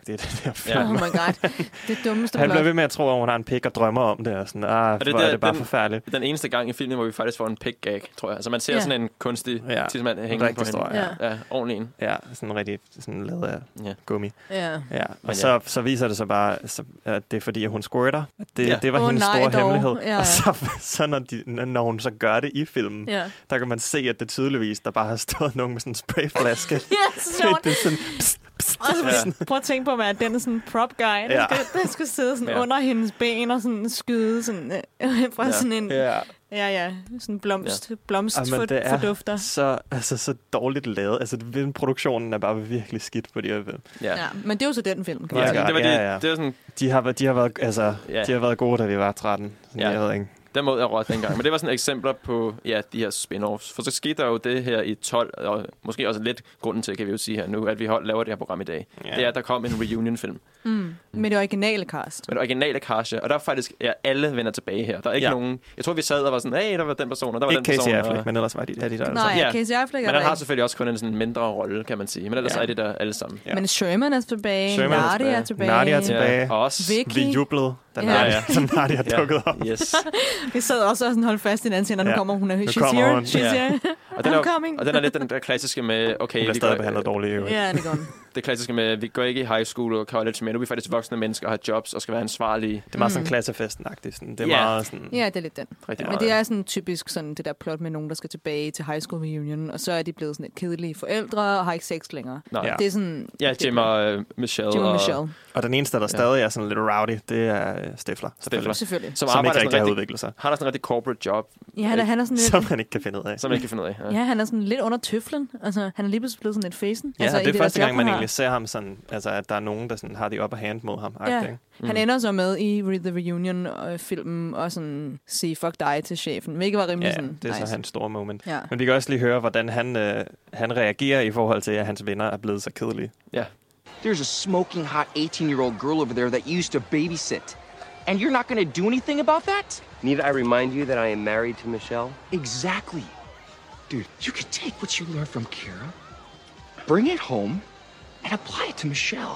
i det der film. Ja. Oh my god. Det dummeste Han plot. bliver ved med at tro, at hun har en pik og drømmer om det. Og sådan, ah, og det, hvor der, er det bare den, forfærdeligt. Den eneste gang i filmen, hvor vi faktisk får en pig-gag, tror jeg. Altså man ser Ja. sådan en kunstig Ja. tidsmand hænge på hende. Ja. Ja, ordentlig en. Ja, sådan rigtig sådan lavet af ja. gummi. Ja. Ja. Og Men så, ja. så viser det sig bare, så, at det er fordi, at hun squirter. Det, Ja. det var Åh, hendes nej, store dog. hemmelighed. Ja, ja. Og så, så når, de, når hun så gør det i filmen, Ja. der kan man se, at det tydeligvis, der bare har stået nogen med sådan en sprayflaske. Ja, så sjovt. Det er sådan... Pst, pst, Og så prøv at tænke på, at den er sådan en prop guy, der, Ja. skal, der skal sidde sådan Ja. under hendes ben og sådan skyde sådan, øh, fra Ja. sådan en... Ja. Ja, ja. Sådan en blomst, ja. blomst Jamen, for, det er for dufter. så, altså, så dårligt lavet. Altså, det- produktionen er bare virkelig skidt på de her film. Ja. Men det er jo så den film. Kan Ja, man sige. det var de- ja, ja. det var sådan- De har, de har været, altså, Ja. de har været gode, da vi var tretten. Sådan, Ja. Jeg ved ikke. Den måde jeg rådte dengang. Men det var sådan eksempler på ja, de her spin-offs. For så skete der jo det her i tolv, og måske også lidt grunden til, kan vi jo sige her nu, at vi hold, laver det her program i dag. Ja. Det er, at der kom en reunion-film. Mm. Med det originale cast. Med det originale cast, ja. Og der er faktisk ja, alle vender tilbage her. Der er ikke Ja. nogen... Jeg tror, vi sad og var sådan, hey, der var den person, og der var Ikke den person. Casey Affleck, og... men ellers var de, er de der. Nej, altså. ja, Casey Affleck er Men der han har ikke. selvfølgelig også kun en sådan mindre rolle, kan man sige. Men ellers Ja. er de der alle sammen. Ja. Men Sherman er tilbage, Sherman er Nadia er tilbage. Nadia er tilbage. Ja, og også Vicky. Vi jublede, da Ja. Nadia, ja. Nadia Ja. dukkede op. Yes. Vi sad også og sådan holdt fast i den anden, og nu Ja. kommer hun. Nu She's kommer here, hun. she's Ja. here. Og den, I'm er, coming. og den er lidt den der klassiske med, okay, Hun bliver vi stadig går, behandlet dårligt. Jo. Ja, det går hun. det klassiske med, vi går ikke i high school og college, men nu er vi faktisk voksne mennesker og har jobs og skal være ansvarlige. Det er meget sådan Mm. klassefesten-agtigt. Sådan. Det er Ja. meget sådan... Ja, det er lidt den. Rigtig Men meget. det er sådan typisk sådan det der plot med nogen, der skal tilbage til high school reunion, og så er de blevet sådan et kedelige forældre og har ikke sex længere. Nej. Ja. Det er sådan... Ja, Jim og uh, Michelle. Jim og og Michelle. Og den eneste, der stadig er sådan lidt rowdy, det er øh, Stifler. Stifler. Selvfølgelig. Som, Som arbejder ikke rigtig sådan har rigtig, udviklet sig. har der sådan en rigtig corporate job. Ja, han er, han er sådan lidt... Som man ikke kan finde ud af. Som man ikke kan finde ud af. Ja. Ja, han er sådan lidt under tøflen. Altså, han er lige pludselig blevet sådan lidt facen. Ja, altså, det i er første der gang, man job, han egentlig ser ham sådan, altså at der er nogen, der sådan har de upper hand mod ham. Ja, Ikke? han ender så med i Re- The Reunion-filmen og sådan sige fuck dig til chefen, hvilket var rimelig Ja, sådan det er nice. så hans store moment. Ja. Men vi kan også lige høre, hvordan han, øh, han reagerer i forhold til, at hans venner er blevet så kedelige. Ja. There's a smoking hot eighteen-year-old girl over there that used to babysit. And you're not going to do anything about that? Need I remind you that I am married to Michelle? Exactly. Dude, you could take what you learned from Kira, bring it home, and apply it to Michelle.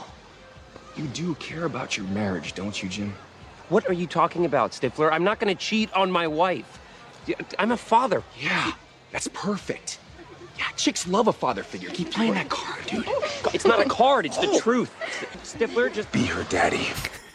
You do care about your marriage, don't you, Jim? What are you talking about, Stifler? I'm not going to cheat on my wife. I'm a father. Yeah, that's perfect. Yeah, chicks love a father figure. Keep playing that card, dude. It's not a card, it's the truth. Stifler, just be her daddy.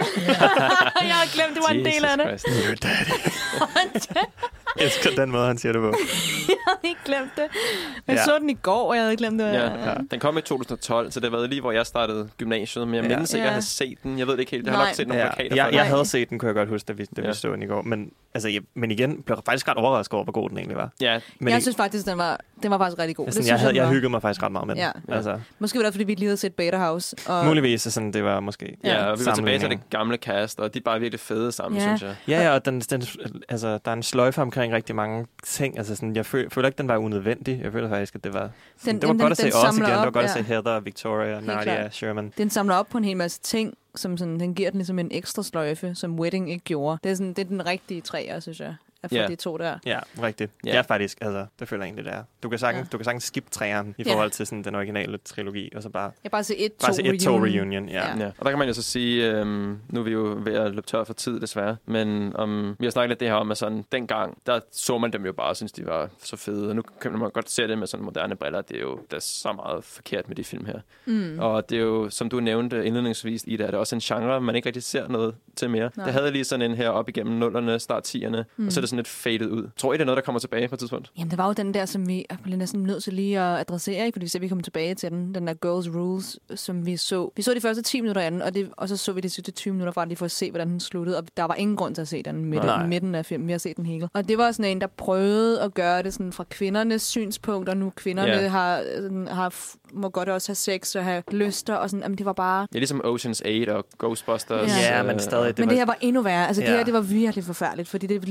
Jeg har glemt, det var en del af det. Jesus Christ, your daddy. Jeg elsker den måde, han siger det på. Jeg havde ikke glemt det. Jeg Ja. så den i går, og jeg havde glemt det. Ja, ja. Den kom i to tusind og tolv, så det var lige, hvor jeg startede gymnasiet. Men jeg Ja. mindes ikke, at jeg Ja. har set den. Jeg ved det ikke helt. Jeg har Nej. nok set nogle Ja, plakater jeg, for jeg den. havde set den, kunne jeg godt huske, da vi, da vi Ja. så den i går. Men, altså, jeg, men igen, blev jeg faktisk ret overrasket over, hvor god den egentlig var. Ja, Men Jeg i- synes faktisk, den var, den var faktisk rigtig god. altså, Det jeg, synes havde, den jeg var. hyggede mig faktisk ret meget med den. Ja. Altså, Måske var det, fordi vi lige havde set Beta House. Og muligvis, er sådan, det var måske Ja, og vi var tilbage til sammenligning. det gamle cast, og de er bare virkelig fede sammen, Ja. synes jeg. Ja, ja, og den, den, altså, der er en sløjfe omkring rigtig mange ting. Altså, sådan, jeg føler, føler ikke, den var unødvendig. Jeg føler faktisk, at det var, sådan, Den- det var den- godt at se den os igen. samler Det var op, godt at ja. se Heather, Victoria, Nadia, klart. Sherman. Den samler op på en hel masse ting, som sådan, den giver den ligesom en ekstra sløjfe, som Wedding ikke gjorde. Det er, sådan, det er den rigtige træer, synes jeg, at få Ja. de to der. Ja, rigtigt. Ja. Ja. Det er faktisk, altså, det føler jeg egentlig, det er. Du kan sagtens, Ja. ja. du kan sagtens skip træeren i Ja. forhold til sådan, den originale trilogi, og så bare, Jeg bare se et, bare to, se et, to reunion. Ja. Ja. Ja. Og der kan man jo så sige, øhm, nu er vi jo ved at løbe tør for tid, desværre. Men um, vi har snakket lidt det her om, at sådan, dengang, der så man dem jo bare og synes de var så fede. Og nu kan man godt se det med sådan moderne briller. Det er jo der er så meget forkert med de film her. Mm. Og det er jo, som du nævnte indledningsvis, Ida, er det også en genre, man ikke rigtig ser noget til mere. Nej. Det havde lige sådan en her op igennem nullerne, start tierne, Mm. og så er det sådan lidt faded ud. Tror I, det er noget, der kommer tilbage på et tidspunkt? Jamen, det var jo den der, som vi bliver næsten nødt til lige at adressere, ikke? Fordi vi ser, vi kommer tilbage til den, den der Girls Rules, som vi så. Vi så de første ti minutter af den, og, det, og så så vi de sidste tyve minutter fra, lige for at se, hvordan den sluttede. Og der var ingen grund til at se den midt, Nej. midten af filmen. Vi har set den hele. Og det var sådan en, der prøvede at gøre det sådan fra kvindernes synspunkt, og nu kvinderne Ja. har, sådan, har, må godt også have sex og have lyster, og sådan, jamen, det var bare... Ja, ligesom Ocean's eight og Ghostbusters. Ja, øh, men stadig. Det men var, det her var endnu værre. Altså, ja. Ja. det her, det var virkelig forfærdeligt, fordi det virkede, det virkede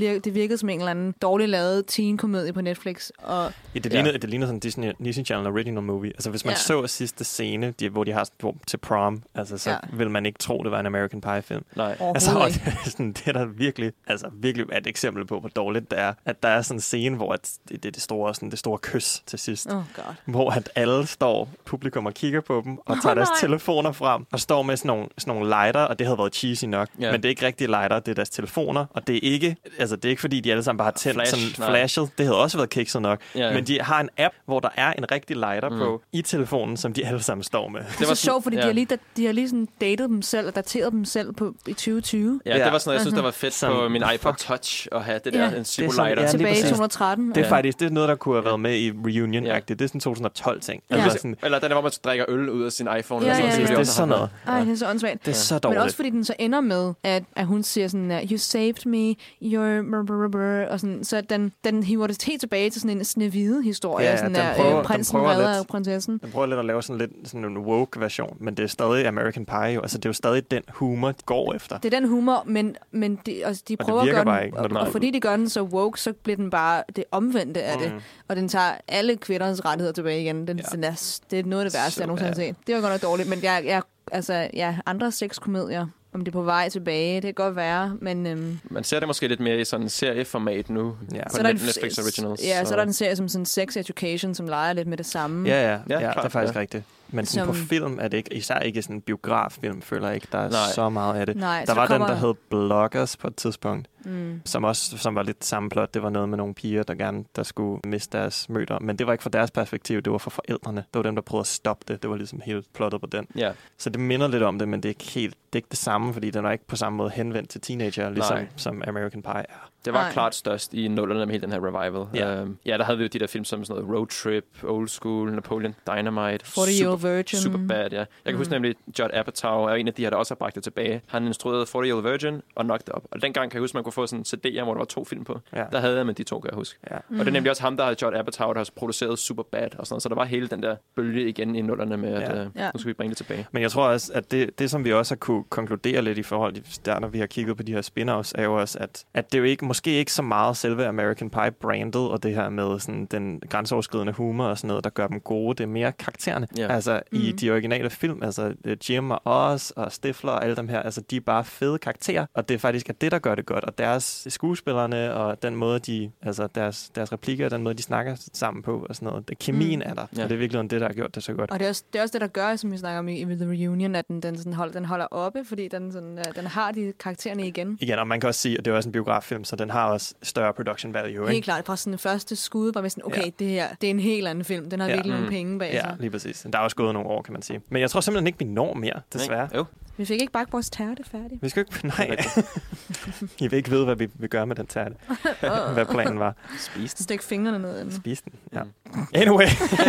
virkede som en eller anden dårligt lavet teen-komedie på Netflix. Og ja, det, ligner, ja. det ligner sådan en Disney, Disney Channel original movie. Altså, hvis man ja. så sidste scene, de, hvor de har hvor, til prom, altså, så ja. vil man ikke tro, det var en American Pie-film. Nej. Altså, og det, er sådan, det er der virkelig, altså, virkelig et eksempel på, hvor dårligt det er. At der er sådan en scene, hvor at det, det, det, store, sådan, det store kys til sidst. Oh God. Hvor at alle står, publikum og kigger på dem, og tager oh, deres telefoner frem, og står med sådan nogle, sådan nogle lighter, og det havde været cheesy nok. Yeah. Men det er ikke rigtige lighter, det er deres telefoner, og det er ikke, altså det er ikke fordi, de alle sammen bare har tændt Flash, sådan flashet. Det havde også været kikset nok. Yeah. Men de har en app, hvor der er en rigtig lighter mm. på i telefonen, som de alle sammen står med. Det var så sjovt, fordi yeah. de har lige, de har lige sådan datet dem selv og dateret dem selv på, i tyve tyve. Ja, det var sådan noget, jeg synes, der var fedt sådan, på min iPod Touch at have det der, yeah. en Zippo-lighter. Ja, tilbage i to tusind og tretten. Det er ja. faktisk det er noget, der kunne have været med i Reunion-agtigt. Det er sådan to tusind og tolv-ting. Ja. Altså sådan, eller den der, hvor man drikker øl ud af sin iPhone. Ja, eller ja, sådan, ja. Det er sådan noget. Ej, det er så åndssvagt. Det er så dårligt. Men også fordi den så ender med, at, at hun siger sådan, uh, you saved me, you're... Og sådan, så den, den hiver det helt tilbage til sådan en Snehvide-historie. Ja, sådan den der, prøver, prinsen den prøver redder prinsessen. Den prøver lidt at lave sådan lidt sådan en woke-version, men det er stadig American Pie jo. Altså, det er jo stadig den humor, de går efter. Det er den humor, men, men de, altså, de prøver at gøre den... Ikke, og, og fordi de gør den så woke, så bliver den bare det omvendte af mm. det. Og den tager alle kvindernes rettigheder tilbage igen. Den, ja. den er, det er noget af det værste, så jeg nogensinde har set. Det var godt nok dårligt, men jeg, jeg, altså, ja, andre sexkomedier, om det er på vej tilbage, det kan godt være, men... Øhm, man ser det måske lidt mere i sådan en serieformat nu, ja. på så Netflix Originals. Ja, så. så er der en serie som sådan Sex Education, som leger lidt med det samme. Ja, ja, ja, ja klart, det er faktisk ja. rigtigt. Men sådan som, på film er det ikke, især ikke sådan en biograffilm, føler jeg ikke, der er nej. så meget af det. Nej, der var kommer... den, der hed Bloggers på et tidspunkt, mm. som også som var lidt samme plot. Det var noget med nogle piger, der gerne der skulle miste deres møder. Men det var ikke fra deres perspektiv, det var fra forældrene. Det var dem, der prøvede at stoppe det. Det var ligesom hele plottet på den. Yeah. Så det minder lidt om det, men det er ikke helt det, er ikke det samme, fordi den er ikke på samme måde henvendt til teenager, ligesom nej. som American Pie er. Det var Nej. klart størst i nullerne med hele den her revival. Ja. Um, ja, der havde vi jo de der film som sådan noget Road Trip, Old School, Napoleon Dynamite, forty Year Old Virgin. Superbad, ja. Jeg kan mm. huske nemlig, Judd Apatow er en af de her, der også har bragt det tilbage. Han instruerede forty Year Old Virgin og Knocked Up. Og dengang kan jeg huske, man kunne få sådan C D'er, hvor der var to film på. Ja. Der havde jeg med de to, kan jeg huske. Ja. Mm. Og det er nemlig også ham, der har Judd Apatow, der har produceret Superbad og sådan noget. Så der var hele den der bølge igen i nullerne med, at ja. Uh, ja. nu skal vi bringe det tilbage. Men jeg tror også, at det, det som vi også har kunne konkludere lidt i forhold til, der, når vi har kigget på de her spin-offs, er jo også, at, at det er jo ikke, måske ikke så meget selve American Pie brandet, og det her med sådan den grænseoverskridende humor og sådan noget, der gør dem gode. Det er mere karaktererne. Yeah. Altså mm. i de originale film, altså Jim og Oz og Stifler og alle dem her, altså de er bare fede karakterer, og det er faktisk at det, der gør det godt. Og deres skuespillerne og den måde, de, altså deres, deres replikker og den måde, de snakker sammen på og sådan noget. Det, kemien mm. er der, yeah. og det er virkelig det, der har gjort det så godt. Og det er også det, er også det der gør, som vi snakker om i, i The Reunion, at den, den, sådan hold, den holder oppe, fordi den, sådan, den har de karaktererne igen. Igen, og man kan også sige, at det er også en biograffilm, så den har også større production value. Helt ikke? Klart, fra sådan den første skud, var vi sådan, okay, ja. det her, det er en helt anden film. Den har ja. virkelig mm. nogle penge bag sig. Ja, lige præcis. Der er også gået nogle år, kan man sige. Men jeg tror simpelthen ikke, vi når mere, desværre. Jo. Vi fik ikke bagt vores tærte færdig. Vi skal ikke... Nej. I vil ikke vide, hvad vi vil gøre med den tærte. Hvad planen var. Spis den. Stik fingrene ned i den. Spis den, ja. Anyway.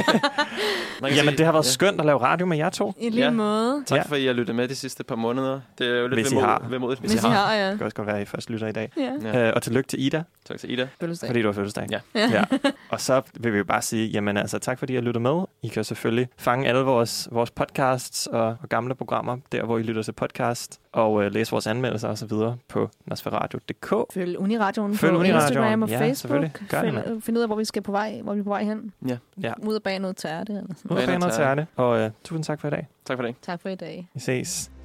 Jamen, det har været skønt at lave radio med jer to. I lige ja. måde. Tak for, at I har lyttet med de sidste par måneder. Det er jo lidt hvis vemod, I har. vemodigt, hvis, hvis I har. har ja. Det kan også godt være, at I først lytter i dag. Ja. Ja. Uh, og tillykke til Ida. Tak til Ida. Fødselsdag. Fordi du har fødselsdag. Ja. ja. Og så vil vi jo bare sige, jamen altså, tak fordi I har lyttet med. I kan selvfølgelig fange alle vores, vores podcasts og, og gamle programmer, der hvor I lytter til podcast, og uh, læse vores anmeldelser og så videre på nosferadio punktum d k. Følg Uniradioen Følg på Uniradioen. Instagram og ja, Facebook. Gør Find, det, find ud af, hvor vi skal på vej, hvor vi er på vej hen. Ja. ja. Ud og bag noget tærte. Eller sådan. Ud og bag noget tærte. Og uh, tusind tak for i dag. Tak for i dag. Tak for i dag. Vi ses.